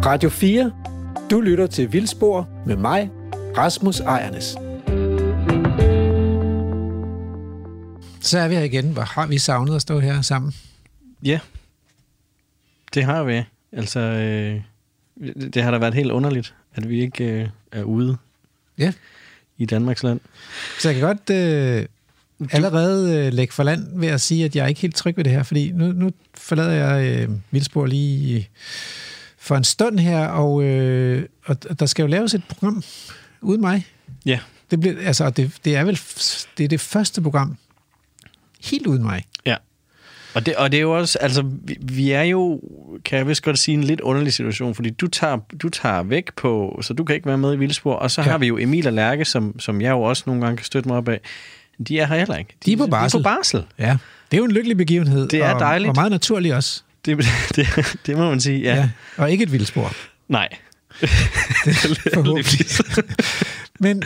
Radio 4. Du lytter til Vildspor med mig, Rasmus Ejernes. Så er vi her igen. Hvor har vi savnet at stå her sammen? Ja, det har vi. Altså, det har da været helt underligt, at vi ikke er ude i Danmarks land. Så jeg kan godt allerede lægge for land ved at sige, at jeg er ikke helt tryg ved det her, fordi nu forlader jeg Vildspor lige for en stund her, og der skal jo laves et program uden mig. Ja. Det er det første program helt uden mig. Ja. Og det er jo også, altså, vi er jo, kan jeg vist godt sige, en lidt underlig situation, fordi du tager væk på, så du kan ikke være med i Vildspor, og så har vi jo Emil og Lærke, som jeg jo også nogle gange kan støtte mig op af. De er her heller ikke. De er på barsel. De er på barsel. Ja, det er jo en lykkelig begivenhed. Det er dejligt. Og meget naturligt også. Det må man sige, ja. Og ikke et Vildspor. Nej. Forhåbentlig. Men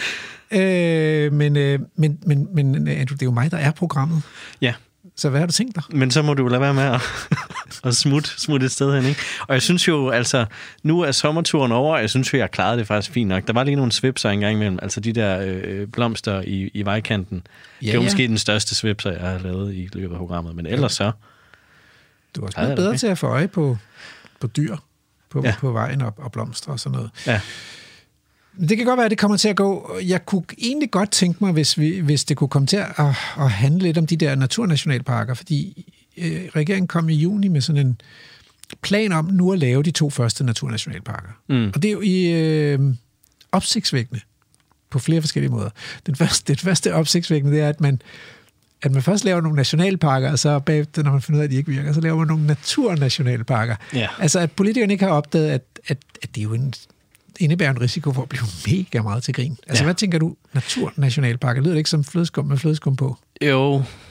det er jo mig, der er programmet. Ja. Så hvad har du tænkt dig? Men så må du lade være med at smutte et sted hen, ikke? Og jeg synes jo, altså, nu er sommerturen over, og jeg synes jo, jeg klarede det faktisk fint nok. Der var lige nogle svipser engang imellem, altså de der blomster i vejkanten. Ja, det var måske den største svipser, jeg har lavet i løbet af programmet, men ellers så... Du er også blevet bedre til at få øje på dyr på vejen og blomster og sådan noget. Ja. Det kan godt være, at det kommer til at gå. Jeg kunne egentlig godt tænke mig, hvis det kunne komme til at handle lidt om de der naturnationalparker, fordi regeringen kom i juni med sådan en plan om nu at lave de 2 første naturnationalparker. Og det er jo opsigtsvækkende på flere forskellige måder. Det første opsigtsvækkende, det er, at man først laver nogle nationalparker, og så bagefter, når man finder ud af, at de ikke virker, så laver man nogle naturnationalparker. Ja. Altså, at politikerne ikke har opdaget, at det er jo indebærer en risiko for at blive mega meget til grin. Altså, hvad tænker du? Naturnationalparker, lyder det ikke som flødeskum med flødeskum på? Jo,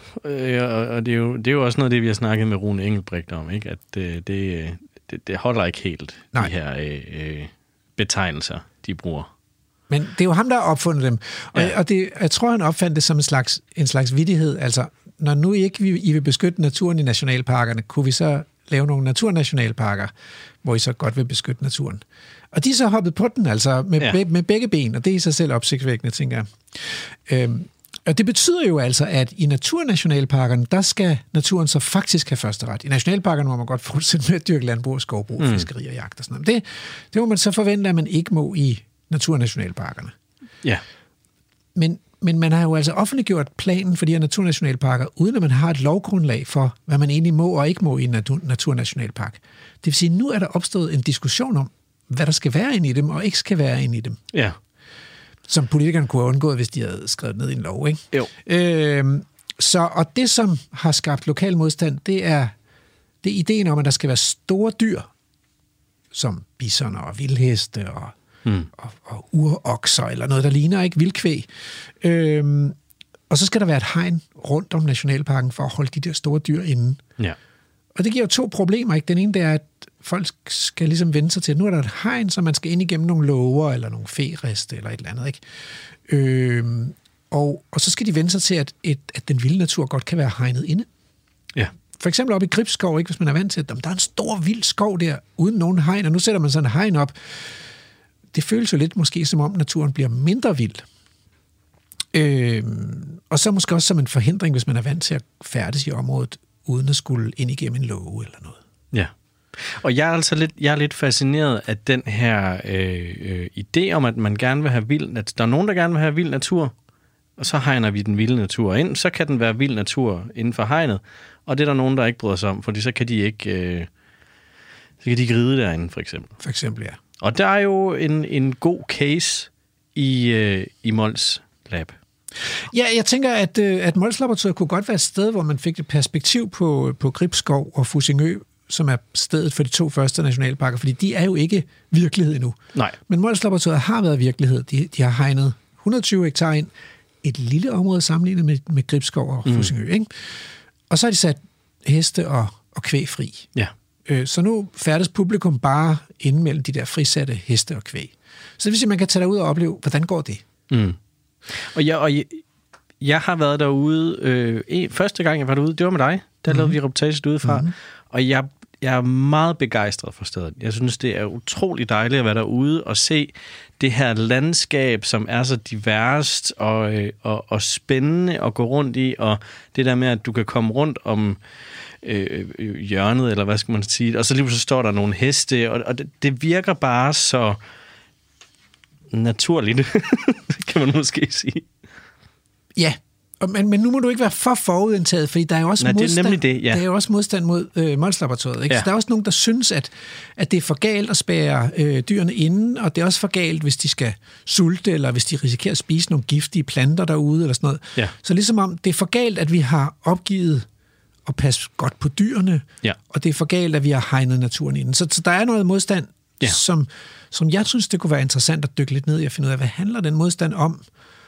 og det er jo også noget af det, vi har snakket med Rune Engelbrecht om, ikke? At det holder ikke helt, de her betegnelser, de bruger. Men det er jo ham, der har opfundet dem. Og jeg tror, han opfandt det som en slags vittighed. Altså, når nu ikke I vil beskytte naturen i nationalparkerne, kunne vi så lave nogle naturnationalparker, hvor I så godt vil beskytte naturen. Og de er så hoppet på den, altså med begge ben, og det er i sig selv opsigtsvækkende, tænker jeg. Og det betyder jo altså, at i naturnationalparkerne, der skal naturen så faktisk have første ret. I nationalparkerne må man godt fortsætte med at dyrke landbrug, skovbrug, fiskeri og jagt og sådan noget. Det må man så forvente, at man ikke må i naturnationalparkerne. Ja. Men man har jo altså offentliggjort planen for de her naturnationalparker, uden at man har et lovgrundlag for, hvad man egentlig må og ikke må i en naturnationalpark. Det vil sige, nu er der opstået en diskussion om, hvad der skal være inde i dem, og ikke skal være inde i dem. Ja. Som politikerne kunne have undgået, hvis de havde skrevet ned i en lov, ikke? Jo. Og det, som har skabt lokal modstand, det er ideen om, at der skal være store dyr, som bisoner og vildheste og urokser, eller noget, der ligner, ikke? Vildkvæg. Og så skal der være et hegn rundt om nationalparken for at holde de der store dyr inde. Ja. Og det giver jo 2 problemer, ikke? Den ene, det er, at folk skal ligesom vende sig til, at nu er der et hegn, så man skal ind igennem nogle låger, eller nogle feriste, eller et eller andet, ikke? Og så skal de vende sig til, at den vilde natur godt kan være hegnet inde. Ja. For eksempel op i Gribskov, ikke? Hvis man er vant til, at der er en stor vild skov der, uden nogen hegn, og nu sætter man sådan en hegn op. Det føles jo lidt måske, som om naturen bliver mindre vild. Og så måske også som en forhindring, hvis man er vant til at færdes i området, uden at skulle ind igennem en låge eller noget. Ja. Og jeg er lidt fascineret af den her idé om, at man gerne vil have at der er nogen, der gerne vil have vild natur, og så hegner vi den vilde natur ind. Så kan den være vild natur inden for hegnet, og det er der nogen, der ikke bryder sig om, fordi så kan de ikke ride derinde, for eksempel. For eksempel, ja. Og der er jo en god case i Mols Lab. Ja, jeg tænker, at Mols Laboratoriet kunne godt være et sted, hvor man fik et perspektiv på Gribskov og Fussingø, som er stedet for de 2 første nationalparker, fordi de er jo ikke virkelighed endnu. Nej. Men Mols Laboratoriet har været virkelighed. De har hegnet 120 hektar ind, et lille område sammenlignet med Gribskov og Fussingø, ikke? Og så har de sat heste og kvæg fri. Ja. Så nu færdes publikum bare inden mellem de der frisatte heste og kvæg. Så det vil sige, at man kan tage derud og opleve, hvordan går det? Og jeg har været derude, første gang jeg var derude, det var med dig, der lavede vi reportage derude fra, og Jeg er meget begejstret for stedet. Jeg synes, det er utrolig dejligt at være derude og se det her landskab, som er så diverst og spændende at gå rundt i, og det der med, at du kan komme rundt om hjørnet, eller hvad skal man sige, og så lige så står der nogle heste, og det virker bare så naturligt, kan man måske sige. Ja, men nu må du ikke være for forudindtaget, fordi der er jo også modstand, det, ja. Der er jo også modstand mod Mols-laboratoriet. Ikke? Ja. Så der er også nogen, der synes, at det er for galt at spære dyrene inde, og det er også for galt, hvis de skal sulte, eller hvis de risikerer at spise nogle giftige planter derude, eller sådan noget. Ja. Så ligesom om, det er for galt, at vi har opgivet at passe godt på dyrene, og det er for galt, at vi har hegnet naturen inden. Så der er noget modstand, som jeg synes, det kunne være interessant at dykke lidt ned i og finde ud af, hvad handler den modstand om?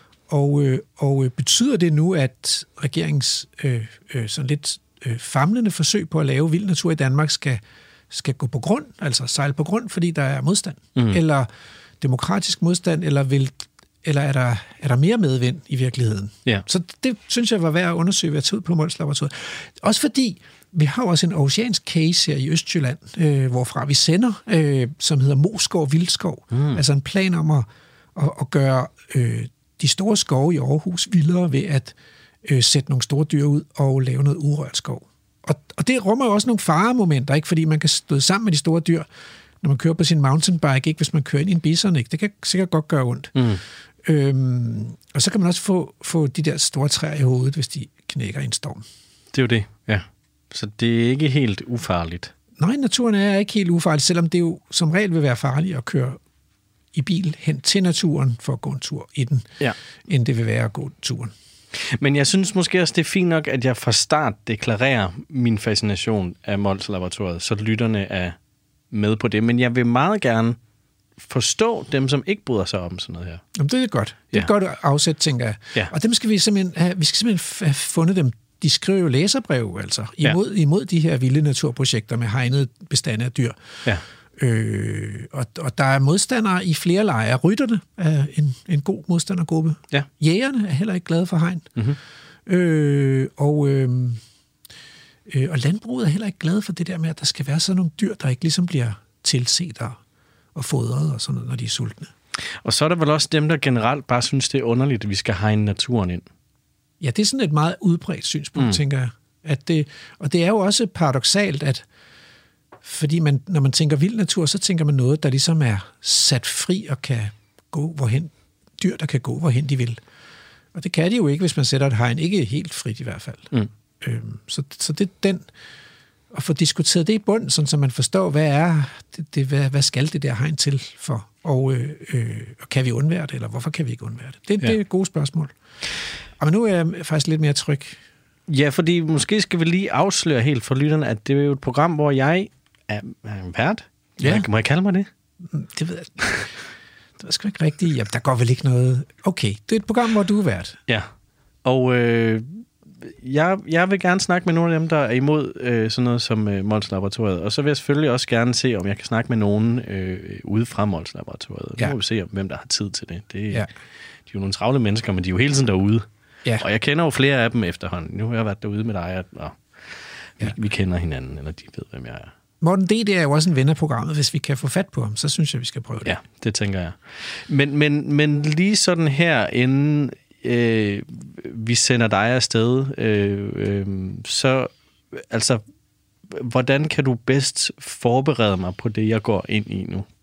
Og betyder det nu, at regeringens sådan lidt famlende forsøg på at lave vild natur i Danmark skal gå på grund, altså sejle på grund, fordi der er modstand? Eller demokratisk modstand, eller er der mere medvind i virkeligheden? Ja. Så det synes jeg var værd at undersøge ved at tage ud på Mols-laboratoriet. Også fordi vi har også en oceansk case her i Østjylland, hvorfra vi sender, som hedder Moskov Vildskov. Altså en plan om at gøre de store skove i Aarhus vildere ved at sætte nogle store dyr ud og lave noget urørt skov. Og det rummer jo også nogle faremomenter, ikke? Fordi man kan stå sammen med de store dyr, når man kører på sin mountainbike, ikke? Hvis man kører ind i en bison, ikke? Det kan sikkert godt gøre ondt. Og så kan man også få de der store træer i hovedet, hvis de knækker i en storm. Det er jo det, ja. Så det er ikke helt ufarligt. Nej, naturen er ikke helt ufarlig, selvom det jo som regel vil være farligt at køre i bil hen til naturen for at gå en tur i den, end det vil være at gå turen. Men jeg synes måske også, det er fint nok, at jeg fra start deklarerer min fascination af Mols-laboratoriet, så lytterne er med på det. Men jeg vil meget gerne forstå dem, som ikke bryder sig om sådan noget her. Jamen, det er godt. Det er et godt afsæt, tænker jeg. Ja. Og dem skal vi simpelthen have fundet dem. De skriver jo læserbreve, altså, imod de her vilde naturprojekter med hegnede bestande af dyr. Ja. Og der er modstandere i flere lejre. Rytterne er en god modstandergruppe. Ja. Jægerne er heller ikke glade for hegn. Og landbruget er heller ikke glade for det der med, at der skal være sådan nogle dyr, der ikke ligesom bliver tilset og fodret og sådan noget, når de er sultne. Og så er der vel også dem, der generelt bare synes, det er underligt, at vi skal hegne naturen ind. Ja, det er sådan et meget udbredt synspunkt, tænker jeg. Og det er jo også paradoksalt, at fordi når man tænker vild natur, så tænker man noget, der ligesom er sat fri og kan gå hvorhen, dyr, der kan gå hvorhen de vil. Og det kan de jo ikke, hvis man sætter et hegn. Ikke helt frit i hvert fald. Så det er den, at få diskuteret det i bund, sådan så man forstår, hvad skal det der hegn til for, og kan vi undvære det, eller hvorfor kan vi ikke undvære det? Det er et godt spørgsmål. Men nu er jeg faktisk lidt mere tryg. Ja, fordi måske skal vi lige afsløre helt for lytterne, at det er jo et program, hvor jeg er en vært. Ja. Må jeg kalde mig det? Det ved jeg. Det var sgu ikke rigtigt. Jamen, der går vel ikke noget. Okay, det er et program, hvor du er vært. Ja, og jeg vil gerne snakke med nogle af dem, der er imod sådan noget som Mols-laboratoriet. Og så vil jeg selvfølgelig også gerne se, om jeg kan snakke med nogen ude fra Mols-laboratoriet. Så må vi se, hvem der har tid til det. De er jo nogle travle mennesker, men de er jo hele tiden derude. Ja. Og jeg kender jo flere af dem efterhånden. Nu har jeg været derude med dig, og vi kender hinanden, eller de ved, hvem jeg er. Morten D., det er jo også en ven af programmet. Hvis vi kan få fat på ham, så synes jeg, vi skal prøve det. Ja, det tænker jeg. Men lige sådan her, inden vi sender dig afsted, så altså, hvordan kan du bedst forberede mig på det, jeg går ind i nu?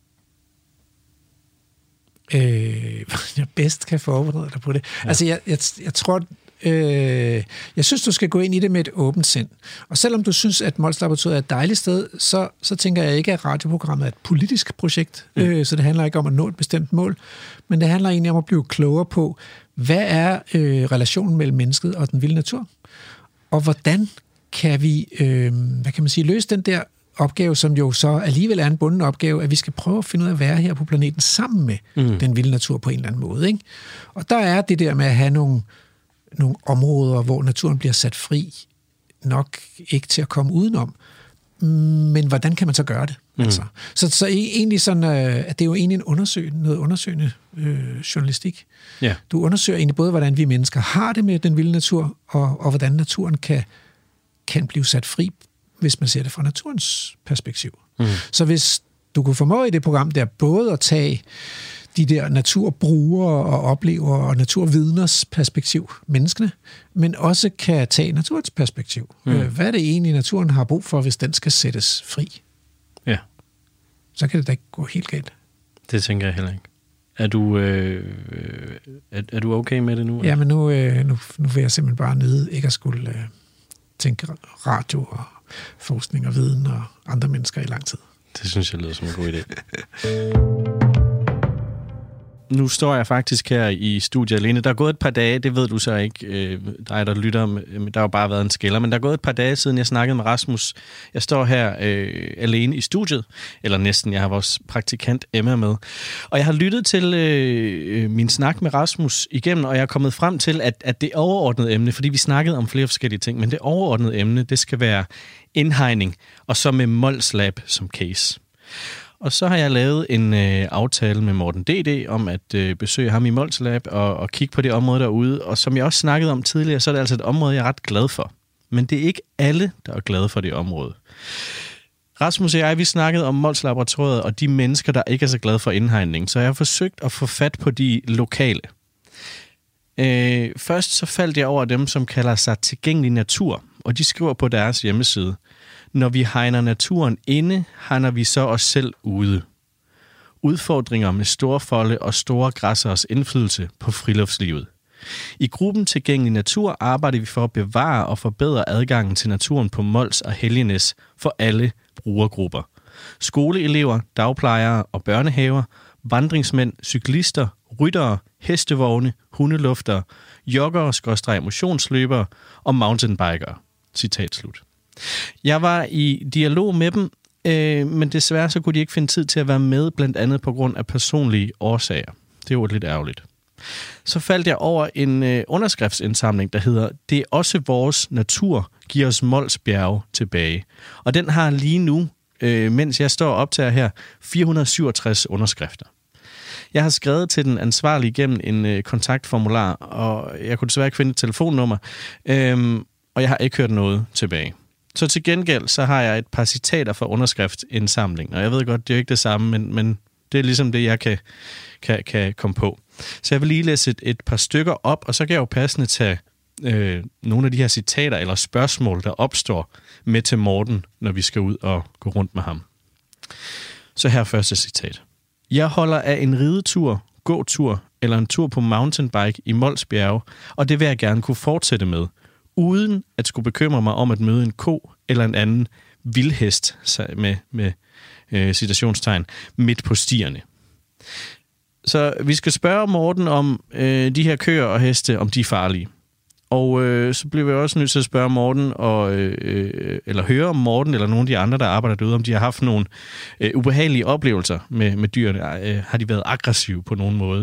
Jeg bedst kan forberede dig på det. Ja. Altså, jeg tror, jeg synes, du skal gå ind i det med et åbent sind. Og selvom du synes, at Mols-laboratoriet er et dejligt sted, så tænker jeg ikke, at radioprogrammet er et politisk projekt. Så det handler ikke om at nå et bestemt mål, men det handler egentlig om at blive klogere på, hvad er relationen mellem mennesket og den vilde natur? Og hvordan kan vi, løse den der opgave, som jo så alligevel er en bunden opgave, at vi skal prøve at finde ud af at være her på planeten sammen med den vilde natur på en eller anden måde. Ikke? Og der er det der med at have nogle områder, hvor naturen bliver sat fri, nok ikke til at komme udenom. Men hvordan kan man så gøre det? Altså? Så egentlig sådan, at det er jo egentlig noget undersøgende journalistik. Yeah. Du undersøger egentlig både, hvordan vi mennesker har det med den vilde natur, og hvordan naturen kan blive sat fri hvis man ser det fra naturens perspektiv. Så hvis du kunne formå i det program der både at tage de der naturbrugere og oplevere og naturvidners perspektiv, menneskene, men også kan tage naturens perspektiv. Hvad er det egentlig, naturen har brug for, hvis den skal sættes fri? Ja. Så kan det da ikke gå helt galt. Det tænker jeg heller ikke. Er du okay med det nu? Ja, men nu vil jeg simpelthen bare nyde ikke at skulle tænke radio og forskning og viden og andre mennesker i lang tid. Det synes jeg lyder som en god idé. Nu står jeg faktisk her i studiet alene. Der er gået et par dage, det ved du så ikke, dig der lytter, der har jo bare været en skiller, men der er gået et par dage siden, jeg snakkede med Rasmus. Jeg står her alene i studiet, eller næsten, jeg har vores praktikant Emma med. Og jeg har lyttet til min snak med Rasmus igennem, og jeg er kommet frem til, at det overordnede emne, fordi vi snakkede om flere forskellige ting, men det overordnede emne, det skal være indhegning, og så med Mols Lab som case. Og så har jeg lavet en aftale med Morten D.D. om at besøge ham i Mols Lab og kigge på det område derude. Og som jeg også snakkede om tidligere, så er det altså et område, jeg er ret glad for. Men det er ikke alle, der er glade for det område. Rasmus og jeg, vi snakkede om Mols Laboratoriet og de mennesker, der ikke er så glade for indhegning. Så jeg har forsøgt at få fat på de lokale. Først så faldt jeg over dem, som kalder sig Tilgængelig Natur. Og de skriver på deres hjemmeside: når vi hegner naturen inde, hegner vi så os selv ude. Udfordringer med storfolde og store græsseres indflydelse på friluftslivet. I gruppen Tilgængelig Natur arbejder vi for at bevare og forbedre adgangen til naturen på Mols og Helgenæs for alle brugergrupper. Skoleelever, dagplejere og børnehaver, vandringsmænd, cyklister, ryttere, hestevogne, hundeluftere, joggere, motionsløbere og mountainbikere. Citat slut. Jeg var i dialog med dem, men desværre så kunne de ikke finde tid til at være med, blandt andet på grund af personlige årsager. Det var lidt ærgerligt. Så faldt jeg over en underskriftsindsamling, der hedder "Det er også vores natur, giver os Mols Bjerge tilbage". Og den har lige nu, mens jeg står og optager her, 467 underskrifter. Jeg har skrevet til den ansvarlige gennem en kontaktformular, og jeg kunne desværre ikke finde et telefonnummer, og jeg har ikke hørt noget tilbage. Så til gengæld, så har jeg et par citater fra underskriftsindsamlingen, og jeg ved godt, det er jo ikke det samme, men det er ligesom det, jeg kan komme på. Så jeg vil lige læse et par stykker op, og så kan jeg jo passende tage nogle af de her citater eller spørgsmål, der opstår med til Morten, når vi skal ud og gå rundt med ham. Så her første citat. Jeg holder af en ridetur, gåtur eller en tur på mountainbike i Mols Bjerge, og det vil jeg gerne kunne fortsætte med, uden at skulle bekymre mig om at møde en ko eller en anden vildhest med citationstegn midt på stierne. Så vi skal spørge Morten om de her køer og heste, om de er farlige. Og så bliver vi også nødt til at spørge Morten, eller høre om Morten eller nogle af de andre, der arbejder derude, om de har haft nogle ubehagelige oplevelser med dyrene. Har de været aggressive på nogen måde?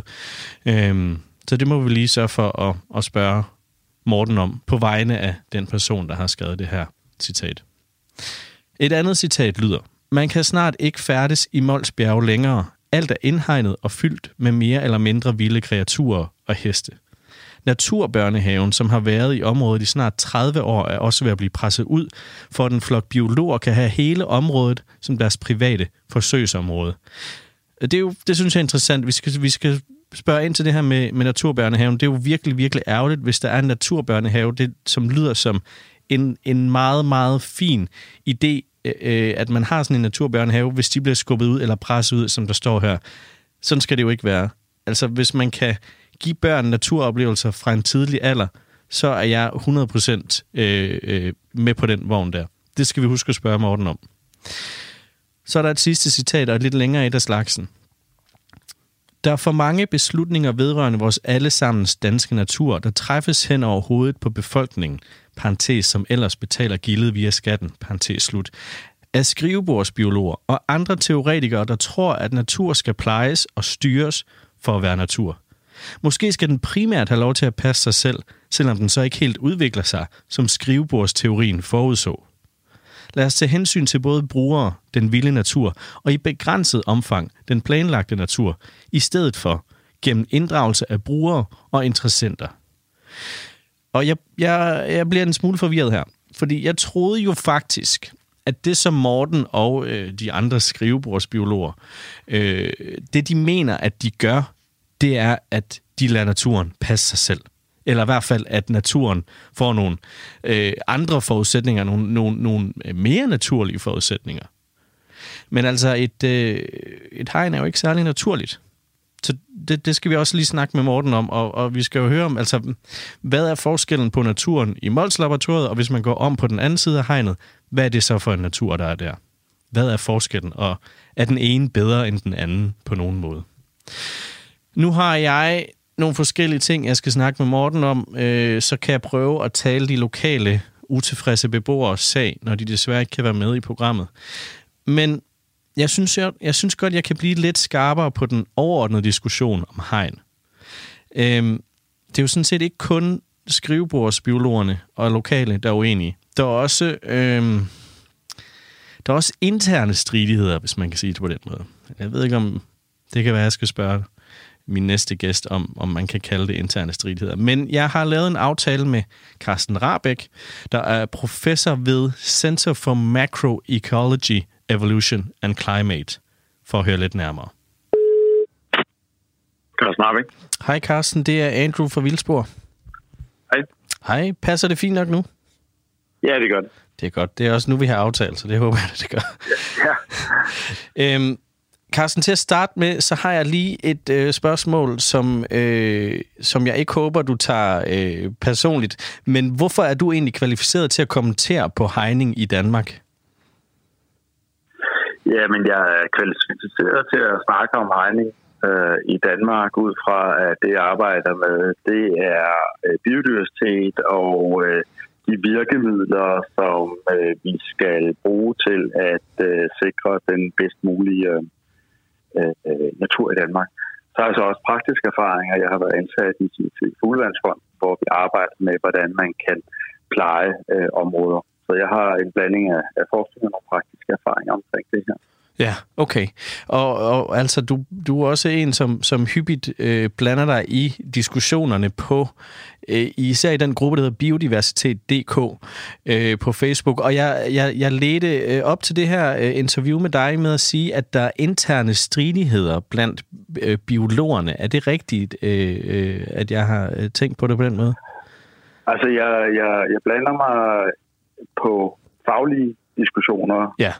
Så det må vi lige sørge for at spørge Morten om, på vegne af den person, der har skrevet det her citat. Et andet citat lyder: man kan snart ikke færdes i Mols Bjerge længere. Alt er indhegnet og fyldt med mere eller mindre vilde kreaturer og heste. Naturbørnehaven, som har været i området i snart 30 år, er også ved at blive presset ud, for at en flok biologer kan have hele området som deres private forsøgsområde. Det synes jeg er interessant. Vi skal spørge ind til det her med naturbørnehaven. Det er jo virkelig, virkelig ærgerligt, hvis der er en naturbørnehave, det, som lyder som en meget, meget fin idé, at man har sådan en naturbørnehave, hvis de bliver skubbet ud eller presset ud, som der står her. Sådan skal det jo ikke være. Altså, hvis man kan give børn naturoplevelser fra en tidlig alder, så er jeg 100% med på den vogn der. Det skal vi huske at spørge Morten om. Så er der et sidste citat, og et lidt længere et af slagsen. Der er for mange beslutninger vedrørende vores allesammens danske natur, der træffes hen over hovedet på befolkningen, parentes, som ellers betaler gildet via skatten, parentes slut, af skrivebordsbiologer og andre teoretikere, der tror, at natur skal plejes og styres for at være natur. Måske skal den primært have lov til at passe sig selv, selvom den så ikke helt udvikler sig, som skrivebordsteorien forudså. Lad os tage hensyn til både brugere, den vilde natur, og i begrænset omfang den planlagte natur, i stedet for gennem inddragelse af brugere og interessenter. Og jeg bliver en smule forvirret her, fordi jeg troede jo faktisk, at det som Morten og de andre skrivebordsbiologer, det de mener, at de gør, det er, at de lader naturen passe sig selv. Eller i hvert fald, at naturen får nogle andre forudsætninger, nogle mere naturlige forudsætninger. Men altså, et hegn er jo ikke særlig naturligt. Så det skal vi også lige snakke med Morten om, og vi skal jo høre om, altså, hvad er forskellen på naturen i Mols-laboratoriet, og hvis man går om på den anden side af hegnet, hvad er det så for en natur, der er der? Hvad er forskellen, og er den ene bedre end den anden på nogen måde? Nu har jeg nogle forskellige ting, jeg skal snakke med Morten om, så kan jeg prøve at tale de lokale utilfredse beboeres sag, når de desværre ikke kan være med i programmet. Men jeg synes godt, jeg kan blive lidt skarpere på den overordnede diskussion om hegn. Det er jo sådan set ikke kun skrivebordsbiologerne og lokale, der er uenige. Der er også interne stridigheder, hvis man kan sige det på den måde. Jeg ved ikke, om det kan være, jeg skal spørge min næste gæst om man kan kalde det interne stridigheder. Men jeg har lavet en aftale med Carsten Rahbek, der er professor ved Center for Macroecology, Evolution and Climate, for at høre lidt nærmere. Carsten Rahbek. Hej Carsten, det er Andrew fra Vildspor. Hej. Hej, passer det fint nok nu? Ja, det gør det. Det er godt. Det er også nu, vi har aftalt, så det håber jeg, det gør. Ja. Carsten, til at starte med, så har jeg lige et spørgsmål, som jeg ikke håber, du tager personligt. Men hvorfor er du egentlig kvalificeret til at kommentere på hegning i Danmark? Ja, men jeg er kvalificeret til at snakke om hegning i Danmark, ud fra at det, jeg arbejder med, det er biodiversitet og de virkemidler, som vi skal bruge til at sikre den bedst mulige natur i Danmark. Så er altså også praktiske erfaringer. Jeg har været ansat i Fuglevandsfond, hvor vi arbejder med, hvordan man kan pleje områder. Så jeg har en blanding af forskning og nogle praktiske erfaringer omkring det her. Ja, okay. Og altså, du er også en, som hyppigt blander dig i diskussionerne på, især i den gruppe, der hedder Biodiversitet.dk på Facebook. Og jeg ledte op til det her interview med dig med at sige, at der er interne stridigheder blandt biologerne. Er det rigtigt, at jeg har tænkt på det på den måde? Altså, jeg blander mig på faglige diskussioner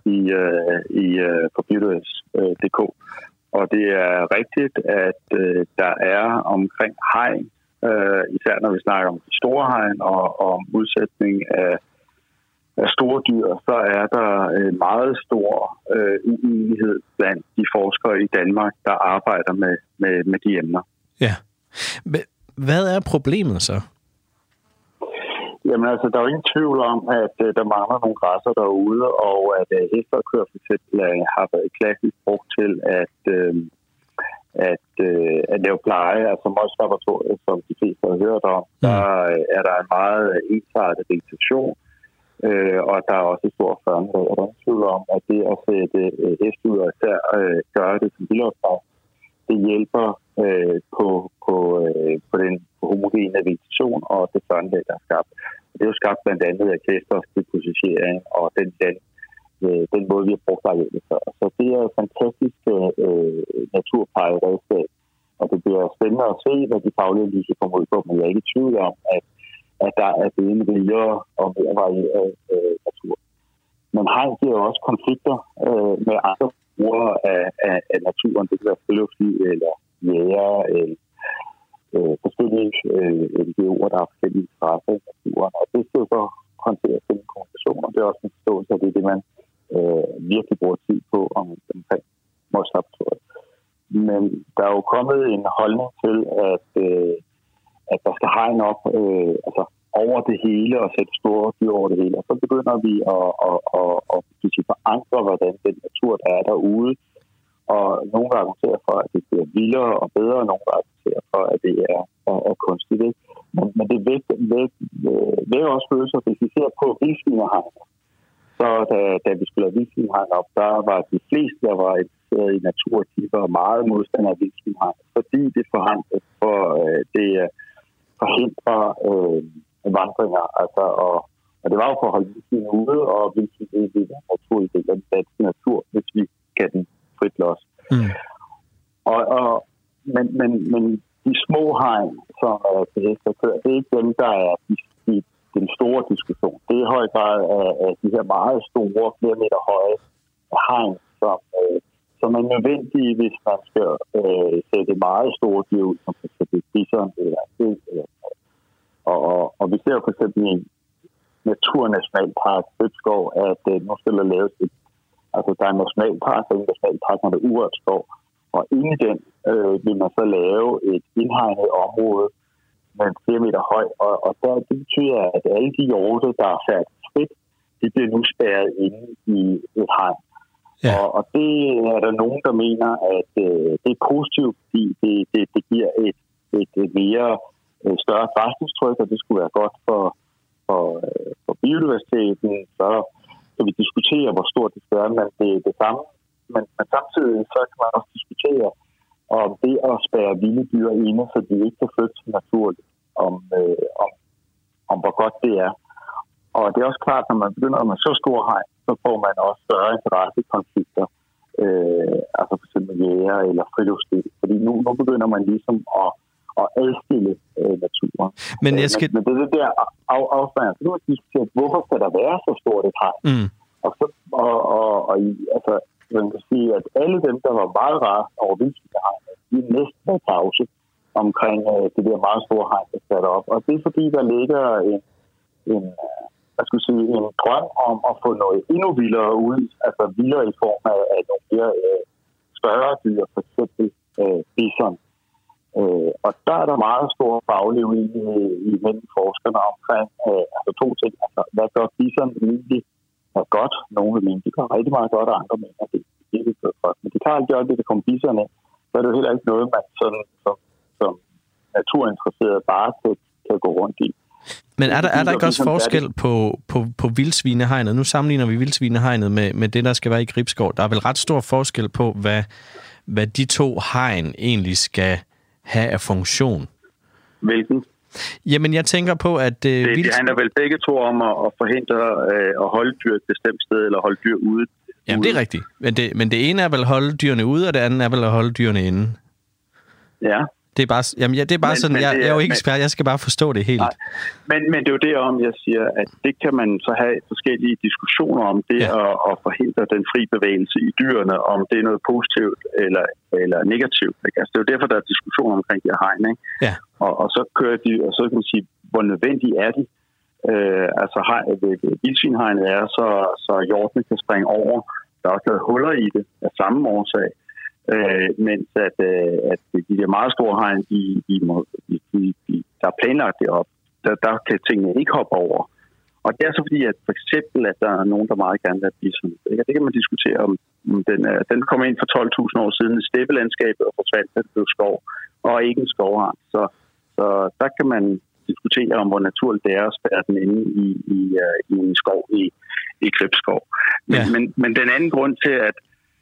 på Biodiversitet.dk. Og det er rigtigt, at der er omkring hegn, især når vi snakker om de store hegn og om udsætning af store dyr, så er der meget stor uenighed blandt de forskere i Danmark, der arbejder med de emner. Ja. Hvad er problemet så? Jamen altså, der er jo ingen tvivl om, at der mangler nogle græsser derude, og at hestekøer for eksempel har været klassisk brugt til at lave pleje. Altså Mols-laboratoriet, som de fleste har hørt om, der er der en meget ensartet vegetation, og der er også et stort førnræd. Og der er ingen tvivl om, at det at sætte heste ud og især gøre det som vildopdrag, det hjælper på den homogene vegetation og det førnræd, der er skabt. Det er jo skabt blandt andet af kvælstofdeposition og den måde, vi har brugt arealet før. Så det er et fantastisk naturplejeredskab, og det bliver spændende at se, hvad de faglige analyser kommer ud på, men jeg er ikke i tvivl om, at der er blevet en rigere og mere varieret natur. Men hegn giver også konflikter med andre brugere af naturen. Det kan være friluftsliv eller jæger eller forskellige NGO'er, der har forskellige interesser i naturen. Og det skal jo så håndtere den kommunikation, og det er også en forståelse af det, man virkelig bruger tid på omkring Mols-laboratoriet. Men der er jo kommet en holdning til, at der skal hegn op over det hele og sætte store dyr over det hele. Og så begynder vi at forankre, hvordan den natur, der er derude, og nogle gange argumenterer for, at det bliver vildere og bedre, og nogle gange argumenterer for, at det er kunstigt. Ikke? Men det vækker også følelser, hvis vi ser på vildsvinehegn. Så da vi skulle have vildsvinehegn op, der var de fleste, der var interesseret i natur, de var meget modstandere af vildsvinehegn, fordi det forhindrer vandringer, altså Og det var jo for at holde vildsvin ude, og vildsvin det er en naturlig del af den danske natur, hvis vi kan den frit los. Men de små hegn, som til heste og køer, det er ikke dem, der er den store diskussion. Det er i høj grad af de her meget store, flere meter høje hegn, som er nødvendige, hvis man skal sætte meget store dyr ud, som for eksempel bison eller og vi ser jo for eksempel i Naturnationalpark Gribskov, at nu skal der laves der er en nationalpark, og en nationalpark, når der er urørt skov. Og inde i den vil man så lave et indhegnet område med 4 meter høj. Og det betyder, at alle de hjorte, der er færdigt frit, de bliver nu spærret inde i et hegn. Ja. Og det er der nogen, der mener, at det er positivt, fordi det giver et mere større græsningstryk, og det skulle være godt for biodiversiteten. Så vi diskuterer, hvor stort det skal være, men det er det samme. Men samtidig så kan man også diskutere om det at spærre vilde dyr inde, så de ikke kan flytte sig naturligt, om hvor godt det er. Og det er også klart, når man begynder med så store hegn, så får man også større interessekonflikter, altså for eksempel jæger eller friluftsliv. Fordi nu begynder man ligesom at adskille naturen. Men det er det der afstand. Så nu kan man diskutere, hvorfor skal der være så stort et hegn? Og man kan sige, at alle dem, der var meget rare over vildsvinehegnet, de er næsten på pause omkring det der meget store hegn, der sætter op. Og det er fordi, der ligger en drøm om at få noget endnu vildere ud, altså vildere i form af nogle mere større dyr, for eksempel bison. Og der er der meget stor faglig uenighed imellem forskerne omkring to ting. Altså, hvad gør bison egentlig er godt? Nogle vil mene, de gør rigtig meget godt, og andre mener, det er ikke godt. Men det kan aldrig gøre, det der kommer biserne, så er det jo heller ikke noget, man sådan, som naturinteresseret bare kan gå rundt i. Men er der ikke også forskel på vildsvinehegnet? Nu sammenligner vi vildsvinehegnet med det, der skal være i Gribskov. Der er vel ret stor forskel på, hvad de to hegn egentlig skal have af funktion. Hvilken? Jamen, jeg tænker på, at... Det handler vel begge to om at forhindre at holde dyr et bestemt sted, eller holde dyr ude. Jamen, det er rigtigt. Men det ene er vel at holde dyrene ude, og det andet er vel at holde dyrene inde. Ja. Det er bare sådan, jeg er jo ikke ekspert, jeg skal bare forstå det helt. Nej, men det er jo derom, jeg siger, at det kan man så have forskellige diskussioner om, det at forhindre den fri bevægelse i dyrene, om det er noget positivt eller negativt. Ikke? Altså, det er jo derfor, der er diskussioner omkring de her hegn, ikke? Ja. Og så kører de, og så kan man sige, hvor nødvendige er de? Vildsvinehegnet er, så hjortene kan springe over. Der er også lavet huller i det af samme årsag. Mens at de der meget store hegn, der er planlagt det op, der kan tingene ikke hoppe over. Og det er så fordi, at for eksempel, at der er nogen, der meget gerne vil have bison. Det kan man diskutere om. Den kom ind for 12.000 år siden i steppelandskabet og forsvandt, at det blev skov, og ikke en skovhegn. Så der kan man diskutere om, hvor naturligt det er at spærre den inde i en skov i Gribskov. Men den anden grund til, at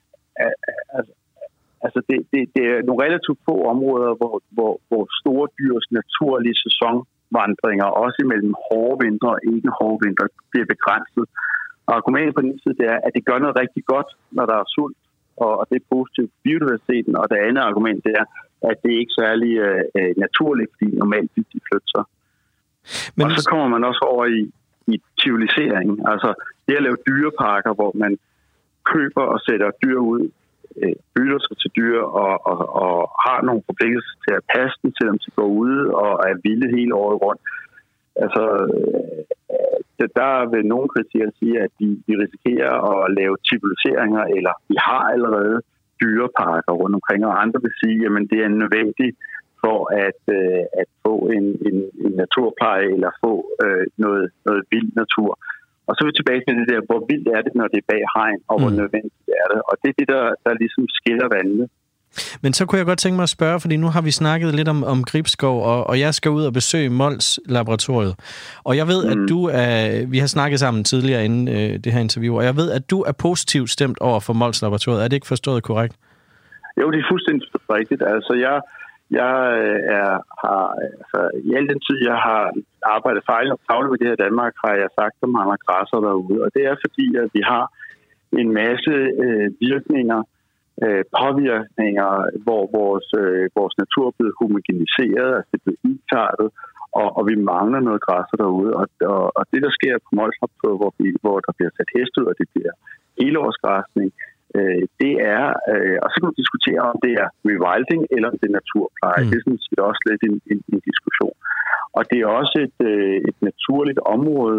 det er nogle relativt få områder, hvor store dyrs naturlige sæsonvandringer, også imellem hårde vintre og ikke hårde vintre, bliver begrænset. Og argumentet på den side, det er, at det gør noget rigtig godt, når der er sult, og det er positivt for biodiversiteten. Og det andet argument, det er, at det er ikke særlig naturligt, fordi normalt de flytter sig. Og så kommer man også over i civilisering. Altså det at lave dyreparker, hvor man køber og sætter dyr ud, bytter sig til dyr og har nogle forpligtelser til at passe dem, til dem til at gå ude og er vilde hele året rundt. Altså, der vil nogle kritikere sige, at de risikerer at lave civiliseringer, eller vi har allerede dyreparker rundt omkring, og andre vil sige, at det er nødvendigt for at få en naturpleje eller få noget vild natur. Og så er vi tilbage til det der, hvor vildt er det, når det er bag hegn, og hvor nødvendigt er det. Og det er det, der ligesom skiller vandene. Men så kunne jeg godt tænke mig at spørge, fordi nu har vi snakket lidt om Gribskov, og jeg skal ud og besøge Mols Laboratoriet. Og jeg ved, at du er... Vi har snakket sammen tidligere inden det her interview, og jeg ved, at du er positivt stemt over for Mols Laboratoriet. Er det ikke forstået korrekt? Jo, det er fuldstændig rigtigt. Altså, har i al den tid, jeg har arbejdet fagligt med det her i Danmark, har jeg sagt, at der mangler græsser derude. Og det er fordi, at vi har en masse virkninger, påvirkninger, hvor vores natur er blevet homogeniseret, altså det er blevet ensartet, og vi mangler noget græsser derude. Og det, der sker på Molslaptorvet, hvor der bliver sat heste ud, og det bliver helårsgræsning, det er, og så kan man diskutere, om det er rewilding eller om det er naturpleje. Det er sådan set også lidt en diskussion. Og det er også et naturligt område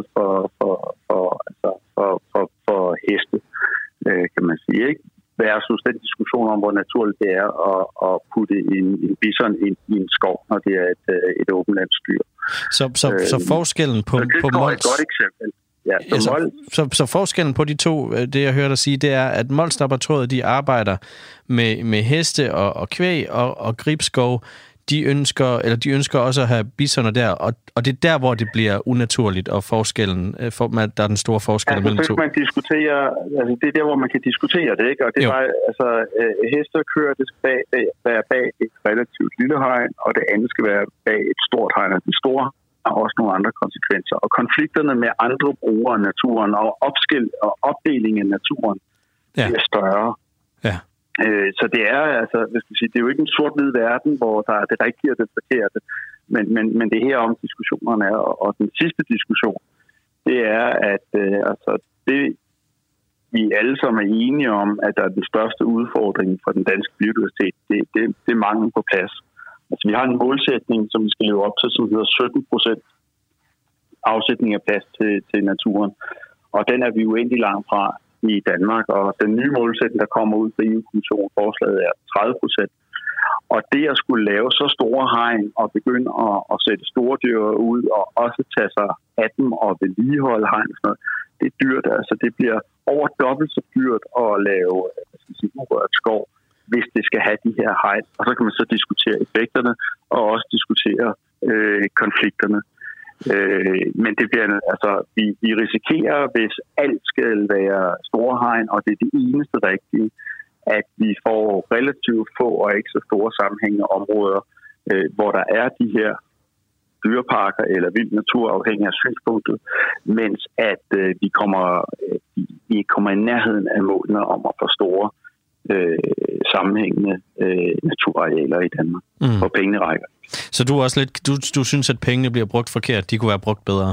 for heste, kan man sige, ikke? Versus den diskussion om, hvor naturligt det er at putte en bison ind i en skov, når det er et åbent landsdyr. Så forskellen på Mols... Det er et godt eksempel. Ja, så forskellen på de to, det jeg hørte dig sige, det er, at Mols-laboratoriet, de arbejder med heste og kvæg og gribskov. De ønsker også at have bisoner der, og det er der, hvor det bliver unaturligt, og forskellen, der er den store forskel mellem to. Man diskutere, altså det er der, hvor man kan diskutere det, ikke? Og det var, altså, heste og køer, det skal være bag et relativt lille hegn, og det andet skal være bag et stort hegn, og den store har også nogle andre konsekvenser. Og konflikterne med andre brugere af naturen, og opdeling af naturen, er større. Ja. Så det er, altså, det er jo ikke en sort-hvid verden, hvor der er det rigtige og det forkerte, men det her om diskussionerne er, og den sidste diskussion, det er, at det vi alle sammen er enige om, at der er den største udfordring for den danske biodiversitet, det er mangel på plads. Altså, vi har en målsætning, som vi skal leve op til, som hedder 17% afsætning af plads til naturen, og den er vi jo egentlig langt fra i Danmark, og den nye målsætning, der kommer ud fra EU-kommissionen, forslaget er 30%. Og det at skulle lave så store hegn og begynde at sætte store dyr ud og også tage sig af dem og vedligeholde hegn og sådan noget, det er dyrt. Altså det bliver over dobbelt så dyrt at lave urørt skov, hvis det skal have de her hegn. Og så kan man så diskutere effekterne og også diskutere konflikterne. Men det bliver, altså, vi risikerer, hvis alt skal være store hegn, og det er det eneste rigtige, at vi får relativt få og ikke så store sammenhængende områder, hvor der er de her dyreparker eller vild natur afhængig af synspunktet, mens at vi kommer i nærheden af målene om at få store sammenhængende naturarealer i Danmark, hvor pengene rækker. Så du er også lidt, du synes, at pengene bliver brugt forkert, de kunne være brugt bedre?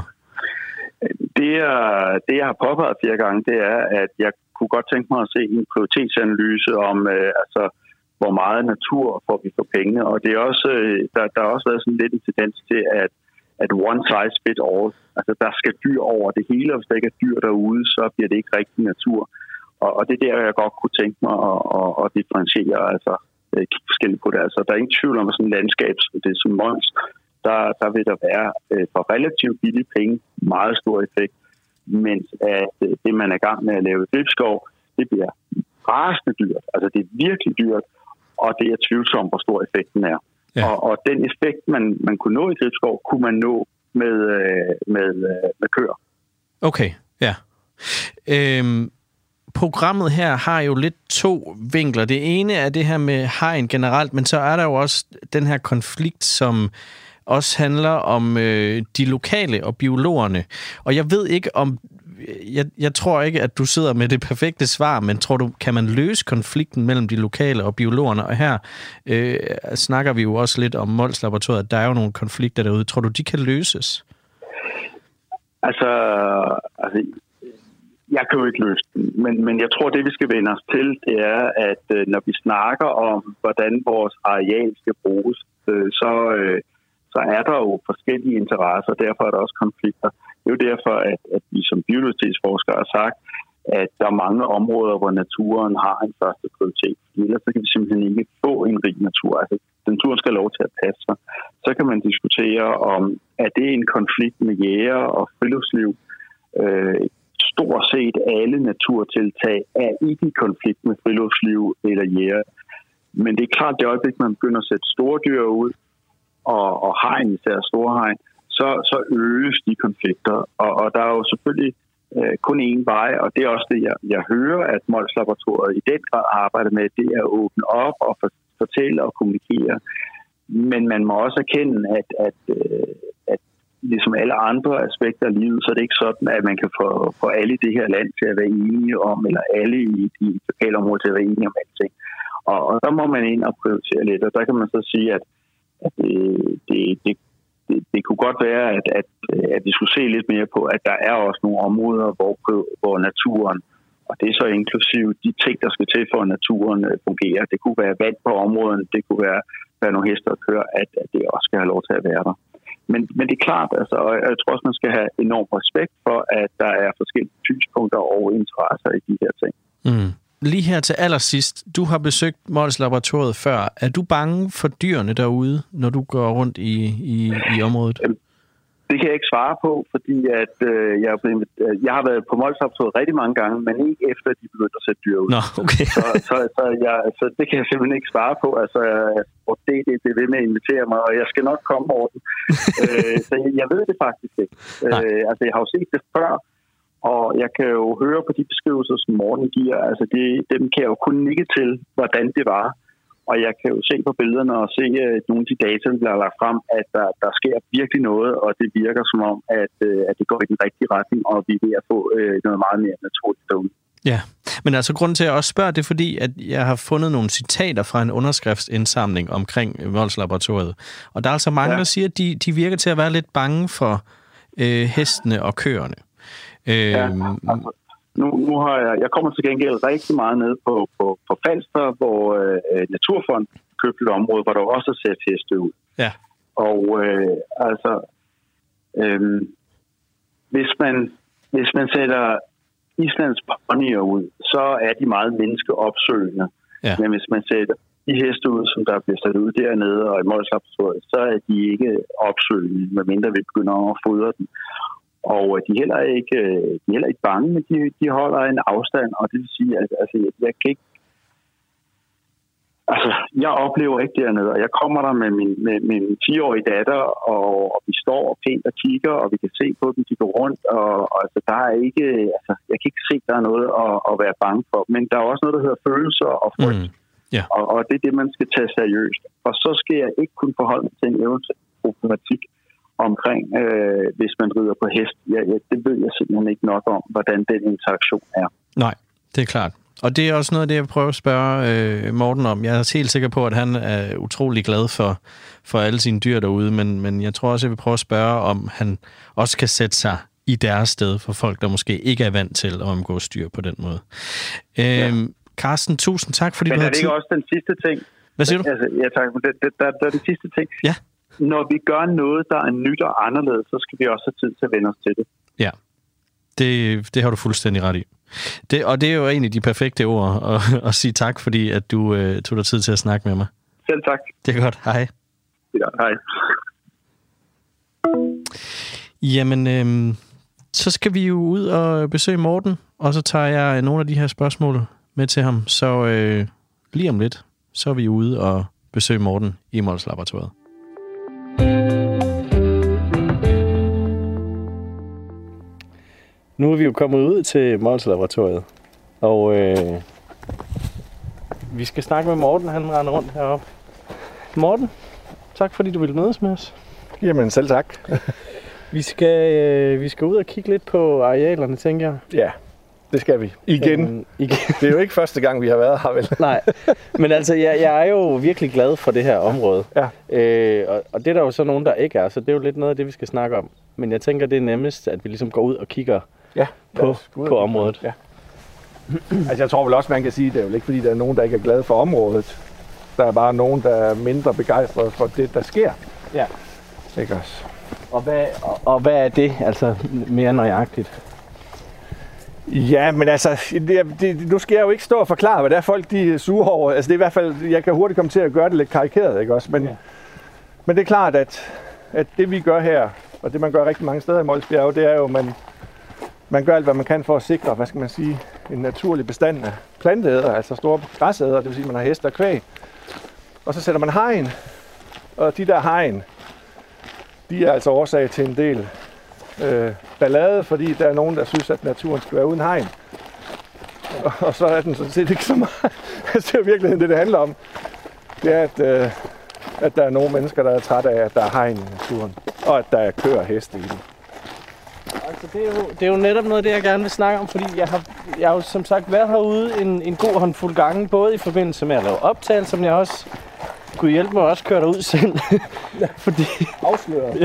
Det jeg har påpeget flere gange, det er, at jeg kunne godt tænke mig at se en prioritetsanalyse om, hvor meget natur får vi for pengene, og det er også, der har også været sådan lidt en tendens til, at one size fits all, altså der skal dyr over det hele, og hvis der ikke er dyr derude, så bliver det ikke rigtig natur. Og det er der, jeg godt kunne tænke mig at differentiere, altså kigge forskelligt på det. Altså, der er ingen tvivl om, at sådan en landskab, det er som Mols, der vil der være for relativt billige penge meget stor effekt, mens at det, man er i gang med at lave gribskov, det bliver rasende dyrt. Altså, det er virkelig dyrt, og det er tvivlsomt, hvor stor effekten er. Ja. Og den effekt, man kunne nå i gribskov, kunne man nå med køer. Okay, ja. Programmet her har jo lidt to vinkler. Det ene er det her med hegn generelt, men så er der jo også den her konflikt, som også handler om de lokale og biologerne. Og jeg ved ikke om... Jeg tror ikke, at du sidder med det perfekte svar, men tror du, kan man løse konflikten mellem de lokale og biologerne? Og her snakker vi jo også lidt om Mols-laboratoriet. Der er jo nogle konflikter derude. Tror du, de kan løses? Altså jeg kan jo ikke løse den, men jeg tror, det vi skal vende os til, det er, at når vi snakker om, hvordan vores areal skal bruges, så er der jo forskellige interesser, og derfor er der også konflikter. Det er jo derfor, at vi som biodiversitetsforskere har sagt, at der er mange områder, hvor naturen har en første prioritet. Ellers så kan vi simpelthen ikke få en rig natur. Altså, naturen skal have lov til at passe sig. Så kan man diskutere om, er det en konflikt med jæger og friluftsliv? Stort set alle naturtiltag er ikke i konflikt med friluftsliv eller jæger. Men det er klart, at det øjeblik, man begynder at sætte store dyr ud, og hegn, især store hegn, så øges de konflikter. Og der er jo selvfølgelig kun én vej, og det er også det, jeg hører, at Mols-laboratoriet i den grad arbejder med, det er at åbne op og fortælle og kommunikere, Men man må også erkende, at ligesom alle andre aspekter af livet, så er det ikke sådan, at man kan få alle i det her land til at være enige om, eller alle i de lokale områder til at være enige om alting. Og der må man ind og prioritere lidt, og der kan man så sige, at det kunne godt være, at vi skulle se lidt mere på, at der er også nogle områder, hvor naturen, og det er så inklusive de ting, der skal til for, at naturen fungerer. Det kunne være vand på områden, det kunne være nogle heste og kører, at det også skal have lov til at være der. Men det er klart, altså, og jeg tror også, man skal have enorm respekt for, at der er forskellige synspunkter og interesser i de her ting. Mm. Lige her til allersidst, du har besøgt Mols Laboratoriet før. Er du bange for dyrene derude, når du går rundt i området? Det kan jeg ikke svare på, fordi at jeg har været på Mols Laboratoriet rigtig mange gange, men ikke efter, at de begyndte at sætte dyr ud. Nå, okay. Så det kan jeg simpelthen ikke svare på. Altså, det vil med at invitere mig, og jeg skal nok komme over det. Så jeg ved det faktisk ikke. Altså, jeg har jo set det før, og jeg kan jo høre på de beskrivelser, som Morten giver. Altså, dem kan jeg jo kun nikke til, hvordan det var. Og jeg kan jo se på billederne og se nogle af de data, der bliver lagt frem, at der sker virkelig noget, og det virker som om, at det går i den rigtige retning, og vi er ved at få noget meget mere naturligt derude. Ja, men altså grunden til, at jeg også spørger, det er fordi, at jeg har fundet nogle citater fra en underskriftsindsamling omkring Mols Laboratoriet. Og der er altså mange, der siger, at de virker til at være lidt bange for hestene og køerne. Nu har jeg kommer til gengæld rigtig meget ned på Falster, hvor Naturfond købte et område, hvor der også er sat heste ud. Ja. Og hvis man sætter Islands ponyer ud, så er de meget menneskeopsøgende. Ja. Men hvis man sætter de heste ud, som der bliver sat ud dernede og i Mols Laboratoriet, så er de ikke opsøgende, medmindre vi begynder at fodre dem. Og de er heller ikke bange, men de holder en afstand, og det vil sige, at jeg kan ikke... Altså, jeg oplever ikke dernede, og jeg kommer der med min 10-årige datter, og vi står pænt og kigger, og vi kan se på dem, de går rundt, og altså, der er ikke... Altså, jeg kan ikke se, at der er noget at være bange for, men der er også noget, der hedder følelser og frygt, og det er det, man skal tage seriøst. Og så skal jeg ikke kunne forholde mig til en eventuel problematik omkring, hvis man rider på hest. Det ved jeg simpelthen ikke nok om, hvordan den interaktion er. Nej, det er klart. Og det er også noget af det, jeg prøver at spørge Morten om. Jeg er helt sikker på, at han er utrolig glad for alle sine dyr derude, men jeg tror også, jeg vil prøve at spørge, om han også kan sætte sig i deres sted for folk, der måske ikke er vant til at omgås dyr på den måde. Carsten, tusind tak, fordi du havde tid. Men er det ikke også den sidste ting? Hvad siger du? Altså, ja, tak. Der er den sidste ting. Ja. Når vi gør noget, der er nyt og anderledes, så skal vi også have tid til at vende os til det. Ja, det har du fuldstændig ret i. Og det er jo egentlig de perfekte ord at sige tak, fordi at du tog dig tid til at snakke med mig. Selv tak. Det er godt. Hej. Ja, hej. Jamen, så skal vi jo ud og besøge Morten, og så tager jeg nogle af de her spørgsmål med til ham. Så lige om lidt, så er vi ude og besøge Morten i Mols Laboratoriet. Nu er vi jo kommet ud til Mols Laboratoriet, og vi skal snakke med Morten, han render rundt heroppe. Morten, tak fordi du ville mødes med os. Jamen selv tak. Vi skal ud og kigge lidt på arealerne, tænker jeg. Ja, det skal vi. Igen. Det er jo ikke første gang, vi har været her, vel? Nej, men altså, jeg er jo virkelig glad for det her område. Ja. Og det er der jo så nogen, der ikke er, så det er jo lidt noget af det, vi skal snakke om. Men jeg tænker, det er nemmest, at vi ligesom går ud og kigger på området. Ja. Altså, jeg tror vel også, man kan sige, det er jo ikke, fordi der er nogen, der ikke er glade for området. Der er bare nogen, der er mindre begejstrede for det, der sker. Ja. Ikke også? Og hvad er det, altså mere nøjagtigt? Ja, men altså, nu skal jeg jo ikke stå og forklare, hvad det er folk, de er sure over. Altså, det er i hvert fald, jeg kan hurtigt komme til at gøre det lidt karikeret, ikke også? Men det er klart, at det vi gør her, og det man gør rigtig mange steder i Mols Bjerge, det er jo, man gør alt, hvad man kan for at sikre, hvad skal man sige, en naturlig bestand af planteæder, altså store græsæder, det vil sige, at man har heste og kvæg. Og så sætter man hegn, og de der hegn, de er altså årsag til en del ballade, fordi der er nogen, der synes, at naturen skal være uden hegn. Og så er den sådan set ikke så meget. Det er jo virkeligheden, det handler om. Det er, at der er nogle mennesker, der er trætte af, at der er hegn i naturen, og at der er køer og heste i den. Altså, det er jo netop noget af det, jeg gerne vil snakke om, fordi jeg har jo som sagt været herude en god håndfuld gange, både i forbindelse med at lave optagelser, men jeg også kunne hjælpe mig også køre derud selv. Fordi afsløret.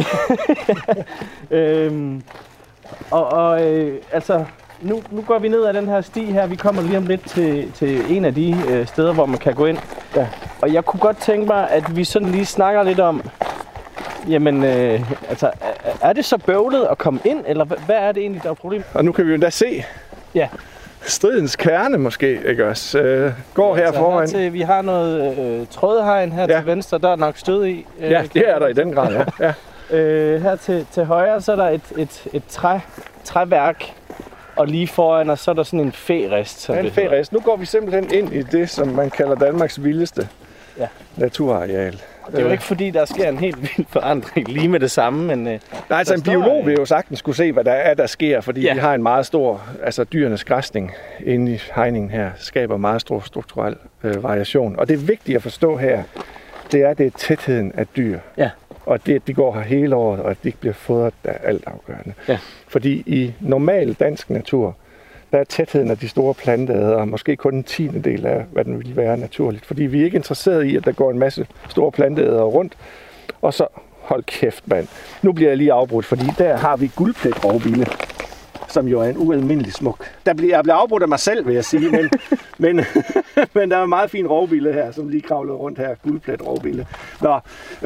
Altså, nu går vi ned ad den her sti her. Vi kommer lige om lidt til en af de steder, hvor man kan gå ind. Ja. Og jeg kunne godt tænke mig, at vi sådan lige snakker lidt om, jamen, altså, er det så bøvlet at komme ind, eller hvad er det egentlig, der er problemet? Og nu kan vi jo endda se stridens kerne måske, ikke også? Går her foran. Vi har noget trådhegn her til venstre, der er nok stød i. Ja, det er der i den grad, ja. Her til højre, så er der et træværk, og lige foran os, så er der sådan en færist. En færist. Nu går vi simpelthen ind i det, som man kalder Danmarks vildeste naturareal. Det er jo ikke fordi, der sker en helt vild forandring lige med det samme, men... Nej, altså en biolog vil jo sagtens kunne se, hvad der sker, fordi vi har en meget stor... Altså dyrenes græsning inde i hegningen her skaber meget stor strukturel variation. Og det er vigtigt at forstå her, det er tætheden af dyr. Ja. Og det, at de går her hele året, og at de ikke bliver fodret, der er altafgørende. Ja. Fordi i normal dansk natur, der er tætheden af de store planteædere måske kun en 10. af, hvad den ville være naturligt. Fordi vi er ikke interesseret i, at der går en masse store planteædere rundt, og så hold kæft, mand. Nu bliver jeg lige afbrudt, fordi der har vi guldpletrovbille, som jo er en ualmindelig smuk. Jeg bliver afbrudt af mig selv, vil jeg sige, men der er en meget fin rovbille her, som lige kravlede rundt her, guldpletrovbille. Nå,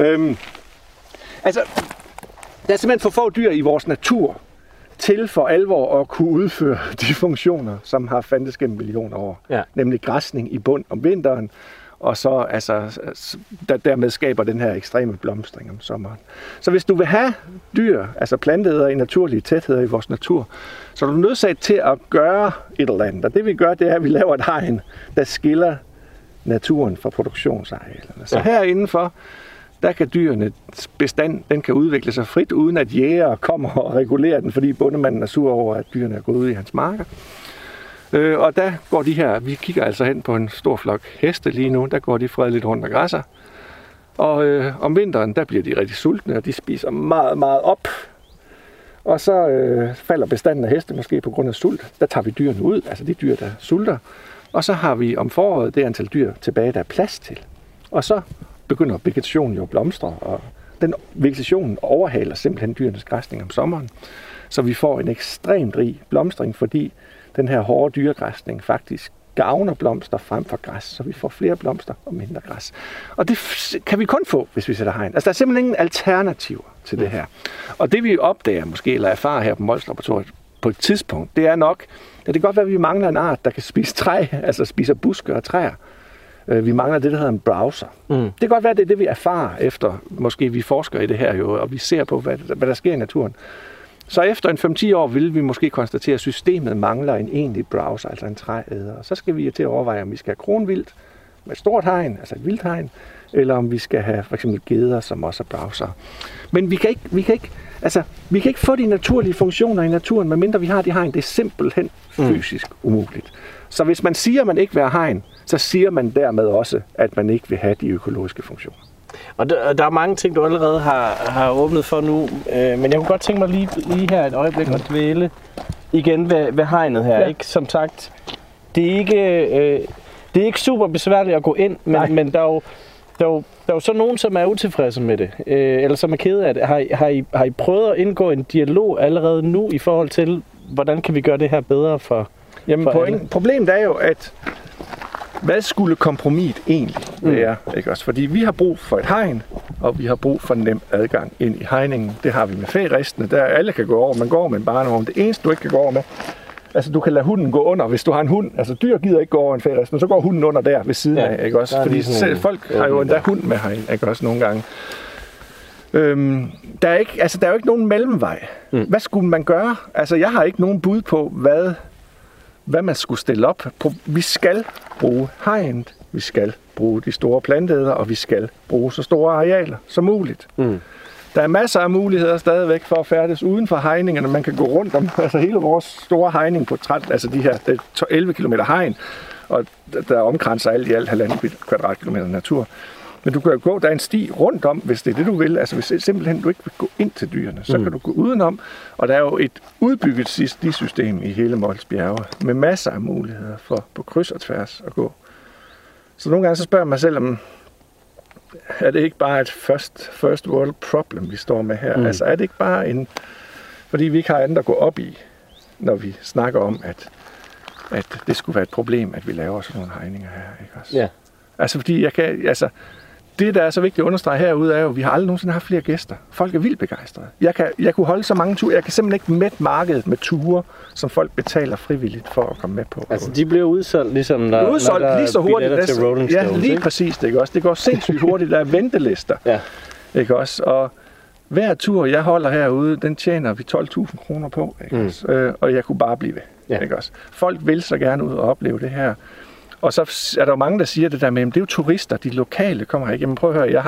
altså, der er simpelthen for få dyr i vores natur, til for alvor at kunne udføre de funktioner, som har fandtes gennem millioner år. Ja. Nemlig græsning i bund om vinteren, og så altså, dermed skaber den her ekstreme blomstring om sommeren. Så hvis du vil have dyr, altså planteædere i naturlige tætheder i vores natur, så er du nødsaget til at gøre et eller andet. Og det vi gør, det er, at vi laver et hegn, der skiller naturen fra produktionsarealerne. Så herindenfor, der kan dyrenes bestand, den kan udvikle sig frit, uden at jæger kommer og regulerer den, fordi bondemanden er sur over, at dyrene er gået ud i hans marker. Og der går de her, vi kigger altså hen på en stor flok heste lige nu, der går de fredeligt rundt og græsser. Og om vinteren, der bliver de rigtig sultne, og de spiser meget, meget op. Og så falder bestanden af heste måske på grund af sult. Der tager vi dyrene ud, altså de dyr, der sulter. Og så har vi om foråret det antal dyr tilbage, der er plads til. Og så begynder vegetationen jo at blomstre, og den vegetation overhaler simpelthen dyrenes græsning om sommeren. Så vi får en ekstremt rig blomstring, fordi den her hårde dyregræsning faktisk gavner blomster frem for græs, så vi får flere blomster og mindre græs. Og det kan vi kun få, hvis vi sætter hegn. Altså der er simpelthen ingen alternativer til det her. Og det vi opdager måske, eller erfarer her på Mols Laboratoriet på et tidspunkt, det er nok, at det kan godt være, at vi mangler en art, der kan spise træ, altså spiser buske og træer. Vi mangler det, der hedder en browser. Det kan godt være, det er det, vi erfarer efter, måske vi forsker i det her jo, og vi ser på, hvad der sker i naturen. Så efter en 5-10 år vil vi måske konstatere, at systemet mangler en egentlig browser, altså en trææder. Og så skal vi til at overveje, om vi skal have kronvildt med et stort hegn, altså et vildt hegn, eller om vi skal have for eksempel geder, som også er browser. Men vi kan ikke få de naturlige funktioner i naturen, medmindre vi har de hegn. Det er simpelthen fysisk umuligt. Så hvis man siger, at man ikke vil have hegn, så siger man dermed også, at man ikke vil have de økologiske funktioner. Og der er mange ting, du allerede har åbnet for nu, men jeg kunne godt tænke mig lige her et øjeblik at dvæle igen ved hegnet her. Ja. Ikke? Som sagt, det er ikke super besværligt at gå ind, men der er jo så nogen, som er utilfredse med det, eller som er kede af det. Har I prøvet at indgå en dialog allerede nu i forhold til, hvordan kan vi gøre det her bedre for problemet er jo, at hvad skulle kompromiset egentlig være? Ikke også? Fordi vi har brug for et hegn, og vi har brug for nem adgang ind i hegningen. Det har vi med færistene, der alle kan gå over. Man går med en barnevogn. Det eneste, du ikke kan gå over med, altså du kan lade hunden gå under, hvis du har en hund. Altså dyr gider ikke gå over en færist, men så går hunden under der ved siden af, ikke også? Fordi folk har jo endda hund med herinde, ikke også, nogle gange. Der er jo ikke nogen mellemvej. Hvad skulle man gøre? Altså jeg har ikke nogen bud på, hvad man skulle stille op. Vi skal bruge hegnet, vi skal bruge de store planteædere, og vi skal bruge så store arealer som muligt. Der er masser af muligheder stadigvæk for at færdes uden for hegningerne. Man kan gå rundt om hele vores store hegning på 13, altså de her 11 km hegn, og der omkranser alt i alt 1,5 kvadratkilometer natur. Men du kan jo gå, der er en sti rundt om, hvis det er det, du vil. Altså hvis simpelthen du ikke vil gå ind til dyrene, så kan du gå udenom. Og der er jo et udbygget stisystem i hele Mols Bjerge, med masser af muligheder for på kryds og tværs at gå. Så nogle gange så spørger jeg mig selv, om er det ikke bare et first world problem, vi står med her? Altså er det ikke bare en... Fordi vi ikke har andet at gå op i, når vi snakker om, at det skulle være et problem, at vi laver sådan nogle hegninger her, ikke også? Ja. Altså fordi det, der er så vigtigt at understrege herude, er jo, at vi har aldrig nogensinde haft flere gæster. Folk er vildt begejstrede. Jeg kunne holde så mange ture. Jeg kan simpelthen ikke mætte markedet med ture, som folk betaler frivilligt for at komme med på. Altså, de bliver udsolgt, ligesom når der lige så hurtigt, til Rolling Stones, ja, lige præcis det, ikke også? Det går sindssygt hurtigt. Der er ventelister, ikke også? Og hver tur, jeg holder herude, den tjener vi 12.000 kroner på, ikke også? Og jeg kunne bare blive ved, ikke også? Folk vil så gerne ud og opleve det her. Og så er der jo mange, der siger det der med, at det er jo turister, de lokale kommer her ikke. Jamen prøv at høre,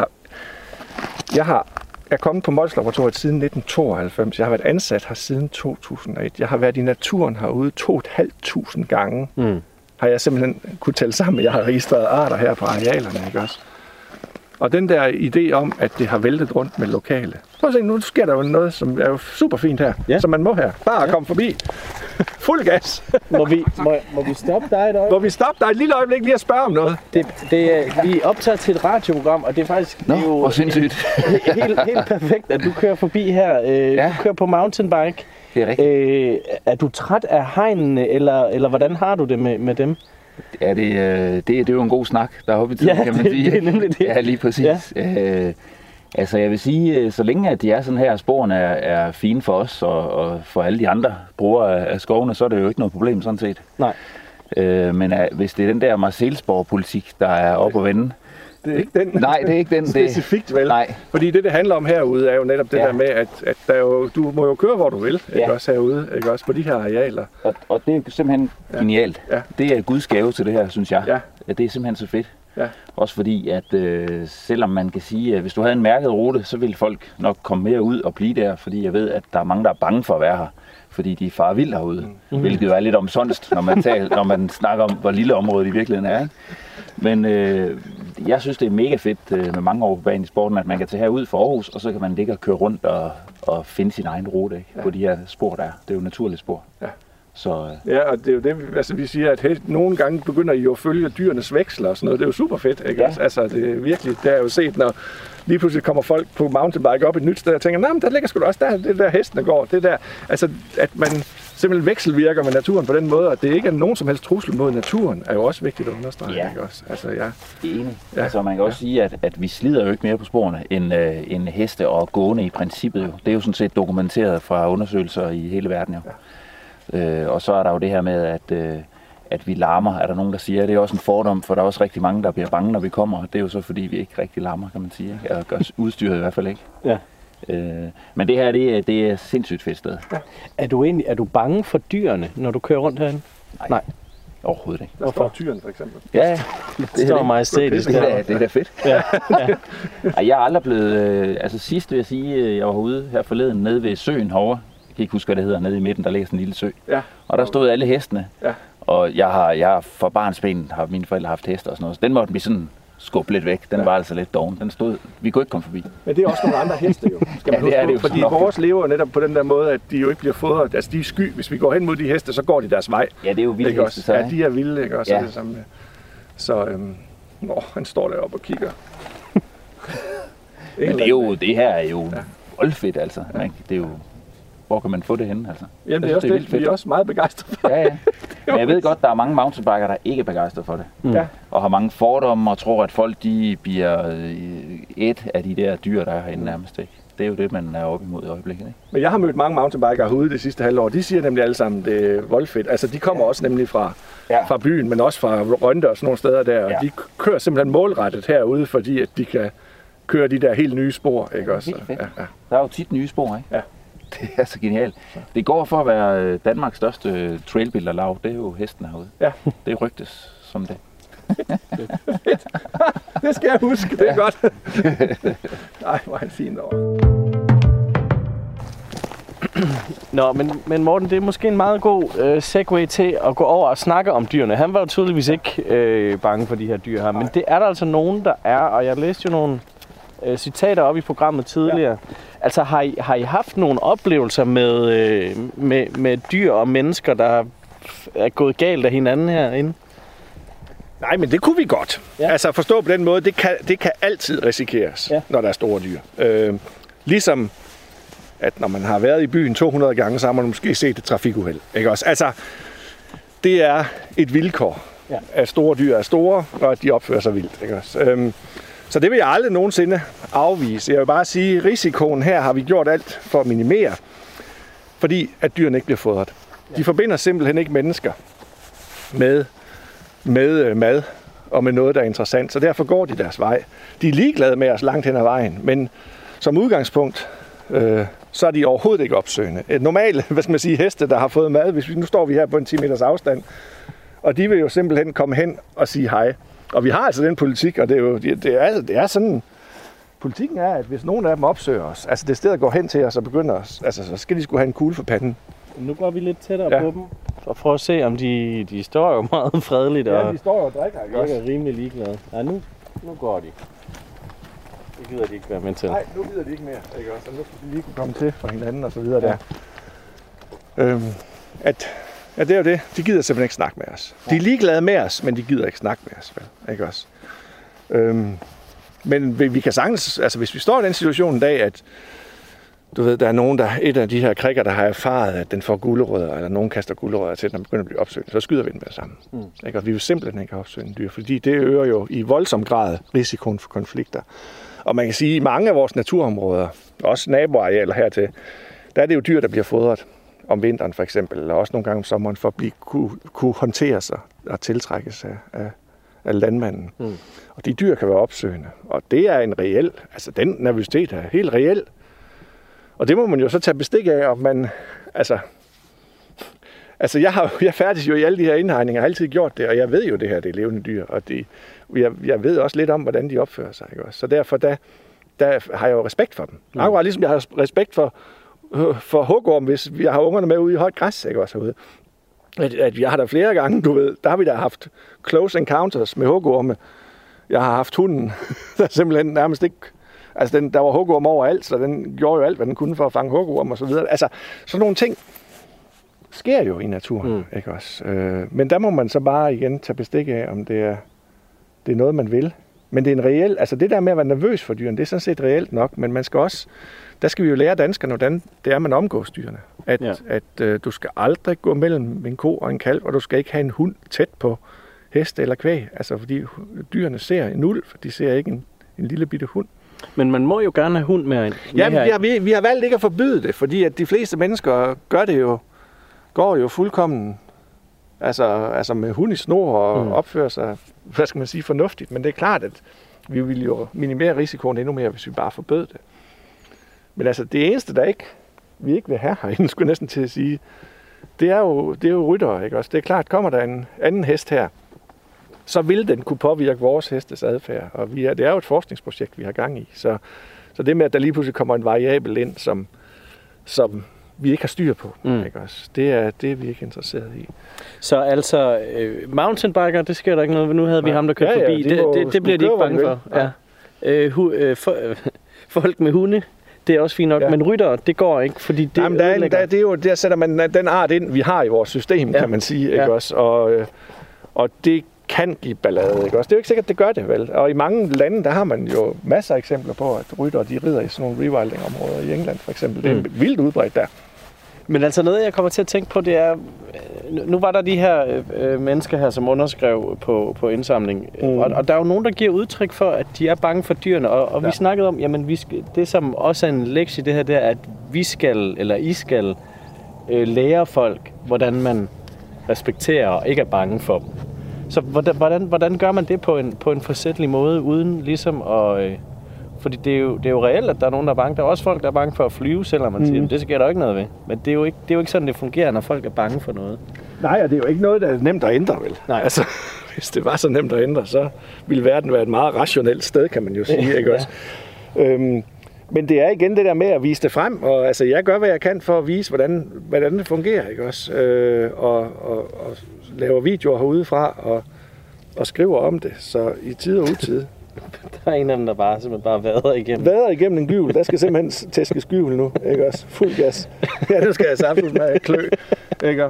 jeg er kommet på Mols Laboratoriet siden 1992. Jeg har været ansat her siden 2001. Jeg har været i naturen herude 2.500 gange. Har jeg simpelthen kunne tælle sammen. Jeg har registreret arter her på arealerne, ikke også? Og den der idé om, at det har væltet rundt med lokale. Prøv at se, nu sker der jo noget, som er jo super fint her, som man må her. Bare komme forbi. Fuld gas. Må vi stoppe dig et øjeblik? Må vi stoppe dig et lille øjeblik lige at spørge om noget? Vi optager til et radioprogram, og det er faktisk hvor sindssygt. helt perfekt, at du kører forbi her. Du kører på mountainbike. Det er rigtigt. Er du træt af hegnene, eller hvordan har du det med dem? Ja, det er jo en god snak, der er oppe i tiden, kan man sige. Det er nemlig det. Ja, lige præcis. Ja. Altså, jeg vil sige, så længe at de er sådan her, sporene er fine for os, og for alle de andre brugere af skovene, så er det jo ikke noget problem, sådan set. Nej. Men hvis det er den der Marselisborg-politik, der er oppe at vende... Det er ikke den. Nej, det er ikke den. Specifikt, vel? Nej. Fordi det handler om herude, er jo netop det der med, at der jo, du må jo køre, hvor du vil, ikke også herude, ikke også på de her arealer. Og det er simpelthen genialt. Ja. Det er Guds gave til det her, synes jeg. Ja. Det er simpelthen så fedt. Ja. Også fordi, at selvom man kan sige, at hvis du havde en mærket rute, så ville folk nok komme mere ud og blive der, fordi jeg ved, at der er mange, der er bange for at være her, fordi de farer vildt herude, hvilket jo er lidt omsonst, når man snakker om, hvor lille området i virkeligheden er. Ikke? Men jeg synes, det er mega fedt med mange år på banen i sporten, at man kan tage herud fra Aarhus, og så kan man ligge og køre rundt og finde sin egen rute, ikke? På de her spor, der er. Det er jo naturlige spor. Ja. Så, ja, og det er jo det, altså vi siger, at nogle gange begynder I jo at følge dyrenes veksler og sådan noget. Det er jo super fedt, ikke? Ja. Altså, det er virkelig, det har jeg jo set, når lige pludselig kommer folk på mountainbike op et nyt sted og tænker, nej, men der ligger sgu da også det der hestene går, det der. Altså, at man simpelthen vekselvirker med naturen på den måde, og det ikke er nogen som helst trussel mod naturen, er jo også vigtigt at understrege, ikke også? Altså, ja. Enig. Ja. Altså, man kan også sige, at vi slider jo ikke mere på sporene end heste og gående i princippet. Jo. Det er jo sådan set dokumenteret fra undersøgelser i hele verden, jo. Ja. Og så er der jo det her med, at vi larmer, er der nogen, der siger. Det er også en fordom, for der er også rigtig mange, der bliver bange, når vi kommer. Det er jo så, fordi vi ikke rigtig larmer, kan man sige. Og gør udstyret i hvert fald ikke. Ja. Men det her, det er sindssygt fedt sted. Ja. Er du bange for dyrene, når du kører rundt herinde? Nej. Overhovedet ikke. Der står tyren, for eksempel. Ja, det står majestætisk. Det er da fedt. Ja. Jeg er aldrig blevet... altså sidst vil jeg sige, jeg var herude her forleden nede ved søen herovre. Jeg kan ikke huske, hvad det hedder, nede i midten, der ligger sådan en lille sø. Ja. Og der stod alle hestene. Ja. Og jeg har for barnsben har mine forældre haft hester og sådan noget. Så den måtte vi sådan skubbe lidt væk. Den var altså lidt doven. Den stod, vi kunne ikke komme forbi. Men det er også nogle andre heste jo. Skal man huske, det fordi vores lever netop på den der måde, at de jo ikke bliver fodret. Altså de er sky. Hvis vi går hen mod de heste, så går de deres vej. Ja, det er jo vilde heste. Ja, de er vilde, ikke også? Ja. Det samme. Så han står deroppe og kigger. Men det her er jo voldfedt, altså. Ja. Det er jo... Hvor kan man få det henne, altså? Jamen, det er også det. Vi er også meget begejstrede for det. Ja. Men jeg ved godt, der er mange mountainbikere, der ikke er begejstrede for det. Ja. Og har mange fordomme og tror, at folk de bliver et af de der dyr, der er herinde nærmest, ikke? Det er jo det, man er oppe imod i øjeblikket, ikke? Men jeg har mødt mange mountainbikere herude det sidste halvår. De siger nemlig alle sammen, det er voldfedt. Altså, de kommer også nemlig fra byen, men også fra Rønde og sådan nogle steder der. Og de kører simpelthen målrettet herude, fordi at de kan køre de der helt nye spor, ikke også? Ja. Der er jo tit nye spor, ikke? Ja. Det er så genialt. Det går for at være Danmarks største trailbuilderlav. Det er jo hesten herude. Ja. Det rygtes som det. Det skal jeg huske. Det er godt. Nej, hvor er han fint over. Nå, men Morten, det er måske en meget god segue til at gå over og snakke om dyrene. Han var jo tydeligvis ikke bange for de her dyr her, men det er der altså nogen, der er, og jeg læste jo nogle citater op i programmet tidligere. Ja. Altså, har I haft nogle oplevelser med dyr og mennesker, der er gået galt af hinanden herinde? Nej, men det kunne vi godt. Ja. Altså forstå på den måde, det kan altid risikeres, når der er store dyr. Ligesom at når man har været i byen 200 gange, så har man måske set et trafikuheld. Ikke også? Altså, det er et vilkår, at store dyr er store, og at de opfører sig vildt. Ikke også? Så det vil jeg aldrig nogensinde afvise. Jeg vil bare sige, at risikoen her har vi gjort alt for at minimere, fordi at dyrene ikke bliver fodret. De forbinder simpelthen ikke mennesker med mad og med noget, der er interessant, så derfor går de deres vej. De er ligeglade med os langt hen ad vejen, men som udgangspunkt, så er de overhovedet ikke opsøgende. Et normalt, heste, der har fået mad, nu står vi her på en 10 meters afstand, og de vil jo simpelthen komme hen og sige hej. Og vi har altså den politik, og det er sådan, politikken er, at hvis nogen af dem opsøger os, altså det sted går hen til os og begynder os, altså så skal de skulle have en kugle for panden. Nu går vi lidt tættere på dem, og prøver at se, om de står jo meget fredeligt. Ja, de står jo og drikker, ikke også? De er rimelig ligeglade. Ja, nu går de. Det gider de ikke være med til. Nej, nu gider de ikke mere, ikke også? Og nu skal de lige kunne komme til fra hinanden og så videre der. Det er jo det. De gider simpelthen ikke snakke med os. De er ligeglade med os, men de gider ikke snakke med os, vel? Ikke også? Men vi kan sagtens, altså hvis vi står i den situation en dag, at du ved, der er nogen, et af de her krikker, der har erfaret, at den får gulerødder, eller nogen kaster gulerødder til, at den begynder at blive opsøgt, så skyder vi den med det samme. Ikke? Og vi vil simpelthen ikke opsøge en dyr, fordi det øger jo i voldsom grad risikoen for konflikter. Og man kan sige, at i mange af vores naturområder, også naboarealer hertil, der er det jo dyr, der bliver fodret om vinteren for eksempel, eller også nogle gange om sommeren, for at kunne håndtere sig og tiltrækkes af landmanden. Og de dyr kan være opsøgende. Og det er en reel, altså den nervøsitet er helt reel. Og det må man jo så tage bestik af, om man, altså jeg færdes jo i alle de her indhegninger, har altid gjort det, og jeg ved jo det her, det er levende dyr, og jeg ved også lidt om, hvordan de opfører sig, ikke også? Så derfor, der har jeg jo respekt for dem. Akkurat ligesom jeg har respekt for hugorm, hvis vi har ungerne med ude i højt græs, ikke også herude. At jeg har der flere gange, du ved, der har vi da haft close encounters med hugorme. Jeg har haft hunden, der simpelthen nærmest ikke, altså der var hugorm overalt, så den gjorde jo alt, hvad den kunne for at fange hugorm og så videre. Altså, sådan nogle ting sker jo i naturen, ikke også? Men der må man så bare igen tage bestik af, om det er noget, man vil. Men det er en reel, altså det der med at være nervøs for dyrene, det er sådan set reelt nok, men man skal også, der skal vi jo lære danskerne, hvordan det er, man omgås dyrene. At du skal aldrig gå mellem en ko og en kalv, og du skal ikke have en hund tæt på hest eller kvæg, altså fordi dyrene ser en ulv, de ser ikke en lille bitte hund. Men man må jo gerne have hund med. Ja, vi har valgt ikke at forbyde det, fordi at de fleste mennesker går jo fuldkommen altså med hund i snor og opfører sig, hvad skal man sige, fornuftigt. Men det er klart, at vi vil jo minimere risikoen endnu mere, hvis vi bare forbød det. Men altså det eneste, vi ikke vil have herinde, skulle jeg næsten til at sige, det er jo ryttere, ikke også? Det er klart, kommer der en anden hest her, så vil den kunne påvirke vores hestes adfærd. Og det er jo et forskningsprojekt, vi har gang i. Så det med, at der lige pludselig kommer en variabel ind, som vi ikke har styr på, ikke også? Det er vi ikke interesseret i. Så altså, mountainbiker, det sker der ikke noget ved. Nu havde vi ham, der kørte forbi. Det bliver de ikke bange for. Ja. Folk med hunde, det er også fint nok, men rytter, det går ikke, fordi det der sætter man den art ind, vi har i vores system, kan man sige, ikke også? Og det kan give ballade, ikke også? Det er jo ikke sikkert, det gør det, vel? Og i mange lande, der har man jo masser af eksempler på, at rytter, de rider i sådan nogle rewilding-områder i England, for eksempel. Det er vildt udbredt der. Men altså noget, jeg kommer til at tænke på, det er, nu var der de her mennesker her, som underskrev på indsamling, og der er jo nogen, der giver udtryk for, at de er bange for dyrene, og vi snakkede om, jamen det som også er en lektie, det her, det er, at I skal lære folk, hvordan man respekterer og ikke er bange for dem. Så hvordan gør man det på en forsætlig måde, uden ligesom at... Fordi det er jo reelt, at der er nogen, der er bange. Der er også folk, der er bange for at flyve, selvom man siger, det sker der jo ikke noget ved. Men det er jo ikke sådan, det fungerer, når folk er bange for noget. Nej, og det er jo ikke noget, der er nemt at ændre, vel? Nej. Altså, hvis det var så nemt at ændre, så ville verden være et meget rationelt sted, kan man jo sige, ikke også? Men det er igen det der med at vise det frem, og altså jeg gør, hvad jeg kan for at vise, hvordan det fungerer, ikke også? Og laver videoer herudefra, og skriver om det, så i tid og utid. Der er en af dem, der bare vader igennem. Vader igennem en gyvel. Der skal simpelthen tæskes gyvel nu, ikke også? Fuld gas. Ja, det skal jeg samtidig med klø, ikke?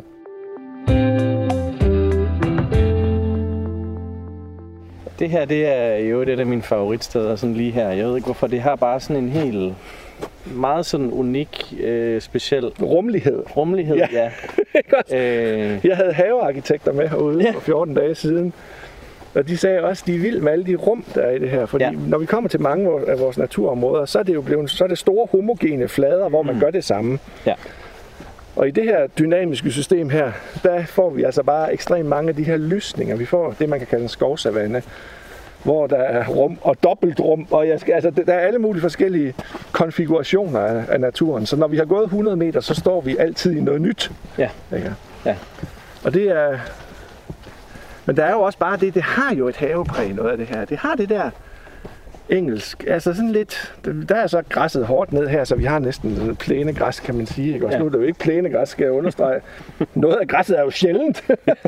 Det her, det er jo et af mine favoritsteder, sådan lige her. Jeg ved ikke hvorfor, det har bare sådan en helt meget sådan unik, speciel... Rummelighed, ja. Jeg havde havearkitekter med herude for 14 dage siden. Og de sagde også, at de er vilde med alle de rum, der er i det her. Fordi når vi kommer til mange af vores naturområder, så er det jo så er det store homogene flader, hvor man gør det samme. Ja. Og i det her dynamiske system her, der får vi altså bare ekstremt mange af de her lysninger. Vi får det, man kan kalde en skovsavanne, hvor der er rum og dobbeltrum. Og der er alle mulige forskellige konfigurationer af naturen. Så når vi har gået 100 meter, så står vi altid i noget nyt. Ja. Ja. Og det er... Men der er jo også bare det har jo et havepræg, noget af det her. Det har det der engelsk, altså sådan lidt, der er så græsset hårdt ned her, så vi har næsten plænegræs, kan man sige. Ikke? Også nu er det jo ikke plænegræs, skal jeg understrege. Noget af græsset er jo sjældent.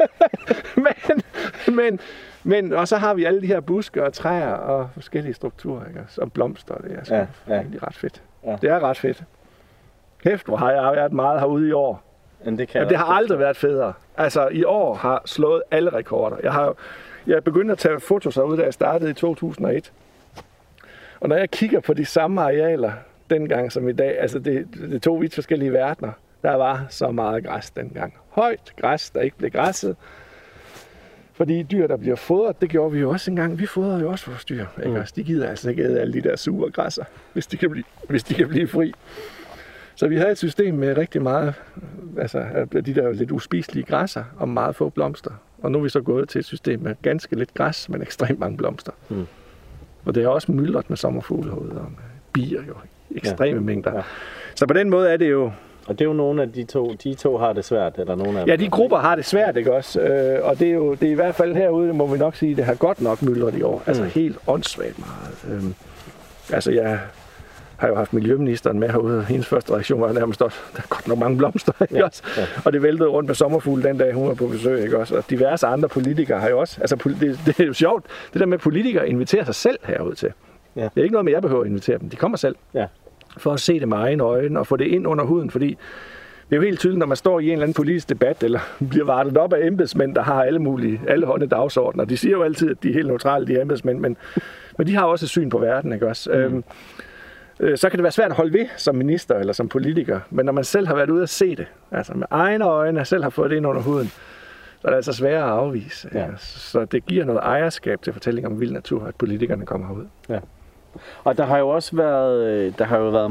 men og så har vi alle de her buske og træer og forskellige strukturer, ikke? Og blomster, det er sgu egentlig ret fedt. Ja. Det er ret fedt. Kæft, hvor har jeg været meget herude i år. Men det har aldrig været federe. Altså, i år har slået alle rekorder. Jeg begyndte at tage fotos herude, da jeg startede i 2001. Og når jeg kigger på de samme arealer dengang som i dag, altså det er to vidt forskellige verdener. Der var så meget græs dengang. Højt græs, der ikke blev græsset. Fordi dyr, der bliver fodret, det gjorde vi jo også engang. Vi fodrede jo også vores dyr. Ikke? De gider altså ikke æde alle de der sure græsser, hvis de kan blive fri. Så vi havde et system med rigtig meget, altså de der lidt uspiselige græsser og meget få blomster. Og nu er vi så gået til et system med ganske lidt græs, men ekstremt mange blomster. Og det er også myldret med sommerfugle herude, og med bier jo, ekstreme mængder. Ja. Så på den måde er det jo... Og det er jo nogle af de to har det svært, eller nogle af dem. Ja, de grupper har det svært, ikke også? Og det er i hvert fald herude, må vi nok sige, det har godt nok myldret i år. Altså helt åndssvagt meget. Altså jeg har jo haft miljøministeren med herude, og hendes første reaktion var nærmest, der er godt nok mange blomster, ikke også? Ja. Og det væltede rundt med sommerfugle den dag, hun var på besøg, ikke også? Og diverse andre politikere har jo også, altså det er jo sjovt, det der med politikere inviterer sig selv herude til. Ja. Det er ikke noget med, jeg behøver at invitere dem, de kommer selv. Ja. For at se det med egne øjne og få det ind under huden, fordi det er jo helt tydeligt, når man står i en eller anden politisk debat, eller bliver vartet op af embedsmænd, der har alle hånde dagsordner. De siger jo altid, at de er helt neutrale, de her embedsmænd, men de har også et syn på verden, ikke også? Så kan det være svært at holde ved som minister eller som politiker, men når man selv har været ude at se det, altså med egne øjne, selv har fået det ind under huden, så er det altså sværere at afvise. Ja. Så det giver noget ejerskab til fortælling om vild natur, at politikerne kommer herud. Ja. Og der har jo også været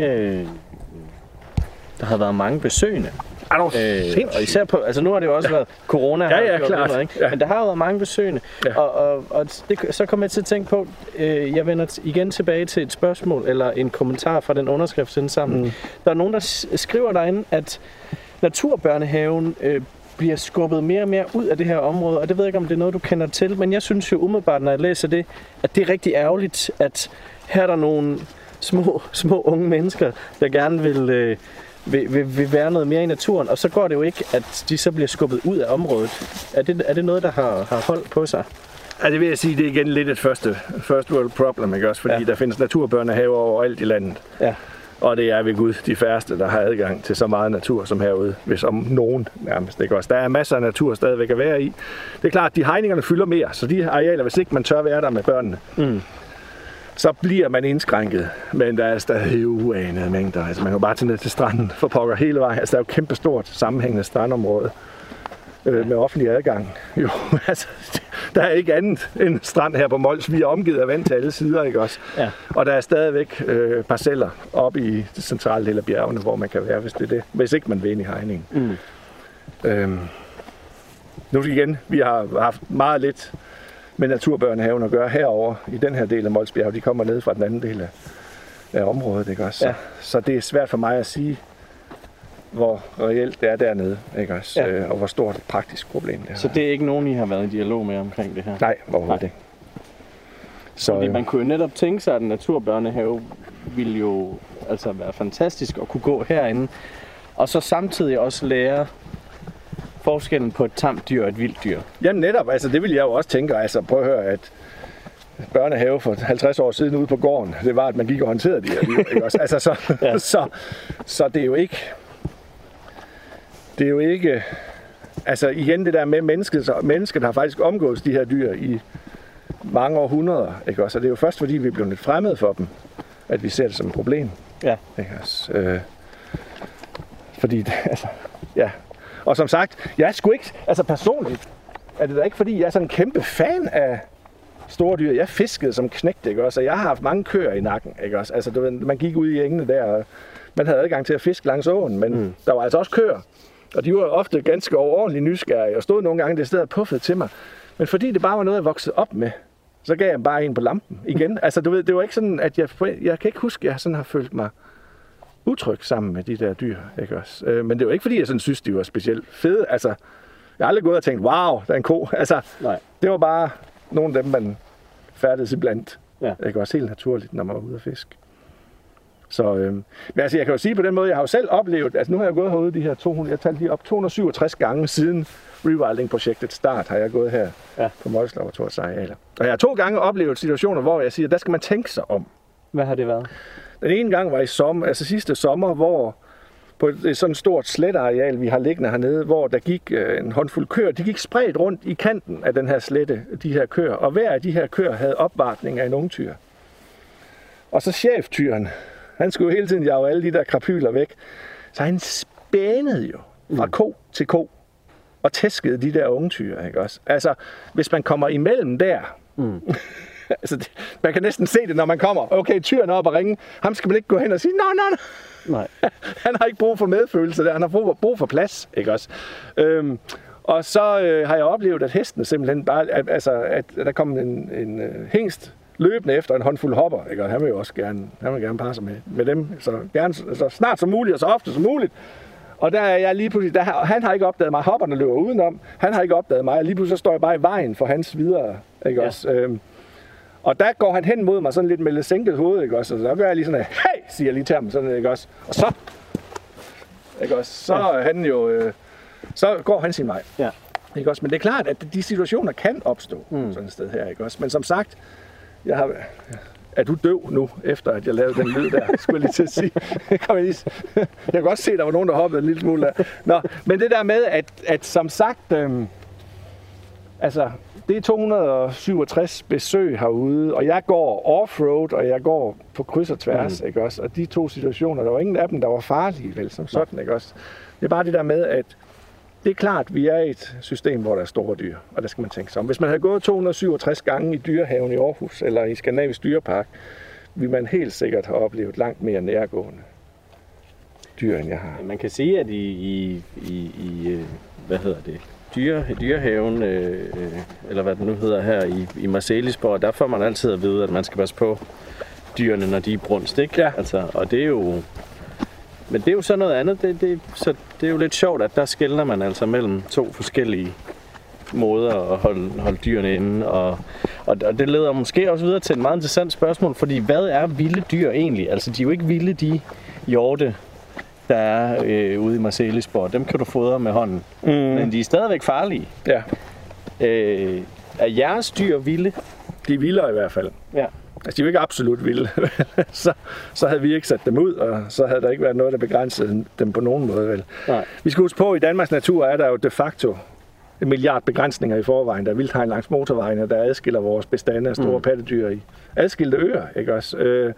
mange besøgende. Og især på, altså nu har det jo også været corona, klart. Ikke? Ja. Men der har jo været mange besøgende, og så kommer jeg til at tænke på, jeg vender igen tilbage til et spørgsmål, eller en kommentar fra den underskriftsindsamling. Der er nogen, der skriver derinde, at naturbørnehaven bliver skubbet mere og mere ud af det her område, og det ved jeg ikke, om det er noget, du kender til, men jeg synes jo umiddelbart, når jeg læser det, at det er rigtig ærgerligt, at her er der nogle små unge mennesker, der gerne vil være noget mere i naturen, og så går det jo ikke, at de så bliver skubbet ud af området. Er det noget, der har hold på sig? Ja, det vil jeg sige, det er igen lidt et first world problem, ikke også? Fordi der findes naturbørnehaver overalt i landet. Ja. Og det er ved Gud de færreste, der har adgang til så meget natur som herude, hvis om nogen nærmest, ikke også? Der er masser af natur stadigvæk at være i. Det er klart, at de hegningerne fylder mere, så de arealer, hvis ikke man tør være der med børnene, så bliver man indskrænket, men der er stadig uanede mængder. Altså, man kan jo bare tage ned til stranden for pokker hele vejen. Altså, der er jo kæmpestort sammenhængende strandområde med offentlig adgang. Jo, altså, der er ikke andet end strand her på Mols. Vi er omgivet af vand til alle sider, ikke også? Ja. Og der er stadigvæk parceller oppe i det centrale del af bjergene, hvor man kan være, hvis det er det. Hvis ikke man vil ind i hegningen. Nu igen, vi har haft meget lidt med naturbørnehaven at gøre herover i den her del af Molsbjerg. De kommer ned fra den anden del af området, ikke også? Så det er svært for mig at sige, hvor reelt det er dernede, ikke også? Og hvor stort et praktisk problem det er. Så det er ikke nogen, I har været i dialog med omkring det her? Nej, overhovedet ikke. Så, fordi man kunne jo netop tænke sig, at en naturbørnehave ville jo altså være fantastisk at kunne gå herinde, og så samtidig også lære forskellen på et tamt dyr og et vildt dyr. Ja, netop. Altså, det vil jeg jo også tænke. Altså, prøv at høre, at børnehave for 50 år siden ude på gården, det var, at man gik og håndterede de her dyr. Ikke også? Altså, Ja. så det er jo ikke... Det er jo ikke... Altså, igen det der med mennesket har faktisk omgået de her dyr i mange århundreder. Ikke også? Og det er jo først, fordi vi er blevet lidt fremmede for dem, at vi ser det som et problem. Ja. Ikke også? Fordi, altså... Ja. Og som sagt, jeg er sgu ikke... Altså, personligt er det da ikke, fordi jeg er sådan en kæmpe fan af store dyr. Jeg fiskede som knægt, ikke også? Og jeg har haft mange køer i nakken, ikke også? Altså, man gik ud i engene der, og man havde adgang til at fiske langs åen, men der var altså også køer. Og de var ofte ganske overordentligt nysgerrige, og stod nogle gange det sted og puffede til mig. Men fordi det bare var noget, jeg voksede op med, så gav jeg bare en på lampen igen. Altså, du ved, det var ikke sådan, at jeg kan ikke huske, at jeg sådan har følt mig utryg sammen med de der dyr, ikke også? Men det var ikke, fordi jeg sådan synes, de var specielt fede. Altså, jeg har aldrig gået og tænkt, wow, der er en ko. Altså, Nej. det var bare nogle af dem, man færdedes iblandt. Ja. Ikke også helt naturligt, når man var ude at fiske. Så, men altså, jeg kan jo sige på den måde, jeg har jo selv oplevet, altså nu har jeg gået herude de her 200, jeg talte lige op 267 gange siden rewilding-projektet start, har jeg gået her på Molslinge Laboratoriets arealer. Og jeg har 2 gange oplevet situationer, hvor jeg siger, der skal man tænke sig om. Hvad har det været? Den ene gang var i sommer, altså sidste sommer, hvor på et sådan stort sletteareal, vi har liggende hernede, hvor der gik en håndfuld køer. De gik spredt rundt i kanten af den her slette, de her køer, og hver af de her køer havde opvartning af en ungtyr. Og så cheftyren, han skulle jo hele tiden jage alle de der krapyler væk, så han spænede jo fra ko til ko og tæskede de der ungtyr, ikke også? Altså, hvis man kommer imellem der, altså, man kan næsten se det, når man kommer. Okay, tyren er op og ringe. Ham skal man ikke gå hen og sige, nej. Han har ikke brug for medfølelse der. Han har brug for plads, ikke også? Og så har jeg oplevet, at hestene simpelthen bare... at der kom en hingst løbende efter en håndfuld hopper, ikke? Og han vil jo også gerne parre sig med dem. Så gerne så snart som muligt og så ofte som muligt. Og der er jeg lige pludselig... han har ikke opdaget mig. Hopperne løber udenom. Han har ikke opdaget mig. Og lige pludselig så står jeg bare i vejen for hans videre, ikke også? Og der går han hen mod mig sådan lidt med lidt sænket hoved, ikke også? Og så gør jeg lige sådan, hey, siger jeg lige til ham, sådan, ikke også? Og så, ikke også? Så er han jo, så går han sin vej, ikke også? Men det er klart, at de situationer kan opstå sådan et sted her, ikke også? Men som sagt, er du døv nu, efter at jeg lavede den lyd der, skulle jeg lige til at sige. Jeg kan godt se, at der var nogen, der hoppede en lille smule der. Nå, men det der med, at som sagt, altså, det er 267 besøg herude, og jeg går offroad, og jeg går på kryds og tværs, ikke også? Og de 2 situationer, der var ingen af dem, der var farlige, vel, som sådan, ikke også? Det er bare det der med, at det er klart, at vi er i et system, hvor der er store dyr, og der skal man tænke sig om. Hvis man havde gået 267 gange i Dyrehaven i Aarhus, eller i Skandinavisk Dyrepark, ville man helt sikkert have oplevet langt mere nærgående dyr, end jeg har. Man kan sige, at i hvad hedder det? Dyrehaven, eller hvad det nu hedder her i Marselisborg, der får man altid at vide, at man skal passe på dyrene, når de er brunst, ikke? Ja. Altså, og det er jo... Men det er jo så noget andet. Så det er jo lidt sjovt, at der skelner man altså mellem 2 forskellige måder at holde dyrene inde. Og det leder måske også videre til et meget interessant spørgsmål, fordi hvad er vilde dyr egentlig? Altså, de er jo ikke vilde, de hjorte, der er ude i Marselisborg. Dem kan du fodre med hånden. Men de er stadigvæk farlige. Ja. Er jeres dyr vilde? De er vildere i hvert fald. Ja. Altså, de er jo ikke absolut vilde. så havde vi ikke sat dem ud, og så havde der ikke været noget, der begrænsede dem på nogen måde, vel? Nej. Vi skal huske på, at i Danmarks natur er der jo de facto 1 milliard begrænsninger i forvejen. Der er vildthegn langs motorvejene, der adskiller vores bestande af store pattedyr i adskilte øer, ikke også?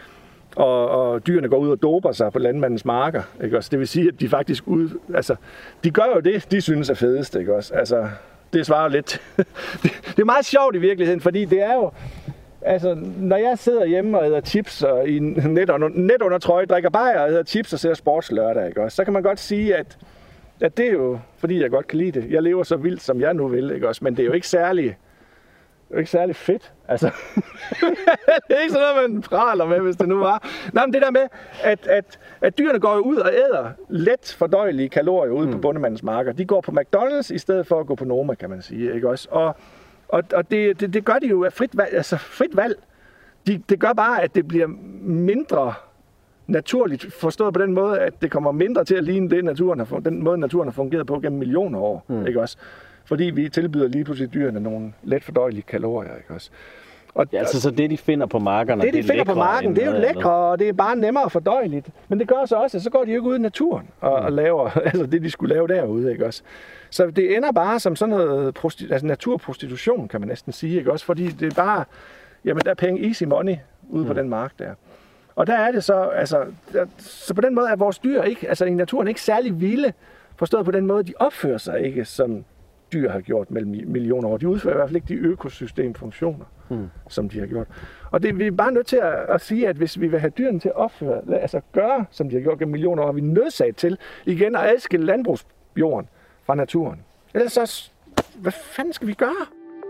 Og dyrene går ud og doper sig på landmandens marker, ikke også? Det vil sige, at de faktisk de gør jo det, de synes er fedest, ikke også? Altså, det svarer lidt. Det er meget sjovt i virkeligheden, fordi det er jo... Altså, når jeg sidder hjemme og æder chips og i net under trøje, drikker bajer og æder chips og ser Sportslørdag, ikke også? Så kan man godt sige, at det er jo, fordi jeg godt kan lide det. Jeg lever så vildt, som jeg nu vil, ikke også? Men det er jo ikke særlig fedt. Altså, det er ikke sådan noget, man praler med, hvis det nu var. Nej, men det der med, at dyrene går ud og æder let fordøjelige kalorier ude på bondemandens marker. De går på McDonald's i stedet for at gå på Noma, kan man sige, ikke også? Og det gør de jo af frit valg. Det gør bare, at det bliver mindre naturligt, forstået på den måde, at det kommer mindre til at ligne den måde, naturen har fungeret på gennem millioner år. Ikke også? Fordi vi tilbyder lige pludselig dyrene nogle let fordøjelige kalorier. Ikke også? Og så det, de finder på markerne, det de finder på marken, det er jo lækre, og det er bare nemmere fordøjeligt. Men det gør så også, at så går de jo ikke ud i naturen og laver altså det, de skulle lave derude. Ikke også? Så det ender bare som sådan noget naturprostitution, kan man næsten sige. Ikke også? Fordi det er bare, jamen der er penge, easy money ude på den mark der. Og der er det så, så på den måde er vores dyr ikke, i naturen ikke særlig vilde, forstået på den måde, de opfører sig ikke, som dyr har gjort mellem millioner år. De udfører i hvert fald ikke de økosystemfunktioner, som de har gjort. Og vi er bare nødt til at sige, at hvis vi vil have dyrene til at gøre, som de har gjort gennem millioner år, er vi nødsaget til igen at adskille landbrugsjorden fra naturen. Ellers så, hvad fanden skal vi gøre?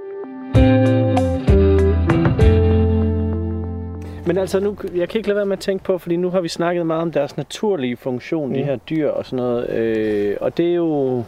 Men altså nu, jeg kan ikke lade være med at tænke på, fordi nu har vi snakket meget om deres naturlige funktion, de her dyr og sådan noget, og det er jo...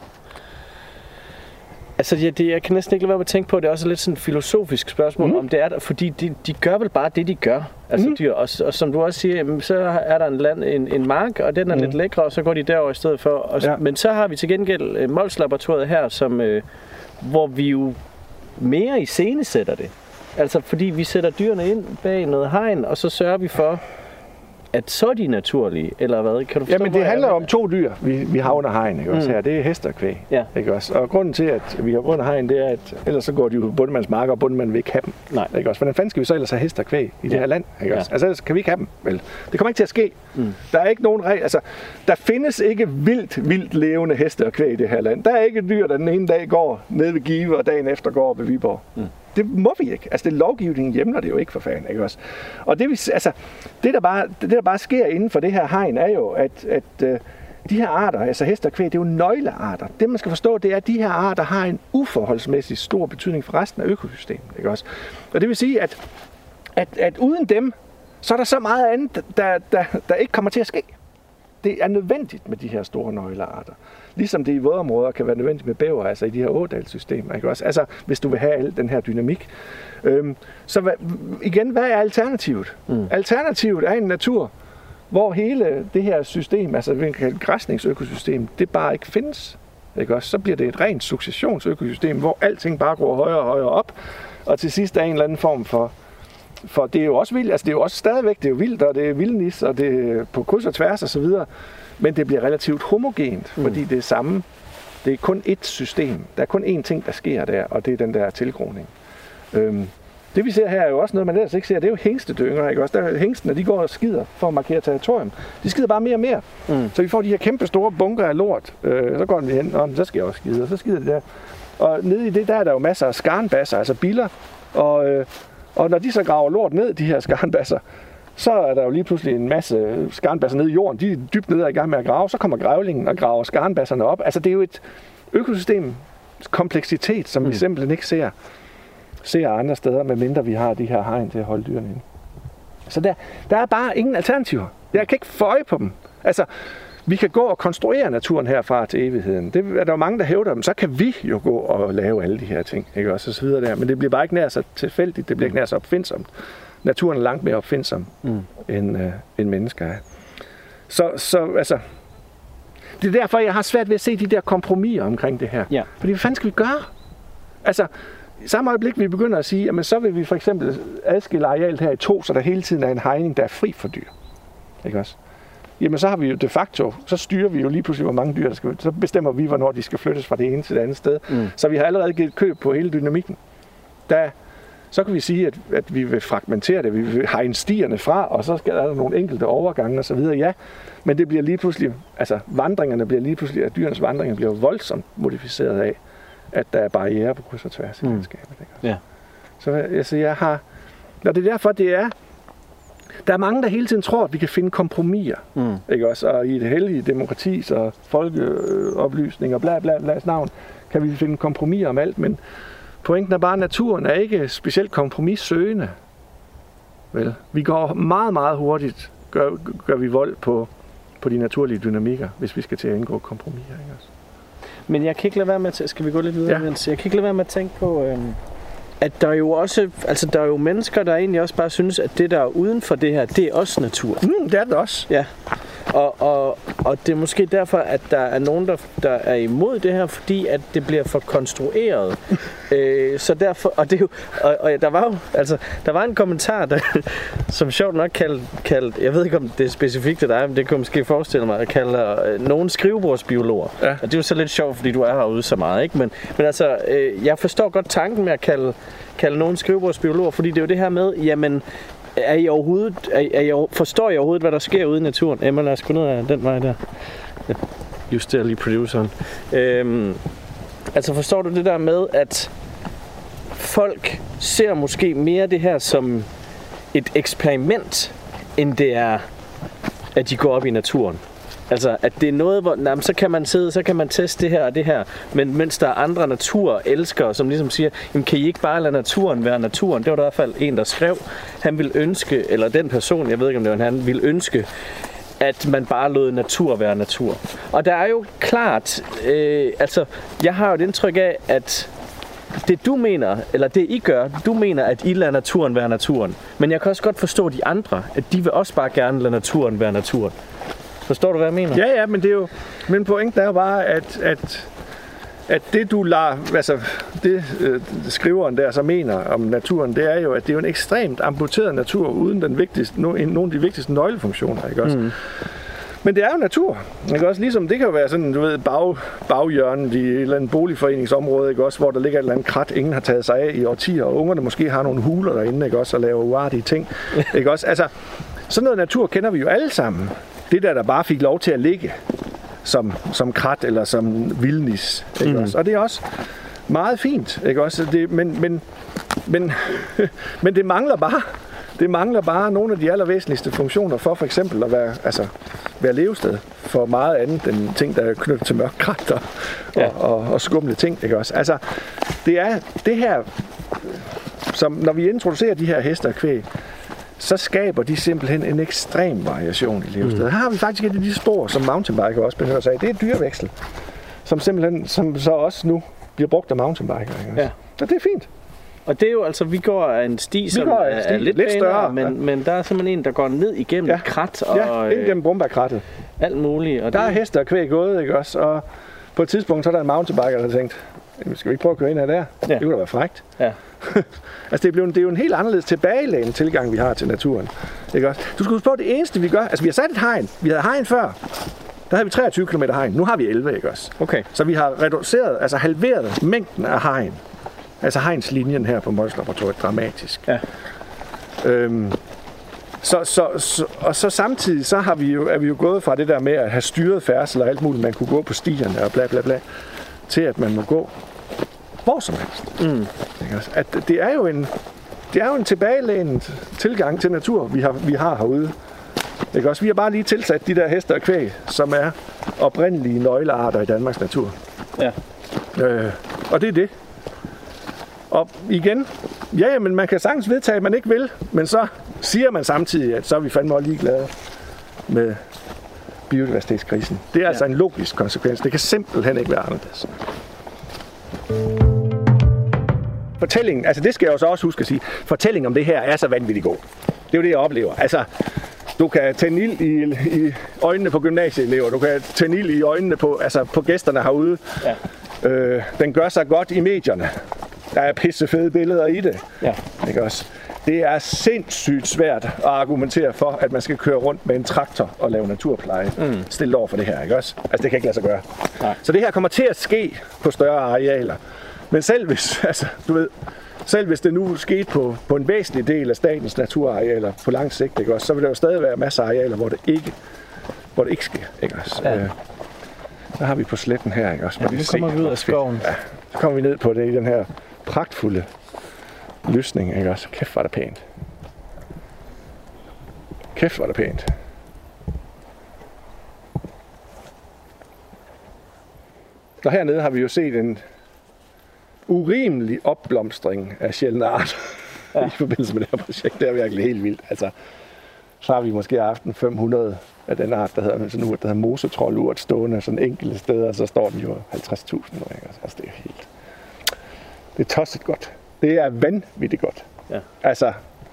Altså, jeg kan næsten ikke lade være med at tænke på, at det er også lidt sådan et filosofisk spørgsmål, om det er der, fordi de gør vel bare det, de gør, altså dyr. Og som du også siger, så er der en mark, og den er lidt lækre, og så går de derover i stedet for. Og, men så har vi til gengæld Mols-laboratoriet her, hvor vi jo mere iscenesætter det. Altså, fordi vi sætter dyrene ind bag noget hegn, og så sørger vi for, at så er de naturlige, eller hvad? Kan du forstå, jamen, det handler om 2 dyr, vi har under hegn, ikke også her. Det er hest og kvæg, ikke også? Og grunden til, at vi har under hegn, det er, at ellers så går de jo på bundemands marker, og bundemanden vil ikke have dem. Nej. Ikke også? Hvordan fanden skal vi så ellers have hest og kvæg i det her land, ikke også? Altså, ellers kan vi ikke have dem, vel? Det kommer ikke til at ske. Der er ikke nogen der findes ikke vildt levende heste og kvæg i det her land. Der er ikke dyr, der den ene dag går ned ved Give, og dagen efter går ved Viborg. Det må vi ikke. Altså, lovgivningen hjemler det jo ikke for fanden, ikke også? Og det der bare sker inden for det her hegn, er jo, at de her arter, altså hest og kvæg, det er jo nøglearter. Det, man skal forstå, det er, at de her arter har en uforholdsmæssig stor betydning for resten af økosystemet, ikke også? Og det vil sige, at uden dem, så er der så meget andet, der ikke kommer til at ske. Det er nødvendigt med de her store nøglearter. Ligesom det i vådområder kan være nødvendigt med bæver, altså i de her ådalssystemer, ikke også? Altså, hvis du vil have al den her dynamik. Så hvad er alternativet? Alternativet er en natur, hvor hele det her system, altså et græsningsøkosystem, det bare ikke findes. Ikke også? Så bliver det et rent successionsøkosystem, hvor alting bare går højere og højere op, og til sidst er en eller anden form for det er jo også vildt, altså det er jo også stadigvæk, det er jo vildt, og det er vildnis, og det er på kryds og tværs og så videre, men det bliver relativt homogent, fordi det er samme, det er kun ét system, der er kun én ting, der sker der, og det er den der tilgroning. Det vi ser her er jo også noget, man ellers ikke ser, det er jo hængstedynger, ikke også? Der hængstene, de går og skider for at markere territorium. De skider bare mere og mere, så vi får de her kæmpe store bunker af lort, så går den hen, og så skal jeg også skide, og så skider de der. Og nede i det, der er der jo masser af skarnbasser, altså biller, og når de så graver lort ned, de her skarnbasser, så er der jo lige pludselig en masse skarnbasser nede i jorden. De er dybt nede og i gang med at grave. Så kommer grævlingen og graver skarnbasserne op. Altså det er jo et økosystem kompleksitet, som vi simpelthen ikke ser andre steder, medmindre vi har de her hegn til at holde dyrene inde. Så der er bare ingen alternativer. Jeg kan ikke få øje på dem. Altså, vi kan gå og konstruere naturen herfra til evigheden. Det er der jo mange, der hævder dem. Så kan vi jo gå og lave alle de her ting, ikke også, og så videre der. Men det bliver bare ikke nær så tilfældigt. Det bliver ikke nær så opfindsomt. Naturen er langt mere opfindsom, end mennesker er. Så altså, det er derfor, jeg har svært ved at se de der kompromiser omkring det her. Ja. Fordi hvad fanden skal vi gøre? Altså, i samme øjeblik, vi begynder at sige, jamen så vil vi for eksempel adskille arealet her i 2, så der hele tiden er en hegning, der er fri for dyr. Ikke også? Jamen så har vi jo de facto, så styrer vi jo lige pludselig, hvor mange dyr der skal, så bestemmer vi, hvornår de skal flyttes fra det ene til det andet sted. Så vi har allerede givet køb på hele dynamikken. Så kan vi sige, at vi vil fragmentere det, vi vil hegne stierne fra, og så skal der nogle enkelte overgange og så videre, ja. Men det bliver lige pludselig, altså vandringerne bliver lige pludselig, at dyrenes vandringer bliver voldsomt modificeret af, at der er barrierer på kryds og tværs i landskabet. Ja. Så altså, og det er derfor, der er mange, der hele tiden tror, at vi kan finde kompromiser, ikke også? Og i det hellige demokrati og folkeoplysning og bla bla bla navn, kan vi finde kompromiser om alt, men pointen er bare, at naturen er ikke specielt kompromissøgende. Vel, vi går meget, meget hurtigt, gør vi vold på de naturlige dynamikker, hvis vi skal til at indgå kompromiser, ikke også? Men jeg kan ikke lade være med at skal vi gå lidt videre? Ja. Jeg kan ikke lade være med at tænke på, at der jo også, altså der er jo mennesker, der egentlig også bare synes, at det der er uden for det her, det er også natur. Det er det også. Ja. Og det er måske derfor, at der er nogen, der er imod det her, fordi at det bliver for konstrueret. Så derfor, og det er jo, og der var jo, altså, der var en kommentar, der, som sjovt nok kaldt, jeg ved ikke om det er specifikt til dig, men det kan måske forestille mig, at kalde nogen skrivebordsbiologer. Ja. Og det er jo så lidt sjovt, fordi du er herude så meget, ikke? Men altså, jeg forstår godt tanken med at kalde nogen skrivebordsbiologer, fordi det er jo det her med, jamen, forstår I overhovedet, hvad der sker ude i naturen? Emma, lad os gå ned af den vej der. Jeg justerer lige produceren. Altså forstår du det der med, at folk ser måske mere det her som et eksperiment, end det er, at de går op i naturen? Altså, at det er noget, hvor så kan man sidde, så kan man teste det her og det her, men mens der er andre naturelskere, som ligesom siger, jamen, kan I ikke bare lade naturen være naturen? Det var der i hvert fald en, der skrev, han ville ønske, eller den person, jeg ved ikke om det var han, ville ønske, at man bare lod natur være natur. Og der er jo klart, altså, jeg har jo et indtryk af, at det du mener, eller det I gør, du mener, at I lader naturen være naturen. Men jeg kan også godt forstå de andre, at de vil også bare gerne lade naturen være naturen. Forstår du, hvad jeg mener? Ja, men det er jo... Men pointen er jo bare, at det du lader... Altså, det skriveren der så mener om naturen, det er jo, at det er jo en ekstremt amputeret natur, uden nogle af de vigtigste nøglefunktioner, ikke også? Men det er jo natur, ikke også? Ligesom det kan jo være sådan, du ved, baghjørnet i et eller andet boligforeningsområde, ikke også? Hvor der ligger et eller andet krat, ingen har taget sig af i årtier, og ungerne måske har nogle huler derinde, ikke også? Og laver uartige ting, ikke også? Altså, sådan noget natur kender vi jo alle sammen. Det der bare fik lov til at ligge som krat eller som vildnis, ikke også? Og det er også meget fint, ikke også? Men det mangler bare nogle af de allervæsentligste funktioner for eksempel at være levested for meget andet end ting, der er knyttet til mørk krat og skumle ting, ikke også? Altså, det er det her, som når vi introducerer de her heste og kvæg, så skaber de simpelthen en ekstrem variation i levestedet. Her har vi faktisk et af de spor, som mountainbiker også benytter sig af. Det er dyreveksel, som så også nu bliver brugt af mountainbiker. Ja. Så det er fint. Og det er jo altså, vi går af en sti, som er lidt større, men der er simpelthen en, der går ned igennem krat. Og, ind gennem brumbærkrattet. Alt muligt. Og der er heste og kvæg gået, ikke også? Og på et tidspunkt, så er der en mountainbiker, der har tænkt, skal vi ikke prøve at køre ind af der? Ja. Det kunne da være frækt. Ja. Altså det er jo en helt anderledes tilbagelænet tilgang, vi har til naturen. Ikke også? Du skal huske på, det eneste vi gør, altså vi har sat et hegn. Vi havde hegn før. Der havde vi 23 km hegn. Nu har vi 11, ikke også? Okay. Så vi har reduceret, altså halveret mængden af hegn. Altså hegnslinjen her på Molslaboratoriet dramatisk. Ja. Så samtidig så er vi jo gået fra det der med at have styret færdsel og alt muligt, man kunne gå på stierne og bla bla bla, til at man må gå hvor som helst. At det er jo en tilbagelænet tilgang til natur, vi har herude. Ikke også? Vi har bare lige tilsat de der heste og kvæg, som er oprindelige nøglearter i Danmarks natur. Ja. Og det er det. Og igen, men man kan sagtens vedtage, at man ikke vil, men så siger man samtidig, at så er vi fandme også ligeglade med biodiversitetskrisen. Det er altså en logisk konsekvens. Det kan simpelthen ikke være anderledes. Fortællingen, altså det skal jeg jo så også huske at sige, fortællingen om det her er så vanvittigt god. Det er jo det, jeg oplever. Altså, du kan tænde ild i øjnene på gymnasieelever, du kan tænde ild i øjnene på gæsterne herude. Ja. Den gør sig godt i medierne. Der er pissefede billeder i det. Ja. Ikke også? Det er sindssygt svært at argumentere for, at man skal køre rundt med en traktor og lave naturpleje. Stillet over for det her, ikke også? Altså, det kan ikke lade sig gøre. Nej. Så det her kommer til at ske på større arealer. Men selv hvis det nu skete på en væsentlig del af statens naturarealer på lang sigt, ikke også, så vil der jo stadig være masser af arealer, hvor det ikke sker, ikke også? Ja. Der har vi på sletten her, ikke også? Ja, nu kommer vi ud af skoven. Ja, så kommer vi ned på det i den her pragtfulde lysning, ikke også? Kæft, var det pænt. Kæft, var det pænt. Og hernede har vi jo set en urimelig opblomstring af sjældne arter i forbindelse med det her projekt. Det er virkelig helt vildt. Altså, så har vi måske haft 500 af den art, der hedder mosetrollurt, stående sådan enkelte steder, og så står den jo 50.000 nu. Altså, det er helt... Det er tosset godt. Det er vanvittigt godt. Ja. Altså,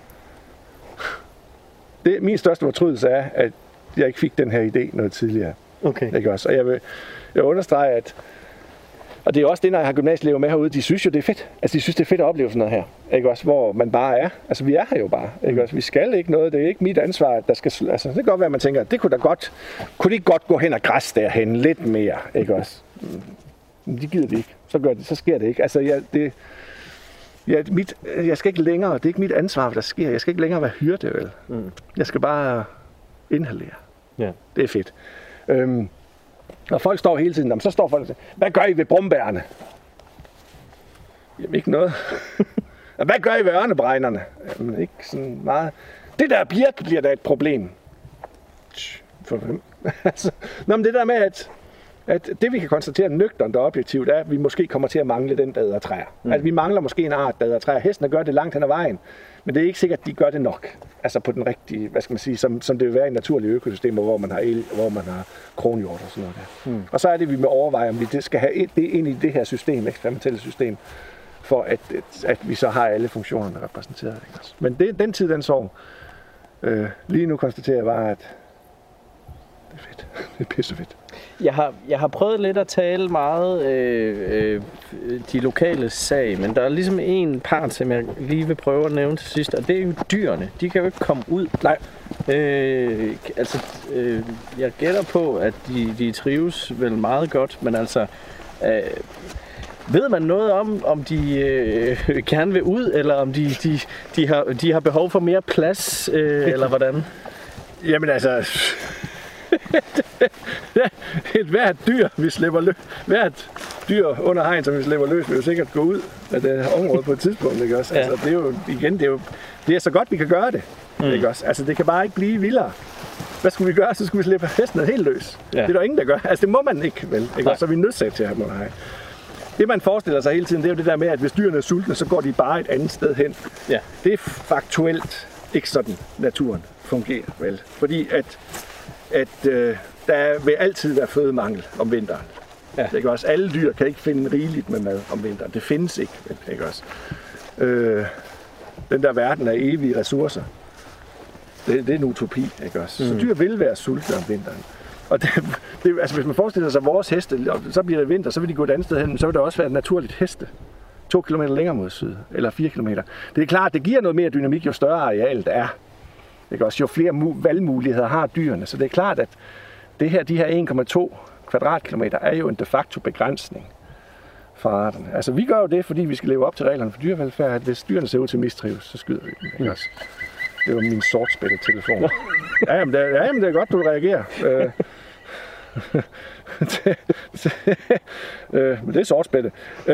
min største fortrydelse er, at jeg ikke fik den her idé noget tidligere. Okay. Ikke også? Og jeg vil understrege, at og det er også det, når jeg har gymnasieelever med herude, de synes jo, det er fedt. Altså, de synes, det er fedt at opleve sådan noget her. Ikke også? Hvor man bare er. Altså, vi er her jo bare. Ikke også? Vi skal ikke noget. Det er ikke mit ansvar, at der skal... Altså, det kan godt være, at man tænker, det kunne da godt... Kunne de ikke godt gå hen og græs derhen lidt mere? Ikke også? Men de gider det ikke. Så sker det ikke. Altså, jeg skal ikke længere... Det er ikke mit ansvar, hvad der sker. Jeg skal ikke længere være hyrde, vel? Jeg skal bare inhalere. Ja. Det er fedt. Når folk står hele tiden, så står folk og siger, hvad gør I ved brumbærene? Jamen ikke noget. Hvad gør I ved ørnebregnerne? Jamen ikke sådan meget. Det der birk bliver da et problem. For hvem? Nå, men det der med, at det vi kan konstatere nøgternt og objektivt er, at vi måske kommer til at mangle den, der æder træer. Altså vi mangler måske en art, der æder træer. Hestene gør det langt hen ad vejen, men det er ikke sikkert, at de gør det nok. Altså på den rigtige, hvad skal man sige, som det vil være i naturlige økosystemer, hvor man har el, hvor man har kronhjort og sådan noget der. Og så er det, vi må overveje, om vi skal have det ind i det her system, eksperimentelle system, for at vi så har alle funktionerne repræsenteret. Ikke? Men den tid, den sov. Lige nu konstaterer jeg bare, at det er fedt. Det er pissefedt. Jeg har prøvet lidt at tale meget de lokale sag, men der er ligesom en part, som jeg lige vil prøve at nævne til sidst, og det er jo dyrene. De kan jo ikke komme ud. Nej. Jeg gætter på, at de trives vel meget godt, men altså... ved man noget om de gerne vil ud, eller om de har behov for mere plads, eller hvordan? Jamen altså... hvert dyr, vi slipper løs, hvert dyr under hegn, som vi slipper løs, vil jo sikkert gå ud af det område på et tidspunkt, ikke også? Ja. Altså, det er jo igen, det er så godt, vi kan gøre det, ikke også? Altså, det kan bare ikke blive vildere. Hvad skulle vi gøre? Så skulle vi slippe hesten helt løs. Ja. Det er der ingen, der gør. Altså, det må man ikke, vel? Ikke også? Så er vi nødt til at have hegn. Det, man forestiller sig hele tiden, det er jo det der med, at hvis dyrene er sultne, så går de bare et andet sted hen. Ja. Det er faktuelt ikke sådan, naturen fungerer, vel? Fordi at der vil altid være fødemangel om vinteren. Ja. Ikke også? Alle dyr kan ikke finde rigeligt med mad om vinteren. Det findes ikke også? Den der verden af evige ressourcer, det er en utopi, ikke også? Så dyr vil være sultne om vinteren. Og altså, hvis man forestiller sig vores heste, så bliver det vinter, så vil de gå et andet sted hen, så vil der også være et naturligt heste. 2 kilometer længere mod syd, eller 4 kilometer. Det er klart, det giver noget mere dynamik, jo større arealet er. Ikke også? Jo flere valgmuligheder har dyrene, så det er klart, at de her 1,2 kvadratkilometer er jo en de facto begrænsning for arterne. Altså vi gør jo det, fordi vi skal leve op til reglerne for dyrevelfærd, at hvis dyrene ser ud til mistrives, så skyder vi dem. Ikke også? Det var min sortspættet-telefon. Jamen det er godt, du reagerer. Men det er sortspættet.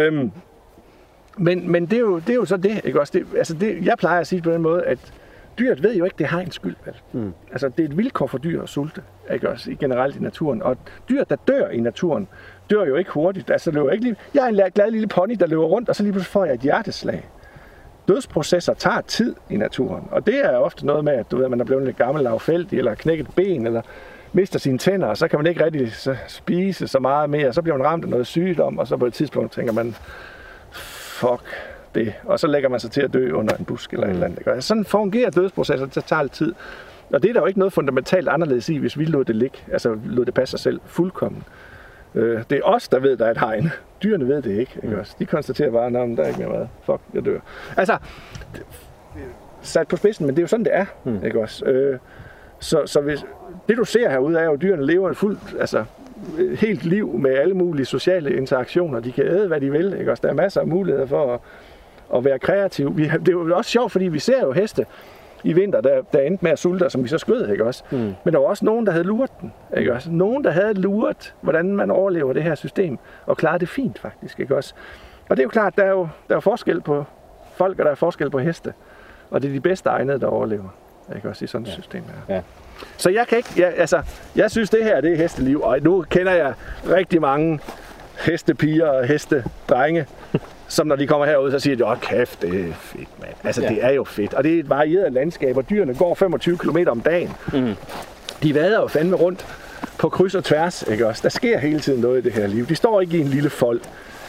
Men det er jo så det, ikke også? Jeg plejer at sige på den måde, at dyret ved jo ikke, det har en skyld. Altså, det er et vilkår for dyr at sulte, ikke også, generelt i naturen. Og dyr, der dør i naturen, dør jo ikke hurtigt. Altså, løber ikke lige... Jeg er en glad lille pony, der løber rundt, og så lige pludselig får jeg et hjerteslag. Dødsprocesser tager tid i naturen, og det er ofte noget med, at man er blevet lidt gammel lavfældig, eller knækket ben, eller mister sine tænder, og så kan man ikke rigtig spise så meget mere, så bliver man ramt af noget sygdom, og så på et tidspunkt tænker man, fuck det, og så lægger man sig til at dø under en busk eller et eller andet. Altså, sådan fungerer dødsprocesser, det tager lidt tid. Og det er der jo ikke noget fundamentalt anderledes i, hvis vi lod det ligge, altså lod det passe sig selv fuldkommen. Det er os, der ved, der er et hegn. Dyrene ved det ikke, ikke også? De konstaterer bare, at der er ikke mere mad. Fuck, jeg dør. Altså, sat på spidsen, men det er jo sådan, det er, ikke også? Så hvis, det du ser herude er jo, at dyrene lever helt liv med alle mulige sociale interaktioner. De kan æde, hvad de vil, ikke også? Der er masser af muligheder for at være kreative. Det er jo også sjovt, fordi vi ser jo heste i vinter, der endte med at sulte, som vi så skød, ikke også? Men der var også nogen, der havde luret den, ikke også? Nogen, der havde luret, hvordan man overlever det her system, og klarede det fint, faktisk, ikke også? Og det er jo klart, der er jo forskel på folk, og der er forskel på heste. Og det er de bedste egnede, der overlever, ikke også, i sådan et system her. Ja. Så jeg kan ikke, jeg synes, det her, det er hesteliv, og nu kender jeg rigtig mange hestepiger og hestedrenge, som når de kommer herud, så siger de, kæft, det er fedt, mand. Altså, det er jo fedt. Og det er et varieret landskab, og dyrene går 25 km om dagen. De vader jo fandme rundt på kryds og tværs, ikke også? Der sker hele tiden noget i det her liv. De står ikke i en lille fold.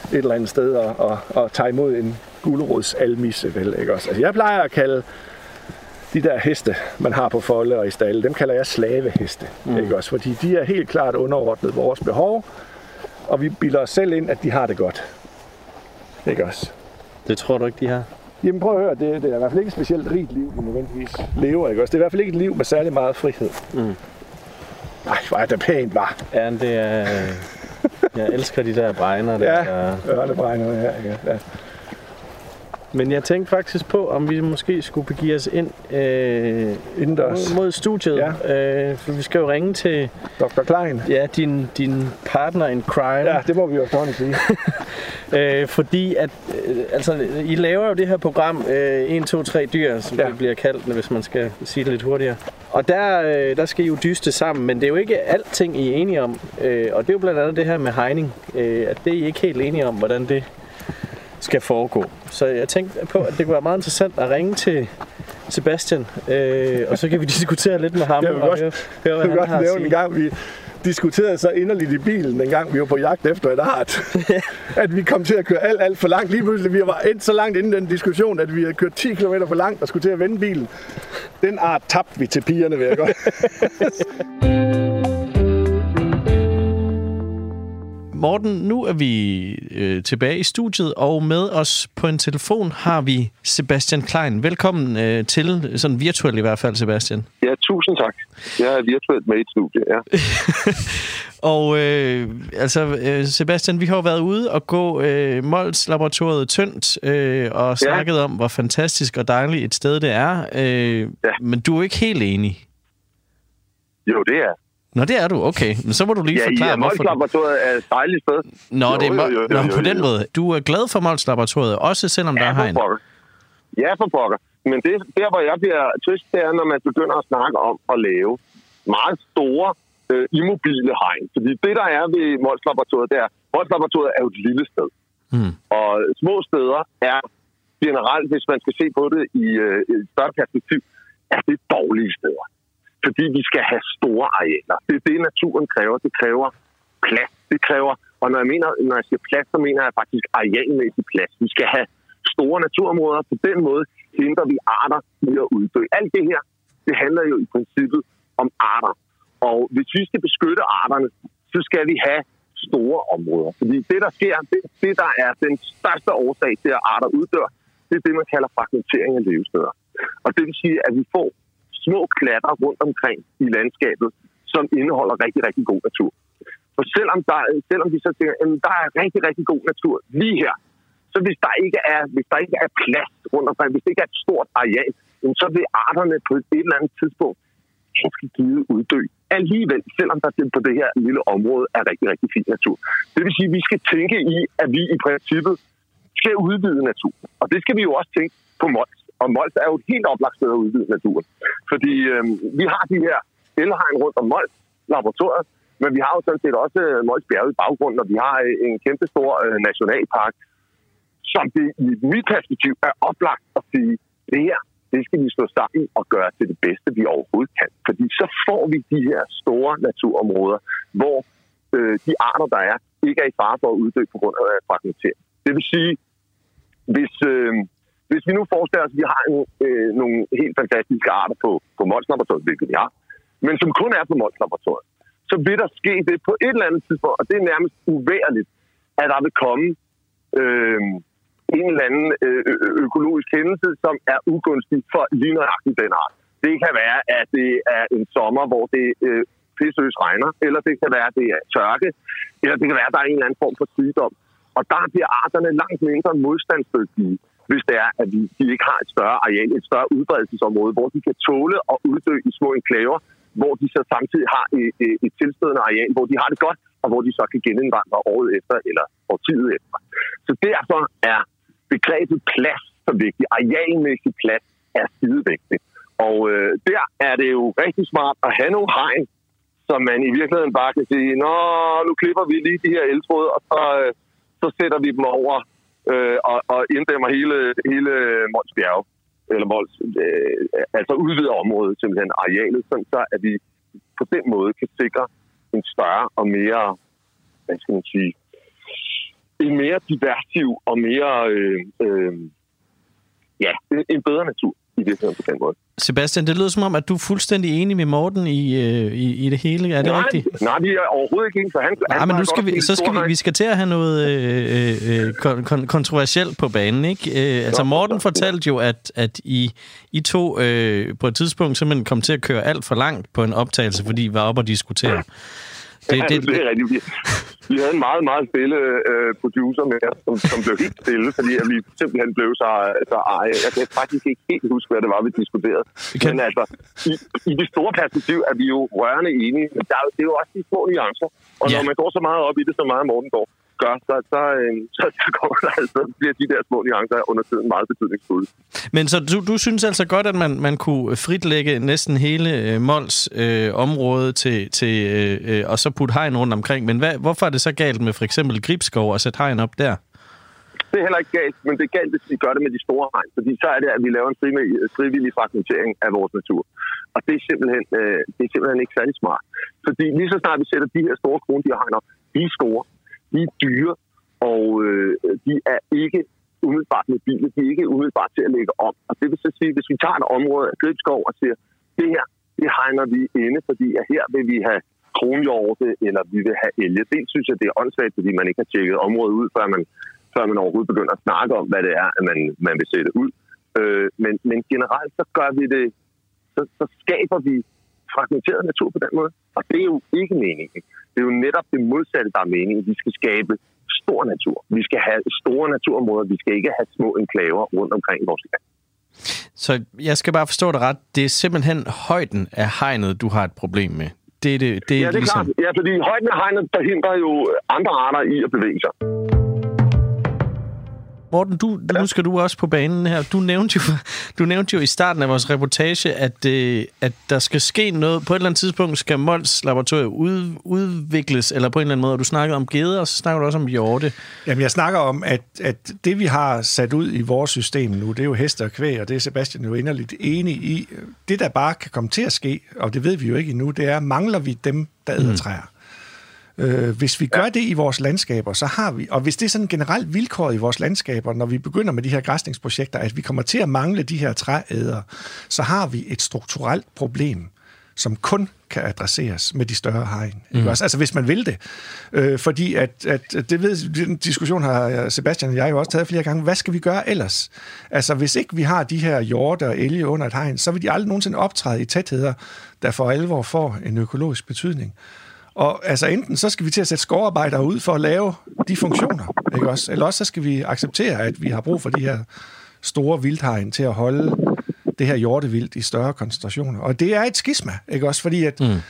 et eller andet sted og tage imod en gulerodsalmisse, vel, ikke også? Altså, jeg plejer at kalde de der heste, man har på folde og i stalde, dem kalder jeg slaveheste, ikke også? Fordi de er helt klart underordnet vores behov, og vi bilder os selv ind, at de har det godt. Ikke også? Det tror du ikke, de har? Jamen prøv at høre, det er i hvert fald ikke et specielt rigt liv, de nødvendigvis lever, ikke også? Det er i hvert fald ikke et liv med særlig meget frihed. Nej, hvor er det pænt, var. Ja, det er... Jeg elsker de der bregner. Ørnebregner her, ikke? Ja. Men jeg tænkte faktisk på, om vi måske skulle begive os ind mod studiet. Ja. For vi skal jo ringe til... Dr. Klein. Ja, din partner in crime. Ja, det må vi jo efterhånden sige. Fordi at... I laver jo det her program 1, 2, 3 dyr, som det bliver kaldt, hvis man skal sige det lidt hurtigere. Og der skal I jo dyste sammen, men det er jo ikke alting, I er enige om. Og det er jo blandt andet det her med hegning. At det er I ikke helt enige om, hvordan det skal foregå. Så jeg tænkte på, at det kunne være meget interessant at ringe til Sebastian, og så kan vi diskutere lidt med ham. Jeg vil godt nævne en gang, vi diskuterede så inderligt i bilen, en gang vi var på jagt efter et art, at vi kom til at køre alt for langt. Lige pludselig, vi var endt så langt inden den diskussion, at vi havde kørt 10 km for langt og skulle til at vende bilen. Den art tabte vi til pigerne, vil jeg godt. Morten, nu er vi tilbage i studiet, og med os på en telefon har vi Sebastian Klein. Velkommen til, sådan virtuelt i hvert fald, Sebastian. Ja, tusind tak. Jeg er virtuelt med i studiet, ja. Og Sebastian, vi har jo været ude og gå Mols-laboratoriet Tønt og snakket om, hvor fantastisk og dejligt et sted det er. Men du er ikke helt enig? Jo, det er. Nå, det er du. Okay. Men så må du lige forklare, hvorfor... Mols-laboratoriet er et dejligt sted. Nå, på den måde. Du er glad for Mols-laboratoriet, også selvom der er hegn. Ja, for pokker. Men det der, hvor jeg bliver trist, det er, når man begynder at snakke om at lave meget store immobile hegn. Fordi det, der er ved Mols-laboratoriet, det er, Mols-laboratoriet er jo et lille sted. Og små steder er generelt, hvis man skal se på det i et større perspektiv, er det dårlige steder. Fordi vi skal have store arealer. Det er det, naturen kræver. Det kræver plads. Det kræver, og når jeg siger plads, så mener jeg faktisk arealmæssig plads. Vi skal have store naturområder. På den måde hindrer vi arter i at uddø. Alt det her, det handler jo i princippet om arter. Og hvis vi skal beskytte arterne, så skal vi have store områder. Fordi det, der sker, det der er den største årsag til, at arter uddør, det er det, man kalder fragmentering af levesteder. Og det vil sige, at vi får små klatter rundt omkring i landskabet, som indeholder rigtig, rigtig god natur. For selvom vi så tænker, at der er rigtig, rigtig god natur lige her, så hvis der ikke er plads rundt omkring, hvis det ikke er et stort areal, så vil arterne på et eller andet tidspunkt ganske givet uddø. Alligevel, selvom der på det her lille område er rigtig, rigtig fin natur. Det vil sige, at vi skal tænke i, at vi i princippet skal udvide natur. Og det skal vi jo også tænke på Mols. Og Mols er jo et helt oplagt sted at udvide naturen. Fordi vi har de her elhegn rundt om Mols-laboratoriet, men vi har jo sådan set også Mols Bjerge i baggrunden, og vi har en kæmpe stor nationalpark, som det i mit perspektiv er oplagt at sige, det her, det skal vi stå sammen og gøre til det bedste, vi overhovedet kan. Fordi så får vi de her store naturområder, hvor de arter, der er, ikke er i fare for at uddø på grund af fragmentering. Det vil sige, hvis vi nu forestiller os, at vi har nogle helt fantastiske arter på Mols-laboratoriet, hvilket vi har, men som kun er på Mols-laboratoriet, så vil der ske det på et eller andet tidspunkt, og det er nærmest uværligt, at der vil komme en eller anden økologisk hændelse, som er ugunstig for lige nøjagtigt den art. Det kan være, at det er en sommer, hvor det pisseøs regner, eller det kan være, at det er tørke, eller det kan være, at der er en eller anden form for sygdom. Og der bliver arterne langt mindre modstandsdygtige, hvis det er, at de ikke har et større areal, et større udbredelsesområde, hvor de kan tåle og uddø i små enklaver, hvor de så samtidig har et tilstødende areal, hvor de har det godt, og hvor de så kan genindvandre året efter eller årtiet efter. Så derfor er begrebet plads så vigtigt. Arealmæssig plads er skidevigtigt. Og der er det jo rigtig smart at have nogle hegn, som man i virkeligheden bare kan sige, nå, nu klipper vi lige de her eltråde, og så sætter vi dem over og inddæmmer hele Mols Bjerge, eller Mols, altså udvider området, simpelthen arealet, sådan så at vi på den måde kan sikre en større og mere, hvad skal man sige, en mere diversiv og mere, en bedre natur i det på den måde. Sebastian, det lyder som om, at du er fuldstændig enig med Morten i det hele. Er det rigtigt? Nej, vi er overhovedet ikke enige, for han men nu vi skal til at have noget kontroversielt på banen, ikke? Altså Morten fortalte jo, at I to på et tidspunkt simpelthen kom til at køre alt for langt på en optagelse, fordi I var oppe og diskutere. Det er rigtigt. Vi havde en meget, meget stille producer med os, som blev helt stille, fordi at vi simpelthen blev så jeg kan faktisk ikke helt huske, hvad det var, vi diskuterede. Men altså, i det store perspektiv er vi jo rørende enige, men det er jo også de små nuancer. Og når man går så meget op i det, så meget Morten gør, så kommer der altså, bliver de der små nuancer under tiden meget betydningsfulde. Men så du synes altså godt, at man kunne fritlægge næsten hele Mols område til og så putte hegn rundt omkring. Men hvorfor er det så galt med for eksempel Gribskov og sætte hegn op der? Det er heller ikke galt, men det er galt, hvis vi gør det med de store hegn. Fordi så er det, at vi laver en frivillig fragmentering af vores natur. Og det er simpelthen ikke særlig smart. Fordi lige så snart vi sætter de her store krondyrhegn op, de er store, de er dyre, og de er ikke umiddelbart mobile, de er ikke umiddelbart til at lægge om. Og det vil så sige, hvis vi tager et område af Gribskov og siger, det her, det hegner vi inde, fordi at her vil vi have kronhjorte, eller vi vil have elge. Det synes jeg, det er åndssvagt, fordi man ikke har tjekket området ud, før man overhovedet begynder at snakke om, hvad det er, at man vil sætte ud. Men generelt, så gør vi det, så skaber vi fragmenteret natur på den måde. Og det er jo ikke meningen. Det er jo netop det modsatte, der er meningen. Vi skal skabe stor natur. Vi skal have store naturområder. Vi skal ikke have små enklaver rundt omkring i vores land. Så jeg skal bare forstå det ret. Det er simpelthen højden af hegnet, du har et problem med. Det er ja, det er ligesom... klart. Ja, fordi højden af hegnet forhindrer jo andre arter i at bevæge sig. Morten, nu skal du også på banen her. Du nævnte jo i starten af vores reportage, at der skal ske noget. På et eller andet tidspunkt skal Mols Laboratoriet udvikles, eller på en eller anden måde. Og du snakkede om geder, og så snakker du også om hjorte. Jamen, jeg snakker om, at det, vi har sat ud i vores system nu, det er jo heste og kvæg, og det er Sebastian jo inderligt enig i. Det, der bare kan komme til at ske, og det ved vi jo ikke endnu, det er, mangler vi dem, der æder træer. Hvis vi gør det i vores landskaber, så har vi, og hvis det er sådan generelt vilkåret i vores landskaber, når vi begynder med de her græsningsprojekter, at vi kommer til at mangle de her træædere, så har vi et strukturelt problem, som kun kan adresseres med de større hegn. Altså hvis man vil det. Fordi at det ved, den diskussion har Sebastian og jeg jo også taget flere gange. Hvad skal vi gøre ellers? Altså hvis ikke vi har de her hjorte og elge under et hegn, så vil de aldrig nogensinde optræde i tætheder, der for alvor får en økologisk betydning. Og altså enten så skal vi til at sætte skovarbejdere ud for at lave de funktioner, ikke også? Eller også så skal vi acceptere, at vi har brug for de her store vildhegn til at holde det her hjortevildt i større koncentrationer. Og det er et skisma, ikke også? Fordi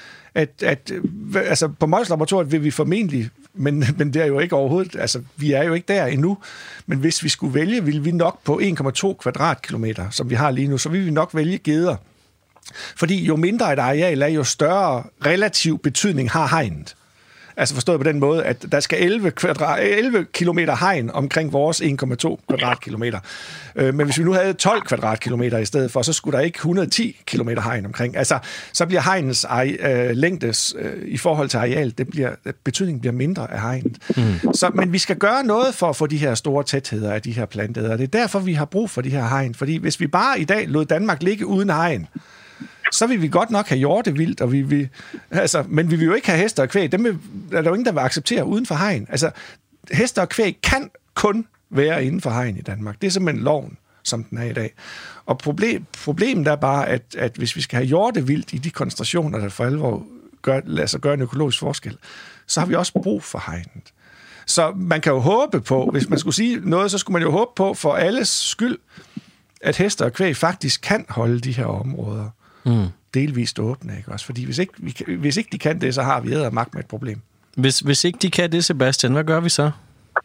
altså på Mols Laboratoriet vil vi formentlig, men det er jo ikke overhovedet, altså vi er jo ikke der endnu, men hvis vi skulle vælge, ville vi nok på 1,2 kvadratkilometer, som vi har lige nu, så vil vi nok vælge geder. Fordi jo mindre et areal er, jo større relativ betydning har hegnet. Altså forstået på den måde, at der skal 11 kilometer hegn omkring vores 1,2 kvadratkilometer. Men hvis vi nu havde 12 kvadratkilometer i stedet for, så skulle der ikke 110 kilometer hegn omkring. Altså, så bliver hegnets længdes i forhold til areal, betydningen bliver mindre af hegnet. Men vi skal gøre noget for at få de her store tætheder af de her planteder. Det er derfor, vi har brug for de her hegn. Fordi hvis vi bare i dag lod Danmark ligge uden hegn, så vil vi godt nok have hjortevildt, og men vi vil jo ikke have heste og kvæg. Dem er der jo ingen, der vil acceptere uden for hegn. Altså, heste og kvæg kan kun være inden for hegn i Danmark. Det er simpelthen loven, som den er i dag. Og problemet er bare, at hvis vi skal have hjortevildt i de koncentrationer, der for alvor lader sig gøre en økologisk forskel, så har vi også brug for hegnet. Så man kan jo håbe på, hvis man skulle sige noget, så skulle man jo håbe på for alles skyld, at heste og kvæg faktisk kan holde de her områder delvist åbne, ikke også? Fordi hvis ikke de kan det, så har vi eddermagt med et problem. Hvis ikke de kan det, Sebastian, hvad gør vi så?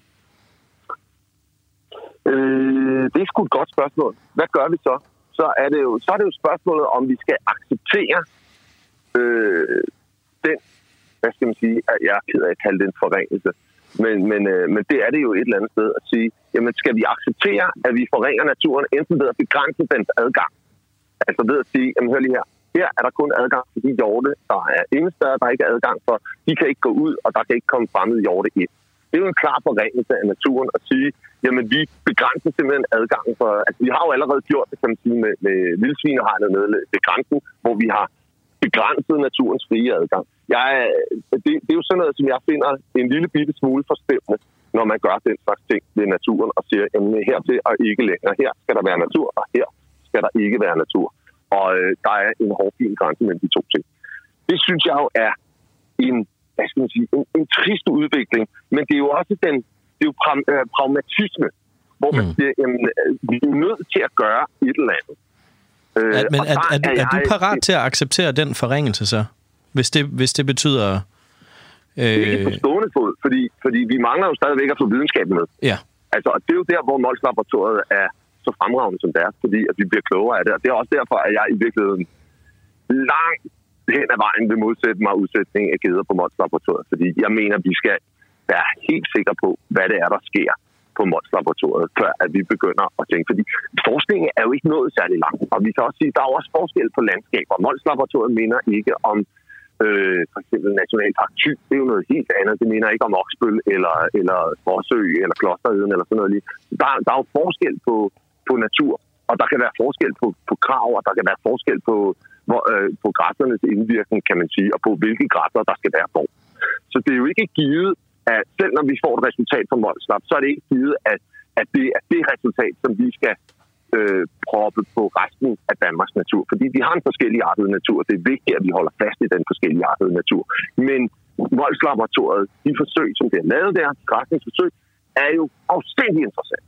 Det er sgu et godt spørgsmål. Hvad gør vi så? Så er det jo spørgsmålet, om vi skal acceptere den, hvad skal man sige, jeg er ked af at kalde det en forringelse, men det er det jo et eller andet sted at sige, jamen skal vi acceptere, at vi forringer naturen enten ved at begrænse dens adgang? Altså ved at sige, jamen hør lige her er der kun adgang for de hjorte, der er ingen steder, der ikke er adgang for. De kan ikke gå ud, og der kan ikke komme fremmede hjorte ind. Det er jo en klar forringelse af naturen at sige, jamen vi begrænser simpelthen adgangen for... Altså vi har jo allerede gjort det, kan man sige, med vildsvinehegnet nede ved grænsen, hvor vi har begrænset naturens frie adgang. Det er jo sådan noget, som jeg finder en lille bitte smule forstemmende, når man gør den slags ting ved naturen og siger, jamen hertil og ikke længere. Her skal der være natur, og her skal der ikke være natur. Og der er en hårfin grænse mellem de to ting. Det synes jeg jo er en trist udvikling, men det er jo også pragmatisme, hvor man siger, jamen, vi er nødt til at gøre et eller andet. Men er du parat til at acceptere den forringelse så? Hvis det betyder... Ikke på stående fod, fordi vi mangler jo stadigvæk at få videnskaben med. Ja. Altså, det er jo der, hvor Mols Laboratoriet er så fremragende som det er, fordi at vi bliver klogere af det. Og det er også derfor, at jeg i virkeligheden langt hen ad vejen vil modsætte mig udsætning af geder på Mols Laboratoriet. Fordi jeg mener, at vi skal være helt sikre på, hvad det er, der sker på Mols Laboratoriet, før at vi begynder at tænke. Fordi forskningen er jo ikke nået særlig langt. Og vi kan også sige, at der er også forskel på landskaber. Mols Laboratoriet minder ikke om for eksempel Nationalpark Thy. Det er jo noget helt andet. Det minder ikke om Oksbøl eller Forsø eller Klosterøden eller sådan noget lige. Der er jo forskel på natur, og der kan være forskel på krav, og der kan være forskel på græssernes indvirkning, kan man sige, og på hvilke græsser der skal være hvor. Så det er jo ikke givet, at selv når vi får et resultat fra Mols Lab, så er det ikke givet, at det er det resultat, som vi skal proppe på resten af Danmarks natur. Fordi vi har en forskelligartet natur. Det er vigtigt, at vi holder fast i den forskelligartede natur. Men Mols Laboratoriet, de forsøg, som det er lavet der, græsningsforsøg, er jo afstændig interessant.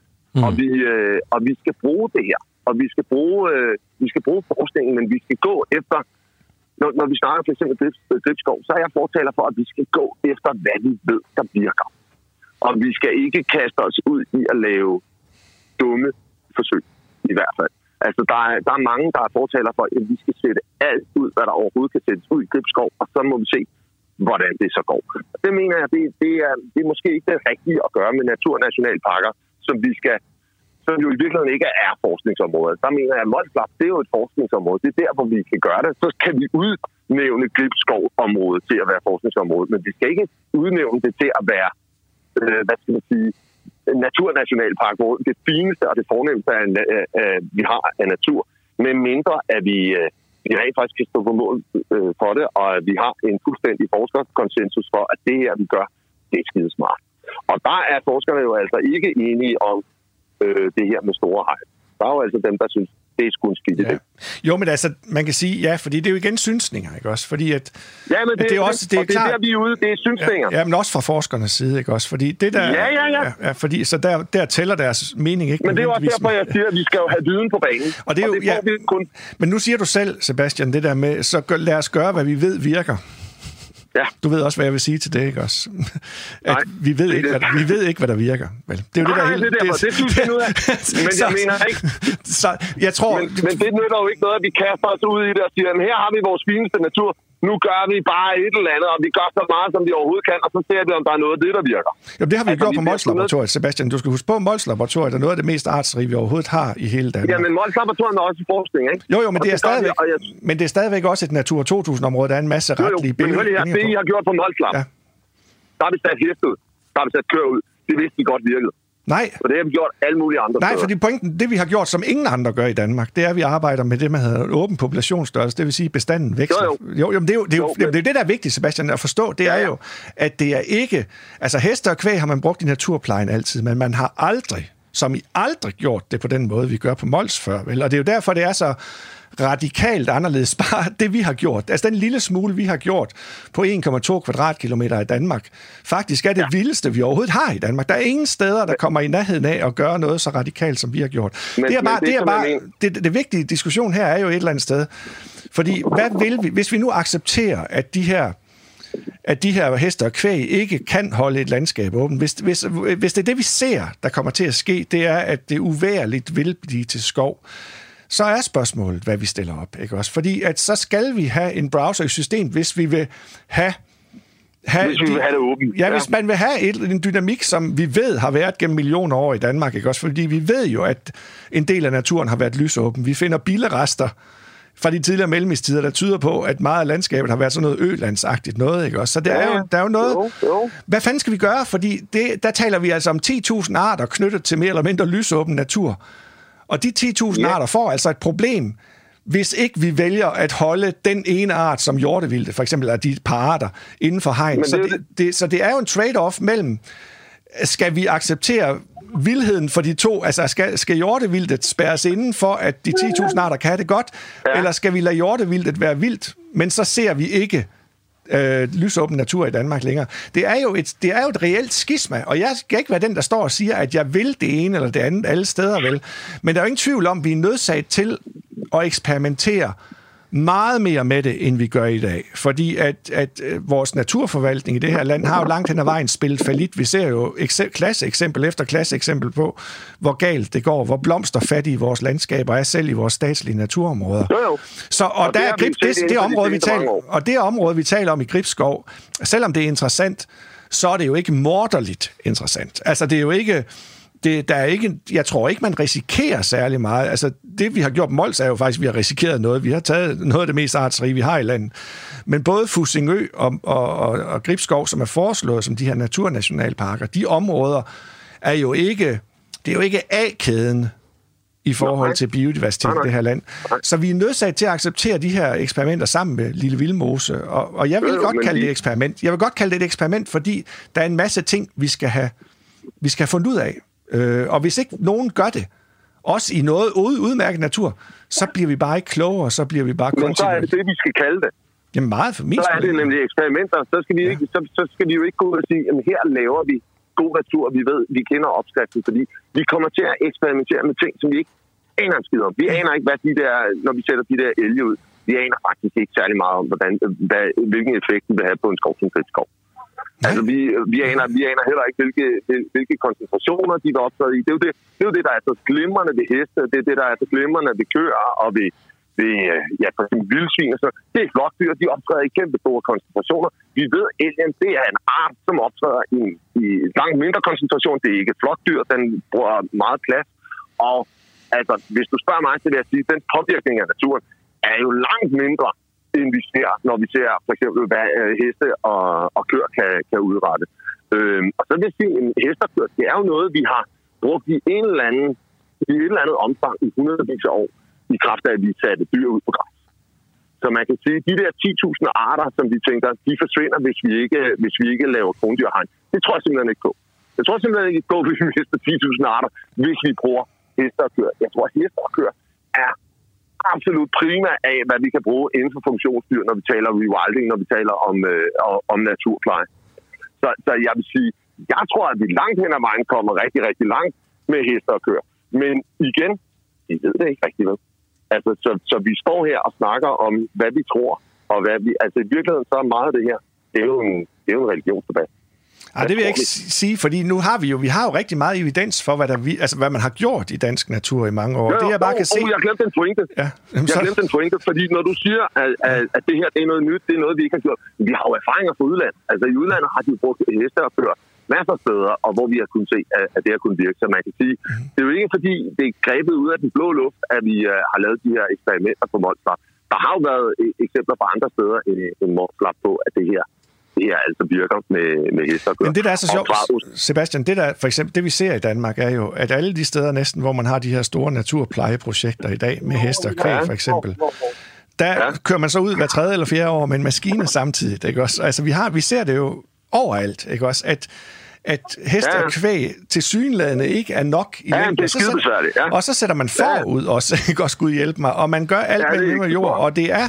Og vi skal bruge det her. Og vi skal bruge forskningen, men vi skal gå efter, når vi snakker for eksempel driftsskov, så er jeg fortaler for, at vi skal gå efter, hvad vi ved, der virker. Og vi skal ikke kaste os ud i at lave dumme forsøg, i hvert fald. Altså, der er mange, der er fortaler for, at vi skal sætte alt ud, hvad der overhovedet kan sættes ud i driftsskov, og så må vi se, hvordan det så går. Det mener jeg, det er måske ikke det rigtige at gøre med naturnationalparker, som jo i virkeligheden ikke er forskningsområdet. Der mener jeg, at Mols Lab, det er jo et forskningsområde. Det er der, hvor vi kan gøre det. Så kan vi udnævne Gribskov-området til at være forskningsområde, men vi skal ikke udnævne det til at være, naturnationalpark, hvor det fineste og det fornemmeste, vi har af natur, med mindre at vi rent faktisk kan stå på mål for det, og at vi har en fuldstændig forskerkonsensus for, at det her, vi gør, det er skidesmart. Og der er forskerne jo altså ikke enige om det her med store hegn. Der er jo altså dem, der synes, det er sgu en skidt idé. Jo, men altså, man kan sige, ja, fordi det er jo igen synsninger, ikke også? Fordi at... Ja, men det er også... Det er klart, der, vi er ude, det er synsninger. Ja, men også fra forskernes side, ikke også? Fordi det der... Ja, fordi så der tæller deres mening ikke. Men det er jo også derfor, jeg siger, at vi skal jo have viden på banen. Og det er jo... Ja, men nu siger du selv, Sebastian, det der med, så lad os gøre, hvad vi ved virker. Ja. Du ved også, hvad jeg vil sige til det, ikke også? At vi ved ikke, hvad der virker. Vel, det er jo det, der hele... Det synes jeg nu af. Men jeg mener ikke... Så jeg tror... Men det nytter jo ikke noget, at vi kaster os ud i det og siger, her har vi vores fineste natur. Nu gør vi bare et eller andet, og vi gør så meget, som vi overhovedet kan, og så ser vi, om der er noget af det, der virker. Jo, det har vi gjort på Mols Laboratoriet, Sebastian. Du skal huske på, Mols Laboratoriet er noget af det mest artsrige, vi overhovedet har i hele Danmark. Ja, men Mols Laboratoriet er også forskning, ikke? Jo, men det er stadigvæk også et Natur 2000-område. Der er en masse retlige billeder. Men det, I har gjort på Mols Lab, der har vi sat heste ud. Der har vi sat køer ud. Det vidste vi godt virkede. Nej. Og det har vi gjort alle mulige andre steder. Fordi pointen, det vi har gjort, som ingen andre gør i Danmark, det er, at vi arbejder med det, man hedder åben populationsstørrelse, det vil sige, bestanden vækster. Jo, men det er det, der er vigtigt, Sebastian, at forstå, det er jo, at det er ikke... Altså, heste og kvæg har man brugt i naturplejen altid, men man har aldrig gjort det på den måde, vi gør på Mols før, vel? Og det er jo derfor, det er så radikalt anderledes. Bare det, vi har gjort. Altså den lille smule, vi har gjort på 1,2 kvadratkilometer i Danmark, faktisk er det vildeste, vi overhovedet har i Danmark. Der er ingen steder, der kommer i nærheden af at gøre noget så radikalt, som vi har gjort. Det vigtige diskussion her er jo et eller andet sted. Fordi hvad vil vi, hvis vi nu accepterer, at de her heste og kvæg ikke kan holde et landskab åbent. Hvis det er det, vi ser, der kommer til at ske, det er, at det uværligt vil blive til skov, så er spørgsmålet, hvad vi stiller op, ikke også? Fordi at så skal vi have en browser i system, hvis vi vil have det åbent. Ja, hvis man vil have en dynamik, som vi ved har været gennem millioner år i Danmark, ikke også? Fordi vi ved jo, at en del af naturen har været lysåben. Vi finder billerester fra de tidligere mellemisttider, der tyder på, at meget af landskabet har været sådan noget ølandsagtigt noget, ikke også? Så der er jo noget... Jo. Hvad fanden skal vi gøre? Fordi der taler vi altså om 10.000 arter knyttet til mere eller mindre lysåben natur. Og de 10.000 arter får altså et problem, hvis ikke vi vælger at holde den ene art som hjortevilde, for eksempel, af de par arter inden for hegn. Så det er jo en trade-off mellem, skal vi acceptere vildheden for de to, altså skal hjortevildet spærres inden for, at de 10.000 arter kan have det godt, eller skal vi lade hjortevildet være vildt, men så ser vi ikke lysåben natur i Danmark længere. Det er jo et reelt skisma, og jeg skal ikke være den, der står og siger, at jeg vil det ene eller det andet alle steder vel, men der er jo ingen tvivl om, at vi er nødsaget til at eksperimentere meget mere med det, end vi gør i dag. Fordi at vores naturforvaltning i det her land har jo langt hen ad vejen spillet fallit. Vi ser jo klasseeksempel efter klasseeksempel på, hvor galt det går, hvor blomsterfattige vores landskaber er, selv i vores statslige naturområder. Så, og der er det område, vi taler om i Gribskov, selvom det er interessant, så er det jo ikke morderligt interessant. Altså, det er jo ikke... jeg tror ikke, man risikerer særlig meget. Altså, det vi har gjort på Mols er jo faktisk, at vi har risikeret noget. Vi har taget noget af det mest artsrige, vi har i landet. Men både Fussingø og Gribskov, som er foreslået som de her naturnationalparker, de områder er jo ikke, det er jo ikke A-kæden i forhold til biodiversitet i det her land. Så vi er nødsaget til at acceptere de her eksperimenter sammen med Lille Vildmose. Og jeg vil godt kalde det eksperiment. Jeg vil godt kalde det et eksperiment, fordi der er en masse ting, vi skal have fundet ud af. Og hvis ikke nogen gør det, også i noget udmærket natur, så bliver vi bare ikke klogere, så bliver vi bare kontinuerligt. Men så er det, vi skal kalde det. Jamen meget for min. Så er det nemlig eksperimenter. Så skal vi jo ikke gå ud og sige, at her laver vi god natur, vi kender opskriften, fordi vi kommer til at eksperimentere med ting, som vi ikke aner en skid om. Vi aner ikke, hvad de der, når vi sætter de der elge ud, vi aner faktisk ikke særlig meget om, hvilken effekt det vil have på en skov som Gribskov. Altså, vi aner heller ikke, hvilke koncentrationer de vil optræde i. Det er jo det, der er så glimrende ved heste, det er det, der er så glimrende ved køer og ved for eksempel vildsvin. Så det er flokdyr, de optræder i kæmpe store koncentrationer. Vi ved, at elgen, det er en art, som optræder i langt mindre koncentration. Det er ikke flokdyr, den bruger meget plads. Og altså, hvis du spørger mig, så vil jeg sige, at den påvirkning af naturen er jo langt mindre, end vi ser, når vi ser for eksempel, hvad heste og køer kan udrette. Og så vil jeg sige, en hest og køer, det er jo noget, vi har brugt i et eller andet omfang i hundredvis af år, i kraft af, at vi satte dyr ud på græs. Så man kan sige, at de der 10.000 arter, som vi tænker, de forsvinder, hvis vi ikke laver krondyrhegn. Det tror jeg simpelthen ikke på. Jeg tror simpelthen ikke på, at vi mister 10.000 arter, hvis vi bruger hester og køer. Jeg tror, at hester og køer er absolut prima af, hvad vi kan bruge inden for funktionsdyr, når vi taler rewilding, når vi taler om naturpleje. Så jeg vil sige, jeg tror, at vi langt hen ad vejen kommer rigtig, rigtig langt med hester og køer. Men igen, vi ved det ikke rigtig ved. Altså, så vi står her og snakker om, hvad vi tror, og hvad vi... Altså, i virkeligheden, så er meget af det her, det er jo en religionsdebat. Ej, det vil jeg ikke sige, fordi nu har vi har jo rigtig meget evidens for, hvad man har gjort i dansk natur i mange år. Det jeg bare kan se... Jeg glemte en pointe. Ja. Jeg glemte en pointe, fordi når du siger, at det her det er noget nyt, det er noget, vi ikke har gjort. Vi har jo erfaringer fra udlandet. Altså i udlandet har de brugt heste og køer masser af steder, og hvor vi har kunnet se, at det har kunnet virke. Så man kan sige, det er jo ikke fordi, det er grebet ud af den blå luft, at vi har lavet de her eksperimenter på Mols. Der har jo været eksempler fra andre steder end Mols på, at det her altså virker med hester og køer. Men det, der er så sjovt, Sebastian, det der for eksempel, det vi ser i Danmark, er jo, at alle de steder næsten, hvor man har de her store naturplejeprojekter i dag, med hester og kvæg for eksempel, der kører man så ud hver 3. eller 4. år med en maskine samtidig, ikke også? Altså vi ser det jo overalt, ikke også? At heste og kvæg tilsyneladende ikke er nok i længden. Og så sætter man forud også, ikke også, Gud hjælpe mig, og man gør alt med himmel og jord, og det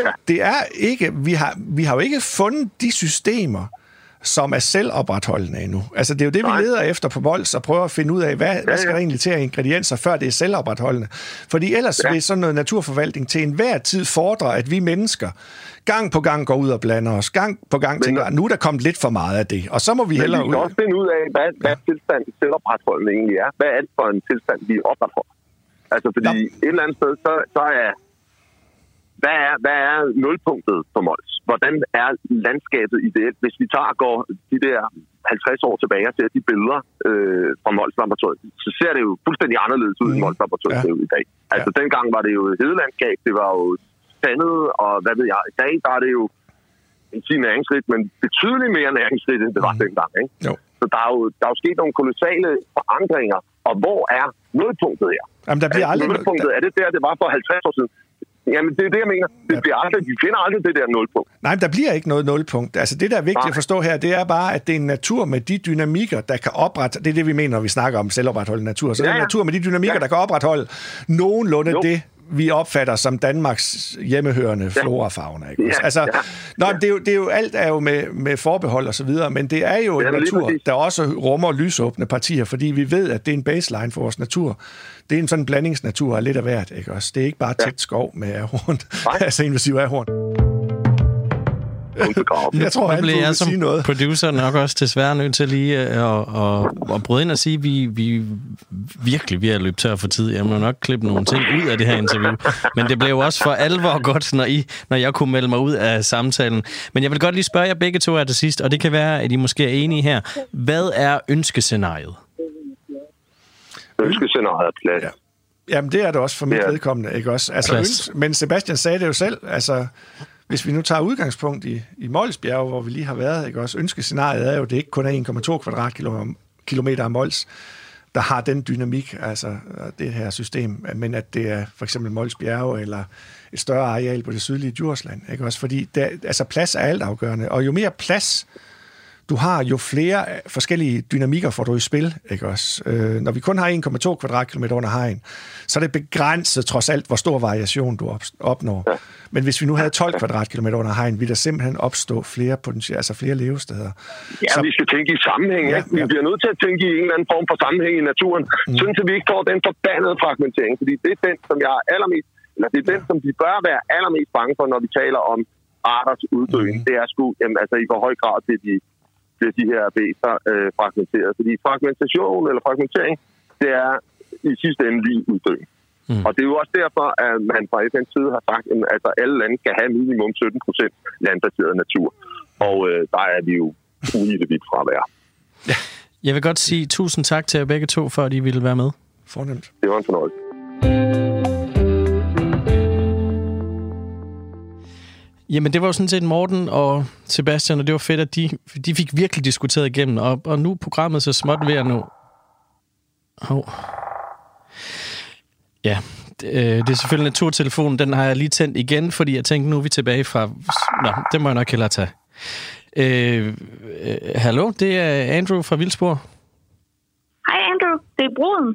er ikke, vi har jo ikke fundet de systemer, som er selvopretholdende endnu. Altså, det er jo det, vi leder efter på Mols, og prøver at finde ud af, hvad skal der egentlig til af ingredienser, før det er selvopretholdende. Fordi ellers vil sådan noget naturforvaltning til enhver tid fordre, at vi mennesker gang på gang går ud og blander os, gang på gang tænker, nu er der kommet lidt for meget af det, og så må vi hellere ud. Men vi skal også finde ud af, hvad tilstand selvopretholdende egentlig er. Hvad er det for en tilstand, vi opretholder? Altså, fordi et eller andet sted, så er... Hvad er nulpunktet på Mols? Hvordan er landskabet ideelt? Hvis vi går de der 50 år tilbage og ser de billeder fra Mols Laboratoriet, så ser det jo fuldstændig anderledes ud i Mols Laboratoriet i dag. Altså dengang var det jo et hedelandskab, det var jo sandet, og hvad ved jeg. I dag der er det jo ikke næringsrigt, men betydeligt mere næringsrigt, end det var dengang. Ikke? Jo. Så der er jo sket nogle kolossale forandringer, og hvor er nulpunktet her? Jamen, der bliver aldrig... Nulpunktet, er det var for 50 år siden? Jamen, det er det, jeg mener. Vi finder aldrig det der nulpunkt. Nej, men der bliver ikke noget nulpunkt. Altså, det, der er vigtigt at forstå her, det er bare, at det er en natur med de dynamikker, der kan oprette... Det er det, vi mener, når vi snakker om selvopretholdende natur. Så det er en natur med de dynamikker, der kan opretholde nogenlunde det, vi opfatter som Danmarks hjemmehørende florafauna. Ikke? Altså, det er jo alt er jo med forbehold og så videre, men det er jo en natur, der også rummer lysåbne partier, fordi vi ved, at det er en baseline for vores natur. Det er en sådan blandingsnatur af lidt af hvert, ikke også? Det er ikke bare tæt skov med ahorn, altså invasiv ahorn. Jeg tror, at jeg som producer nok også desværre nødt til lige at bryde ind og sige, at vi virkelig er løbet tør for tid. Jeg må nok klippe nogle ting ud af det her interview. Men det blev jo også for alvor godt, når jeg kunne melde mig ud af samtalen. Men jeg vil godt lige spørge jer begge to her til sidst, og det kan være, at I måske er enige her. Hvad er ønskescenariet? Ønskescenariet er plads. Ja. Jamen, det er det også for mit vedkommende, ikke også? Altså, men Sebastian sagde det jo selv, altså... Hvis vi nu tager udgangspunkt i Mols Bjerge, hvor vi lige har været, ikke også? Ønskescenariet er jo, det ikke kun er 1,2 kvadratkilometer af Mols, der har den dynamik, altså det her system, men at det er for eksempel Mols Bjerge eller et større areal på det sydlige Djursland, ikke også? Fordi plads er altafgørende, og jo mere plads du har, jo flere forskellige dynamikker får du i spil, ikke også? Når vi kun har 1,2 kvadratkilometer under hegn, så er det begrænset trods alt, hvor stor variation du opnår. Ja. Men hvis vi nu havde 12 kvadratkilometer under hegn, ville der simpelthen opstå flere levesteder. Ja, vi skal tænke i sammenhæng. Ja. Vi bliver nødt til at tænke i en eller anden form for sammenhæng i naturen, sådan at vi ikke får den forbandede fragmentering, fordi det er den, som jeg er allermest, eller det er den, som vi bør være allermest bange for, når vi taler om arters uddøen. Det er sgu, altså i hvor høj grad det de her bæster fragmenteret. Fordi fragmentation eller fragmentering, det er i sidste ende lige uddøen. Og det er jo også derfor, at man fra FN's side har sagt, at altså, alle lande skal have minimum 17% landbaseret natur. Og der er vi jo umideligt fra at være. Ja. Jeg vil godt sige tusind tak til jer begge to, for at I ville være med. Fornemt. Det var en fornøjelse. Jamen, det var jo sådan set Morten og Sebastian, og det var fedt, at de fik virkelig diskuteret igennem, og nu er programmet så småt ved at nå... Ja, det er selvfølgelig naturtelefonen, den har jeg lige tændt igen, fordi jeg tænkte, nu er vi tilbage fra... Nå, det må jeg nok hellere tage. Hallo, det er Andrew fra Vildspor. Hej Andrew, det er Bruden.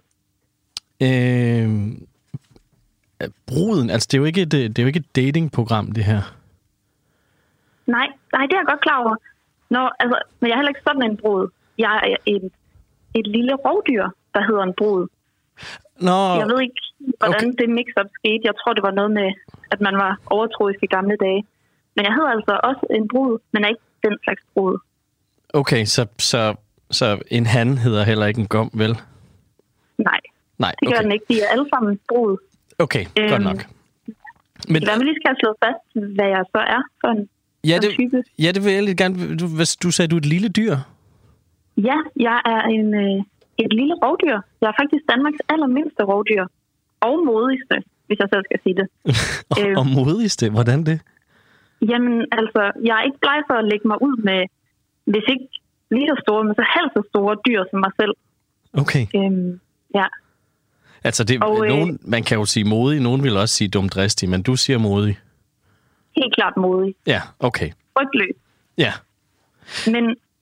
Bruden, altså det er jo ikke et datingprogram, det her. Nej, det er jeg godt klar over. Men jeg er heller ikke sådan en brud. Jeg er et lille rovdyr, der hedder en brud. Nå, jeg ved ikke, hvordan det mix-up skete. Jeg tror, det var noget med, at man var overtroisk i gamle dage. Men jeg hedder altså også en brud, men er ikke den slags brud. Okay, så en han hedder heller ikke en gom, vel? Nej, det gør den ikke. De er alle sammen brud. Okay, godt nok. Men hvad vi lige skal have slået fast, hvad jeg så er for en type? Ja, det vil jeg lidt gerne. Du sagde, du er et lille dyr? Ja, jeg er et lille rovdyr. Jeg er faktisk Danmarks allermindste rovdyr. Og modigste, hvis jeg selv skal sige det. Og modigste? Hvordan det? Jamen, altså, jeg er ikke bleg for at lægge mig ud med, hvis ikke lige så store, men så halvt så store dyr som mig selv. Okay. Ja. Altså, man kan jo sige modig, nogen vil også sige dumdristig, men du siger modig. Helt klart modig. Ja, okay. Frygtløs. Ja. Men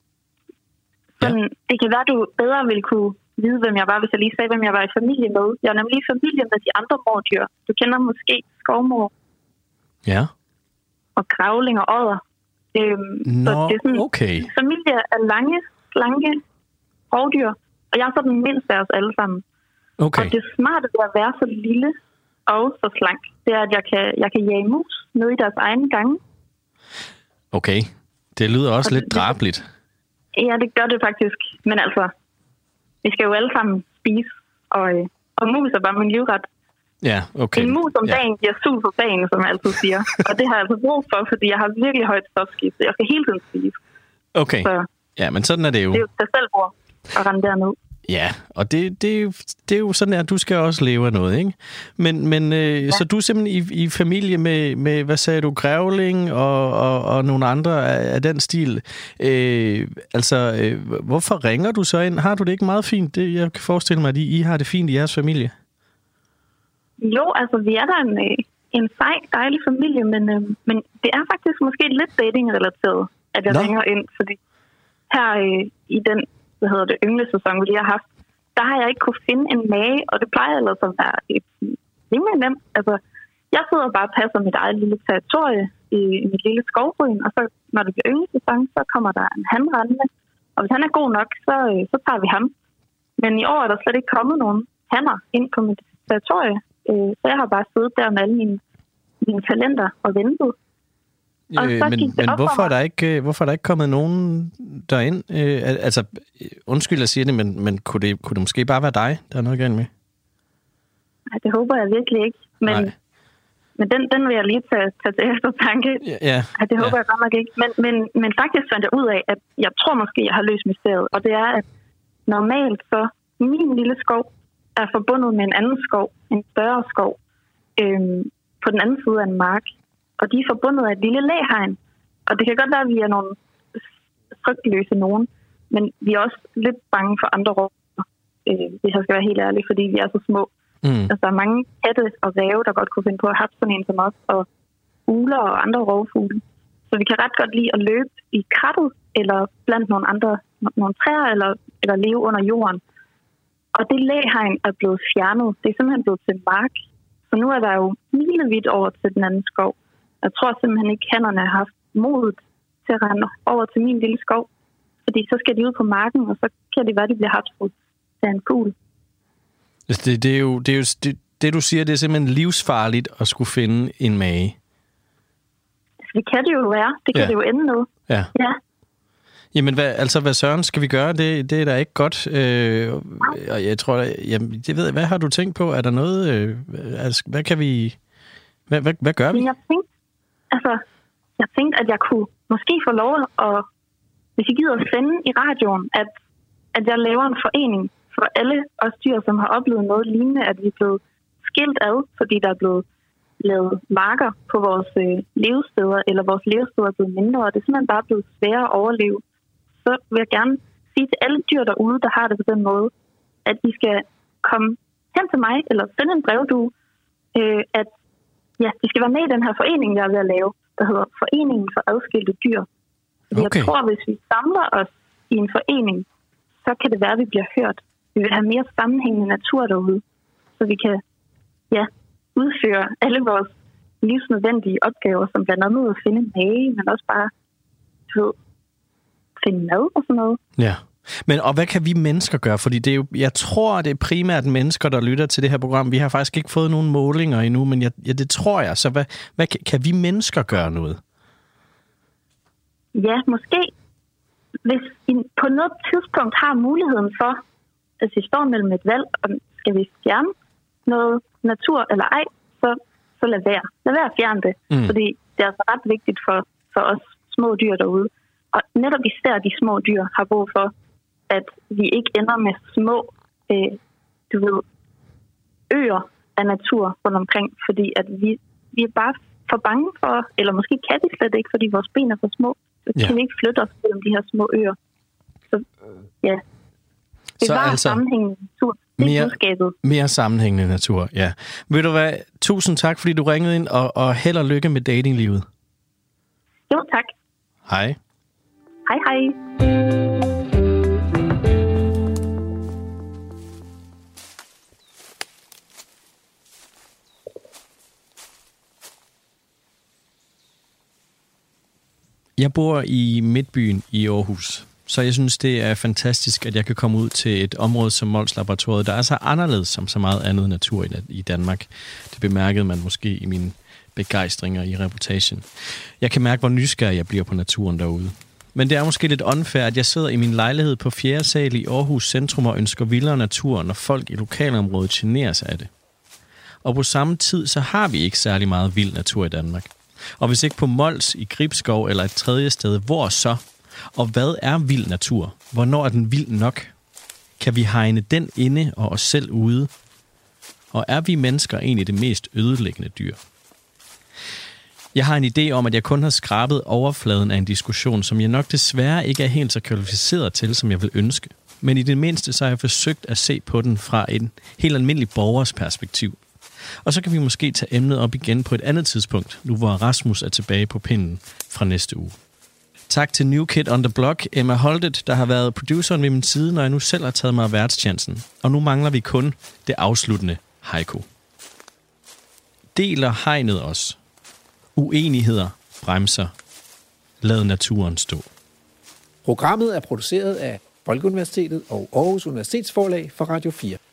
det kan være, at du bedre vil kunne vide, hvem jeg var, hvis jeg lige sagde, hvem jeg var i familie med. Jeg er nemlig i familie med de andre mårdyr. Du kender måske skovmor. Ja. Og grævling og odder. Så det er sådan en familie af lange, slanke rovdyr. Og jeg er så den mindste af os alle sammen. Okay. Og det smarte ved at være så lille og så slank, det er, at jeg kan jage mus ned i deres egne gange. Okay. Det lyder også lidt drabeligt. Ja, det gør det faktisk. Men altså, vi skal jo alle sammen spise. Og mus er bare min livret. Ja, okay. En mus om dagen giver sul for dagen, som jeg altid siger. Og det har jeg altså brug for, fordi jeg har virkelig højt stofskifte. Jeg skal hele tiden spise. Okay. Så, ja, men sådan er det jo. Det er jo dig selv, bror, at rende derned. Ja, og det er jo sådan, at du skal også leve af noget, ikke? Men ja. Så du er simpelthen i familie med, hvad sagde du, grævling og nogle andre af den stil. Hvorfor ringer du så ind? Har du det ikke meget fint? Jeg kan forestille mig, at I har det fint i jeres familie. Jo, altså vi er der en sej, dejlig familie, men det er faktisk måske lidt dating-relateret, at jeg ringer ind, fordi her i den ynglesæson, vi lige har haft, der har jeg ikke kunne finde en mage, og det plejer ellers at være rimelig nemt. Altså, jeg sidder bare og passer mit eget lille territorie i mit lille skovbryn, og så når det bliver ynglesæson, så kommer der en hanrende, og hvis han er god nok, så tager vi ham. Men i år er der slet ikke kommet nogen hanner ind på mit territorie, så jeg har bare siddet der med alle mine talenter og ventet. Men hvorfor er der ikke kommet nogen derind? Undskyld at sige det, men kunne det måske bare være dig, der er noget galt med? Nej, det håber jeg virkelig ikke. Men den vil jeg lige tage til eftertanke. Ja. Det håber jeg godt nok ikke. Men faktisk fandt jeg ud af, at jeg tror måske, jeg har løst mysteriet. Og det er, at normalt så min lille skov er forbundet med en anden skov, en større skov, på den anden side af en mark. Og de er forbundet af et lille læhegn. Og det kan godt være, at vi er nogle frygtløse nogen, men vi er også lidt bange for andre rovfugle, hvis jeg skal være helt ærlig, fordi vi er så små. Altså, der er mange katte og ræve, der godt kunne finde på at have sådan en som os, og ugler og andre rovfugle. Så vi kan ret godt lide at løbe i krattet, eller blandt nogle træer, eller leve under jorden. Og det læhegn er blevet fjernet. Det er simpelthen blevet til mark. Så nu er der jo milevidt over til den anden skov. Jeg tror simpelthen ikke, hannerne har haft modet til at rende over til min lille skov. Fordi så skal de ud på marken, og så kan det være, de bliver hapsfuldt af en fugl. Det, du siger, det er simpelthen livsfarligt at skulle finde en mage. Altså, det kan det jo være. Det kan det jo ende med. Ja. Jamen, hvad søren skal vi gøre? Det er da ikke godt. Og jeg tror, det ved jeg, hvad har du tænkt på? Er der noget... hvad kan vi... Hvad gør vi? Jeg tænkte, at jeg kunne måske få lov at, hvis I gider at sende i radioen, at jeg laver en forening for alle os dyr, som har oplevet noget lignende, at vi er blevet skilt ad, fordi der er blevet lavet marker på vores levesteder, eller vores levesteder er blevet mindre, og det er simpelthen bare blevet sværere at overleve. Så vil jeg gerne sige til alle dyr derude, der har det på den måde, at I skal komme hen til mig, eller sende en brevdue, at de skal være med i den her forening, jeg er ved at lave, der hedder Foreningen for Adskilte Dyr. Okay. Jeg tror, hvis vi samler os i en forening, så kan det være, at vi bliver hørt. Vi vil have mere sammenhængende natur derude, så vi kan udføre alle vores livsnødvendige opgaver, som blandt andet at finde mage, men også bare finde mad og sådan noget. Ja. Men og hvad kan vi mennesker gøre? Fordi det er jo, jeg tror, det er primært mennesker, der lytter til det her program. Vi har faktisk ikke fået nogen målinger endnu, men det tror jeg. Så hvad kan vi mennesker gøre noget? Ja, måske. Hvis I på noget tidspunkt har muligheden for, at vi står mellem et valg, og skal vi fjerne noget natur eller ej, så lad være. Lad være at fjerne det. Fordi det er altså ret vigtigt for os små dyr derude. Og netop især de små dyr har brug for, at vi ikke ender med små, øer af natur rundt omkring, fordi at vi er bare for bange for, eller måske kan vi slet ikke, fordi vores ben er for små, så kan vi ikke flytte os mellem de her små øer. Så det var sammenhængende natur. Det er budskabet. Mere sammenhængende natur, ja. Ved du hvad, tusind tak, fordi du ringede ind, og held og lykke med datinglivet. Jo, tak. Hej. Hej, hej. Jeg bor i midtbyen i Aarhus, så jeg synes, det er fantastisk, at jeg kan komme ud til et område som Mols Laboratoriet, der er så anderledes som så meget andet natur i Danmark. Det bemærkede man måske i mine begejstringer i reportagen. Jeg kan mærke, hvor nysgerrig jeg bliver på naturen derude. Men det er måske lidt unfair, at jeg sidder i min lejlighed på 4. sal i Aarhus Centrum og ønsker vildere natur, når folk i lokalområdet generer sig af det. Og på samme tid, så har vi ikke særlig meget vild natur i Danmark. Og hvis ikke på Mols, i Gribskov eller et tredje sted, hvor så? Og hvad er vild natur? Hvornår er den vild nok? Kan vi hegne den inde og os selv ude? Og er vi mennesker egentlig det mest ødelæggende dyr? Jeg har en idé om, at jeg kun har skrabet overfladen af en diskussion, som jeg nok desværre ikke er helt så kvalificeret til, som jeg vil ønske. Men i det mindste så har jeg forsøgt at se på den fra en helt almindelig borgers perspektiv. Og så kan vi måske tage emnet op igen på et andet tidspunkt, nu hvor Rasmus er tilbage på pinden fra næste uge. Tak til New Kid on the Block, Emma Holtet, der har været produceren ved min side, når jeg nu selv har taget mig af værtschancen. Og nu mangler vi kun det afsluttende haiku. Deler hegnet os. Uenigheder bremser. Lad naturen stå. Programmet er produceret af Folkeuniversitetet og Aarhus Universitetsforlag for Radio 4.